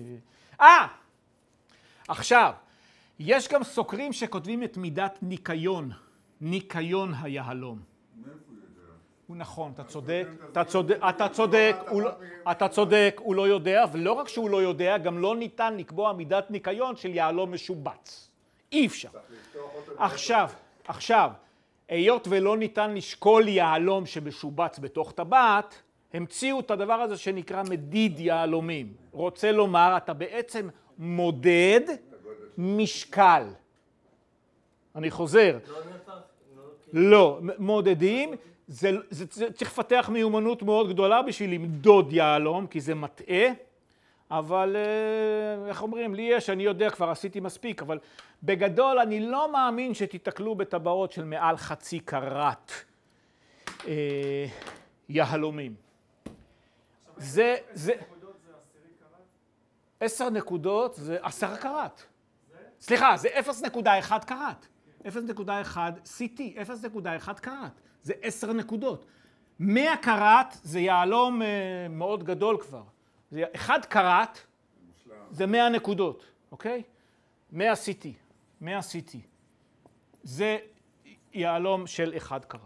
P: עכשיו, יש גם סוקרים שכותבים את מידת ניקיון. ניקיון היהלום. הוא נכון, אתה צודק, הוא לא יודע, ולא רק שהוא לא יודע, גם לא ניתן לקבוע מידת ניקיון של יהלום משובץ. אי אפשר. עכשיו, היות ולא ניתן לשקול יהלום שמשובץ בתוך טבעת, המציאו את הדבר הזה שנקרא מדיד יהלומים. רוצה לומר, אתה בעצם מודד משקל. אני חוזר. לא, מודדים, זה צריך לפתח מיומנות מאוד גדולה בשביל למדוד יהלום, כי זה מטעה, אבל איך אומרים, לי יש, אני יודע, כבר עשיתי מספיק, אבל בגדול אני לא מאמין שתתקלו בטבעות של מעל 0.5 קראט יהלומים. זה 10 נקודות זה 10 קראט. סליחה, זה 0.1 קראט. 0.1 CT, 0.1 קראט. זה 10 נקודות. 100 קראט זה יהלום מאוד גדול כבר. 1 קראט זה 100 נקודות, אוקיי? 100 CT. 100 CT. זה יהלום של 1 קראט.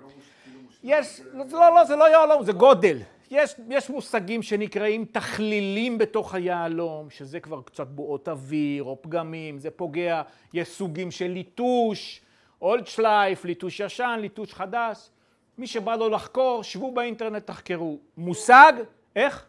P: זה לא יהלום, זה גודל. יש מושגים שנקראים תכלילים בתוך היהלום, שזה כבר קצת בועות אוויר או פגמים, זה פוגע. יש סוגים של ליטוש, אולד שלייף, ליטוש ישן, ליטוש חדש. מי שבא לו לחקור, שבו באינטרנט, תחקרו. מושג, איך?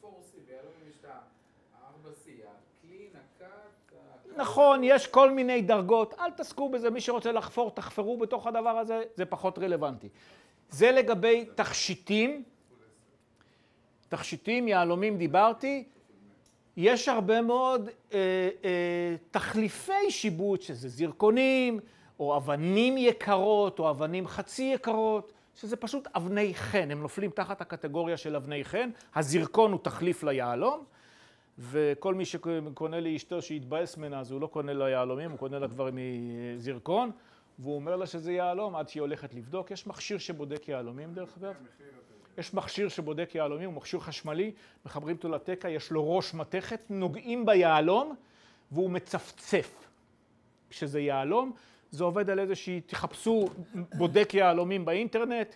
P: נכון, יש כל מיני דרגות, אל תעסקו בזה, מי שרוצה לחפור, תחפרו בתוך הדבר הזה, זה פחות רלוונטי. זה לגבי תכשיטים. תכשיטים, יהלומים דיברתי, יש הרבה מאוד תחליפי שיבוט, שזה זרקונים, או אבנים יקרות, או אבנים חצי יקרות, שזה פשוט אבני חן, הם נופלים תחת הקטגוריה של אבני חן, הזרקון הוא תחליף ליהלום, וכל מי שקונה לאשתו שהתבאס ממנה, אז הוא לא קונה לה יהלומים, הוא קונה לה כבר מזרקון, והוא אומר לה שזה יהלום עד שהיא הולכת לבדוק. יש מכשיר שבודק יהלומים דרך אגב. יש מכשיר שבודק יהלומים, הוא מכשיר חשמלי, מחברים אותו לתקע, יש לו ראש מתכת, נוגעים ביהלום, והוא מצפצף. כשזה יהלום, זה עובד על איזושהי, תחפשו בודק יהלומים באינטרנט.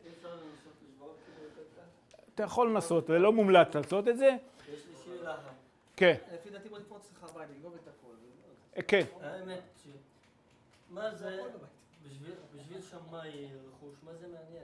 P: אתה יכול לנסות, זה לא מומלץ לעשות את זה.
J: יש לי שאלה.
P: כן.
J: לפי דעתי בוא נפרוץ לך הבית, לגנוב את הכל.
P: כן.
J: האמת מה זה, בשביל שמאי רכוש, מה זה מעניין?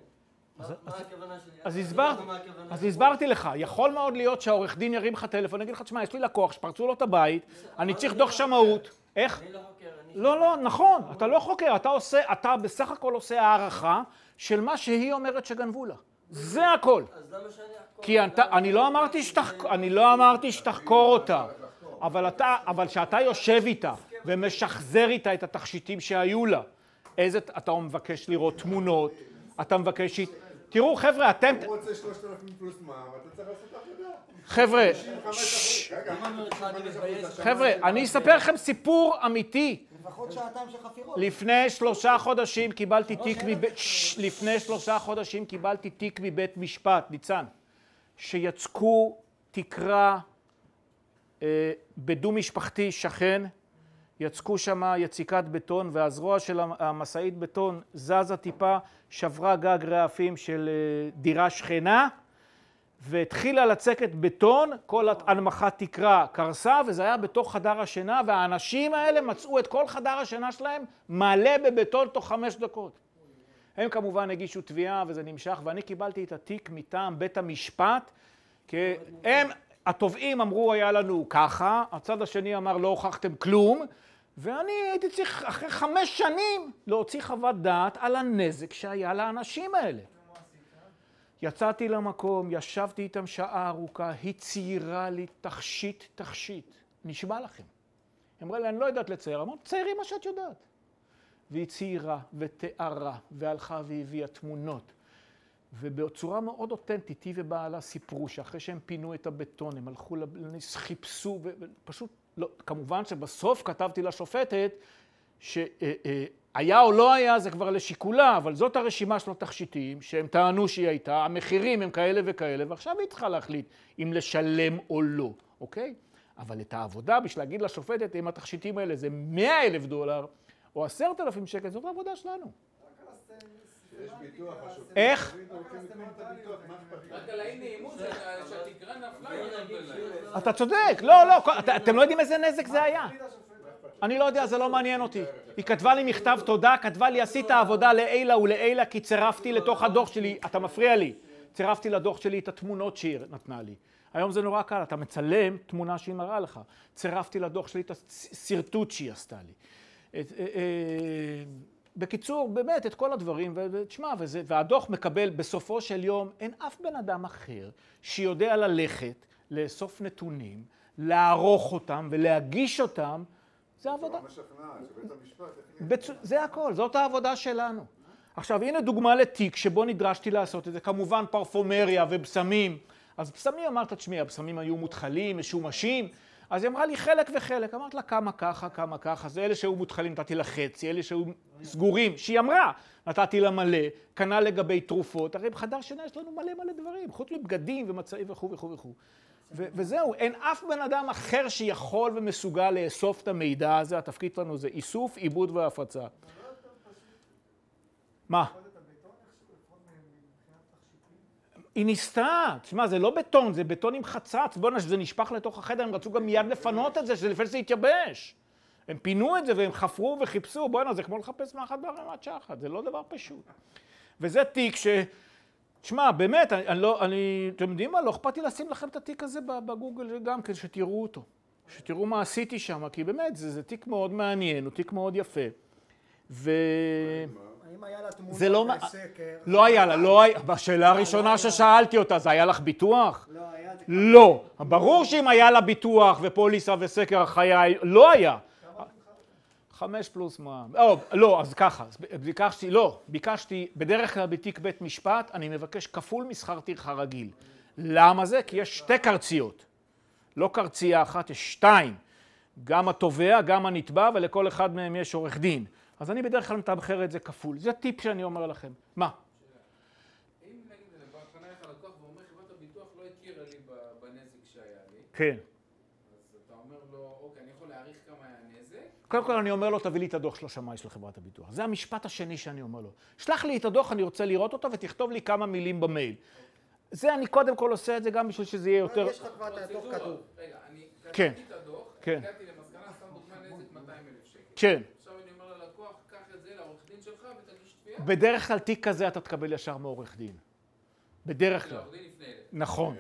P: אז הסברתי לך, יכול מאוד להיות שהעורך דין ירים לך טלפון, נגיד לך, תשמע, יש לי לקוח שפרצו לו את הבית, אני צריך דוח שמאות. איך?
J: אני לא חוקר.
P: לא, נכון, אתה לא חוקר, אתה בסך הכל עושה הערכה של מה שהיא אומרת שגנבו לה. זה הכל.
J: אז למה שאני אחקור?
P: כי אני לא אמרתי שתחקור אותה, אבל שאתה יושב איתה ומשחזר איתה את התכשיטים שהיו לה, אתה מבקש לראות תמונות, אתה מבקש... תראו, חבר'ה, אתם...
H: הוא רוצה 3,000 פלוס מע"מ, אתה צריך לעשות עבודה.
P: חבר'ה, אני אספר לכם סיפור אמיתי.
G: לפחות שעתיים של חפירות.
P: לפני 3 חודשים קיבלתי תיק מבית משפט, ניצן, שיצקו תקרה בדו משפחתי שכן, יצקו שם יציקת בטון, והזרוע של המשאית בטון זזה טיפה, שברה גג רעפים של דירה שכנה, והתחילה לצקת בטון, כל הנמכת תקרה קרסה, וזה היה בתוך חדר השינה, והאנשים האלה מצאו את כל חדר השינה שלהם מלא בבטון תוך 5 דקות. הם כמובן הגישו תביעה וזה נמשך, ואני קיבלתי את התיק מטעם בית המשפט, כי הם, התובעים אמרו היה לנו ככה, הצד השני אמר לא הוכחתם כלום, ואני הייתי צריך אחרי 5 שנים להוציא חוות דעת על הנזק שהיה לאנשים האלה. יצאתי למקום, ישבתי איתם שעה ארוכה, היא ציירה לי תכשיט, נשבע לכם. היא אמרה לי, אני לא יודעת לצייר, אמרת, ציירי מה שאת יודעת. והיא ציירה ותיארה, והלכה והביאה תמונות. ובצורה מאוד אותנטית, היא ובעלה סיפרו שאחרי שהם פינו את הבטון, הם הלכו, חיפשו, ופשוט, לא, כמובן שבסוף כתבתי לשופטת, היה או לא היה, זה כבר לשיקולה, אבל זאת הרשימה של התכשיטים, שהם טענו שהיא הייתה, המחירים הם כאלה וכאלה, ועכשיו היא צריכה להחליט אם לשלם או לא, אוקיי? אבל את העבודה, בשביל להגיד לשופטת, אם התכשיטים האלה זה $100,000, או 10,000 שקל, זאת העבודה שלנו.
H: יש ביטוח, השופט.
P: איך?
E: רק על האי נעימות שהתקרה נפלה.
P: אתה צודק, לא, אתם לא יודעים איזה נזק זה היה. אני לא יודע, זה לא מעניין אותי. היא כתבה לי מכתב תודה, כתבה לי, עשית עבודה לעילה ולעילה, כי צירפתי לתוך הדוח שלי, אתה מפריע לי, צירפתי לדוח שלי את התמונות שהיא נתנה לי. היום זה נורא קל, אתה מצלם תמונה שהיא מראה לך. צירפתי לדוח שלי את הסרטוט שהיא עשתה לי. בקיצור, באמת, את כל הדברים, ותשמע, והדוח מקבל, בסופו של יום, אין אף בן אדם אחר שיודע ללכת, לאסוף נתונים, לערוך אותם ולהגיש אותם, זה עבודה. זה הכל, זאת העבודה שלנו. עכשיו, הנה דוגמה לתיק שבו נדרשתי לעשות את זה, כמובן פרפומריה ובשמים. אז בשמים אמרת, תשמעי, הבשמים היו מותחלים, משומשים, אז היא אמרה לי חלק וחלק, אמרת לה כמה ככה, זה אלה שהיו מותחלים, נתתי לה חצי, אלה שהיו סגורים, שהיא אמרה, נתתי לה מלא, כנ"ל לגבי תרופות, הרי בחדר שינה יש לנו מלא דברים, חוץ מבגדים ומצעים וכו'. וזהו, אין אף בן אדם אחר שיכול ומסוגל לאסוף את המידע הזה, התפקיד שלנו זה איסוף, עיבוד והפצה. מה? היא ניסתה, תשמע, זה לא בטון, זה בטון עם חצץ, בוא'נה, שזה נשפך לתוך החדר, הם רצו גם מיד לפנות את זה, שזה לפני שזה יתייבש. הם פינו את זה והם חפרו וחיפשו, בוא'נה, זה כמו לחפש מאחד בערימת שחת, זה לא דבר פשוט. וזה תיק תשמע, באמת, אתם יודעים מה, לא אכפתי לשים לכם את התיק הזה בגוגל גם, כדי שתראו אותו. שתראו מה עשיתי שם, כי באמת, זה תיק מאוד מעניין, הוא תיק מאוד יפה.
G: האם היה לה תמונות בסקר?
P: לא היה לה, בשאלה הראשונה ששאלתי אותה, זה היה לך ביטוח? לא. ברור שאם היה לה ביטוח ופוליסה וסקר החיי, לא היה. 5 פלוס מע"מ. לא, אז ככה, ביקשתי, בדרך כלל בתיק בית משפט, אני מבקש כפול משכר טרחה רגיל. למה זה? כי יש 2 קרציות. לא קרצייה אחת, יש 2. גם התובע, גם הנתבע, ולכל אחד מהם יש עורך דין. אז אני בדרך כלל מתמחר את זה כפול. זה טיפ שאני אומר לכם. מה?
E: אם נגיד זה לבא פנה לך לקוח ואומר חברת הביטוח לא הכירה לי בנזק שהיה לי.
P: כן.
E: אז אתה אומר לו, אוקיי, אני יכול להעריך כמה היה נזק?
P: קודם כל אני אומר לו, תביא לי את הדוח של השמאי של חברת הביטוח. זה המשפט השני שאני אומר לו. שלח לי את הדוח, אני רוצה לראות אותו ותכתוב לי כמה מילים במייל. זה אני קודם כל עושה את זה גם בשביל שזה יהיה יותר...
G: יש לך כבר את הדוח כתוב.
E: רגע, אני כתבתי את הדוח, הגעתי למסקנה, סתם דוגמה נזק 200,000 שקל.
P: כן.
E: בדרך
P: כלל תיק כזה אתה תקבל ישר מעורך דין. בדרך כלל. נכון.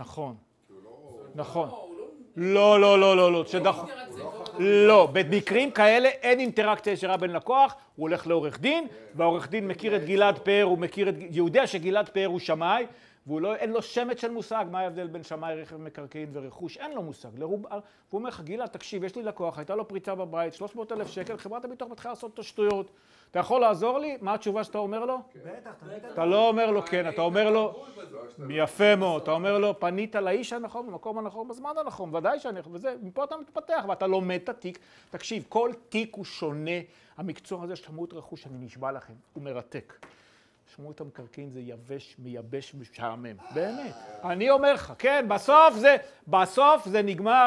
P: לא. לא, במקרים כאלה אין אינטראקציה ישירה בין לקוח, הוא הולך לעורך דין, והעורך דין מכיר את גלעד פאר, הוא יודע שגלעד פאר הוא שמאי, ואין לו שמץ של מושג מה ההבדל בין שמאי רכב מקרקעין ורכוש, אין לו מושג. והוא אומר לך, גלעד, תקשיב, יש לי לקוח, הייתה לו פריצה בבית, 300,000 שקל, חברת הביטוח מתחילה לעשות את השטויות. אתה יכול לעזור לי? מה התשובה שאתה אומר לו? אתה לא אומר לו כן, אתה אומר לו, יפה מאוד, אתה אומר לו, פנית לאיש הנכון, במקום הנכון, בזמן הנכון, ודאי שאני יכול, וזה, מפה אתה מתפתח, ואתה לומד את התיק. תקשיב, כל תיק הוא שונה, המקצוע הזה של שמאות רכוש, אני נשבע לכם, הוא מרתק. שמאות המקרקעין זה יבש, מייבש ומשעמם, באמת. אני אומר לך, כן, בסוף זה נגמר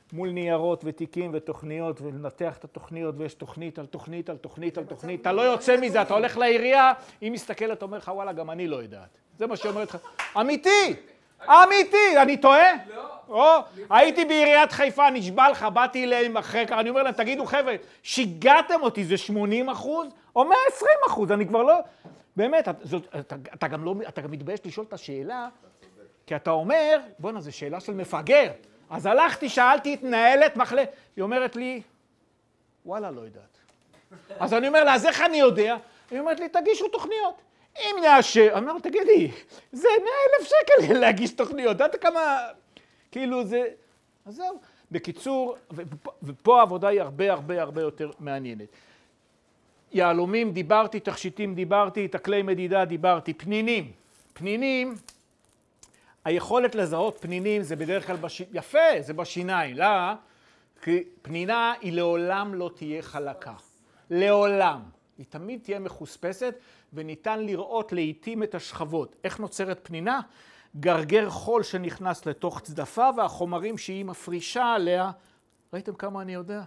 P: מול ניירות ותיקים ותוכניות ולנתח את התוכניות, ויש תוכנית על תוכנית על תוכנית על תוכנית. אתה לא יוצא מזה, אתה הולך לעירייה, היא מסתכלת, אומר לך, וואלה, גם אני לא יודעת. זה מה שאומרת לך. אמיתי! אמיתי! אני טועה? לא. הייתי בעיריית חיפה, נשבע לך, באתי אליהם אחרי כך, אני אומר להם, תגידו חבר'ה, שיגעתם אותי, זה 80% או 120%, אני כבר לא... באמת, אתה גם מתבייש לשאול את השאלה, כי אתה אומר, בוא'נה, זו שאלה של מפגר. אז הלכתי, שאלתי את מנהלת מחלה, היא אומרת לי, וואלה, לא יודעת. אז אני אומר לה, אז איך אני יודע? היא אומרת לי, תגישו תוכניות. אם נאשר, אני אומר, תגידי, זה 100,000 שקל להגיש תוכניות, יודעת כמה, כאילו זה, אז זהו. בקיצור, ופה העבודה היא הרבה הרבה הרבה יותר מעניינת. יהלומים דיברתי, תכשיטים דיברתי, תקלי מדידה דיברתי, פנינים. פנינים, היכולת לזהות פנינים זה בדרך כלל יפה, זה בשיניים. לא? כי פנינה היא לעולם לא תהיה חלקה. לעולם. היא תמיד תהיה מחוספסת, וניתן לראות לעתים את השכבות. איך נוצרת פנינה? גרגר חול שנכנס לתוך צדפה, והחומרים שהיא מפרישה עליה. ראיתם כמה אני יודע?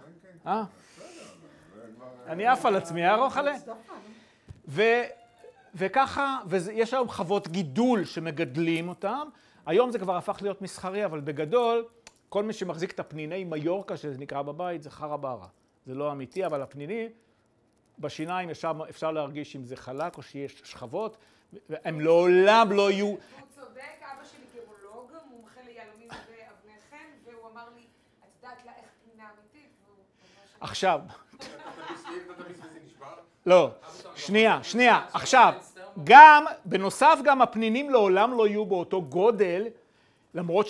P: אני עף על עצמי, ארוך עליה. וככה, ויש היום חוות גידול שמגדלים אותם. היום זה כבר הפך להיות מסחרי, אבל בגדול, כל מי שמחזיק את הפניני מיורקה, שזה נקרא בבית, זה חרא ברה. זה לא אמיתי, אבל הפניני, בשיניים אפשר להרגיש אם זה חלק או שיש שכבות, הם לעולם לא יהיו...
B: הוא צודק, אבא שלי גרולוג, מומחה ליהלומים ואבני חן, והוא אמר לי, את יודעת לה איך פנינה אמיתית?
P: עכשיו... לא, שנייה, עכשיו, גם, בנוסף גם הפנינים לעולם לא יהיו באותו גודל, למרות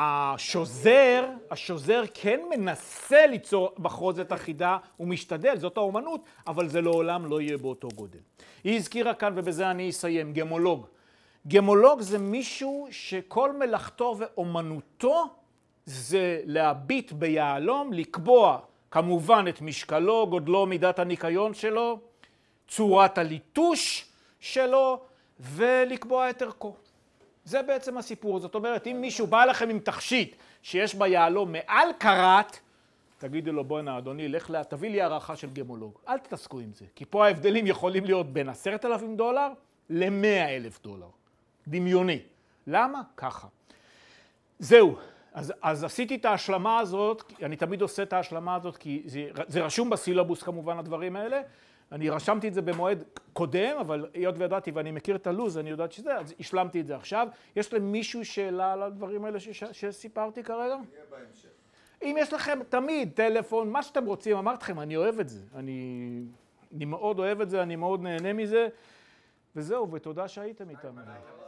P: שהשוזר כן מנסה ליצור בחרוזת אחידה, הוא משתדל, זאת האומנות, אבל זה לעולם לא יהיה באותו גודל. היא הזכירה כאן, ובזה אני אסיים, גמולוג. גמולוג זה מישהו שכל מלאכתו ואומנותו זה להביט ביהלום, לקבוע כמובן את משקלו, גודלו, מידת הניקיון שלו, צורת הליטוש שלו, ולקבוע את ערכו. זה בעצם הסיפור. זאת אומרת, אם מישהו בא לכם עם תכשיט שיש בה יהלום מעל קראט, תגידו לו, בוא'נה, אדוני, לך תביא לי הערכה של גמולוג. אל תתעסקו עם זה, כי פה ההבדלים יכולים להיות בין $10,000 ל$100,000. דמיוני. למה? ככה. זהו. אז עשיתי את ההשלמה הזאת, אני תמיד עושה את ההשלמה הזאת, כי זה רשום בסילבוס כמובן הדברים האלה. אני רשמתי את זה במועד קודם, אבל היות וידעתי ואני מכיר את הלוז, אני יודעת שזה, אז השלמתי את זה עכשיו. יש למישהו שאלה על הדברים האלה שסיפרתי כרגע?
H: נהיה בהמשך.
P: אם יש לכם תמיד טלפון, מה שאתם רוצים, אמרתי לכם, אני אוהב את זה. אני מאוד אוהב את זה, אני מאוד נהנה מזה. וזהו, ותודה שהייתם איתם.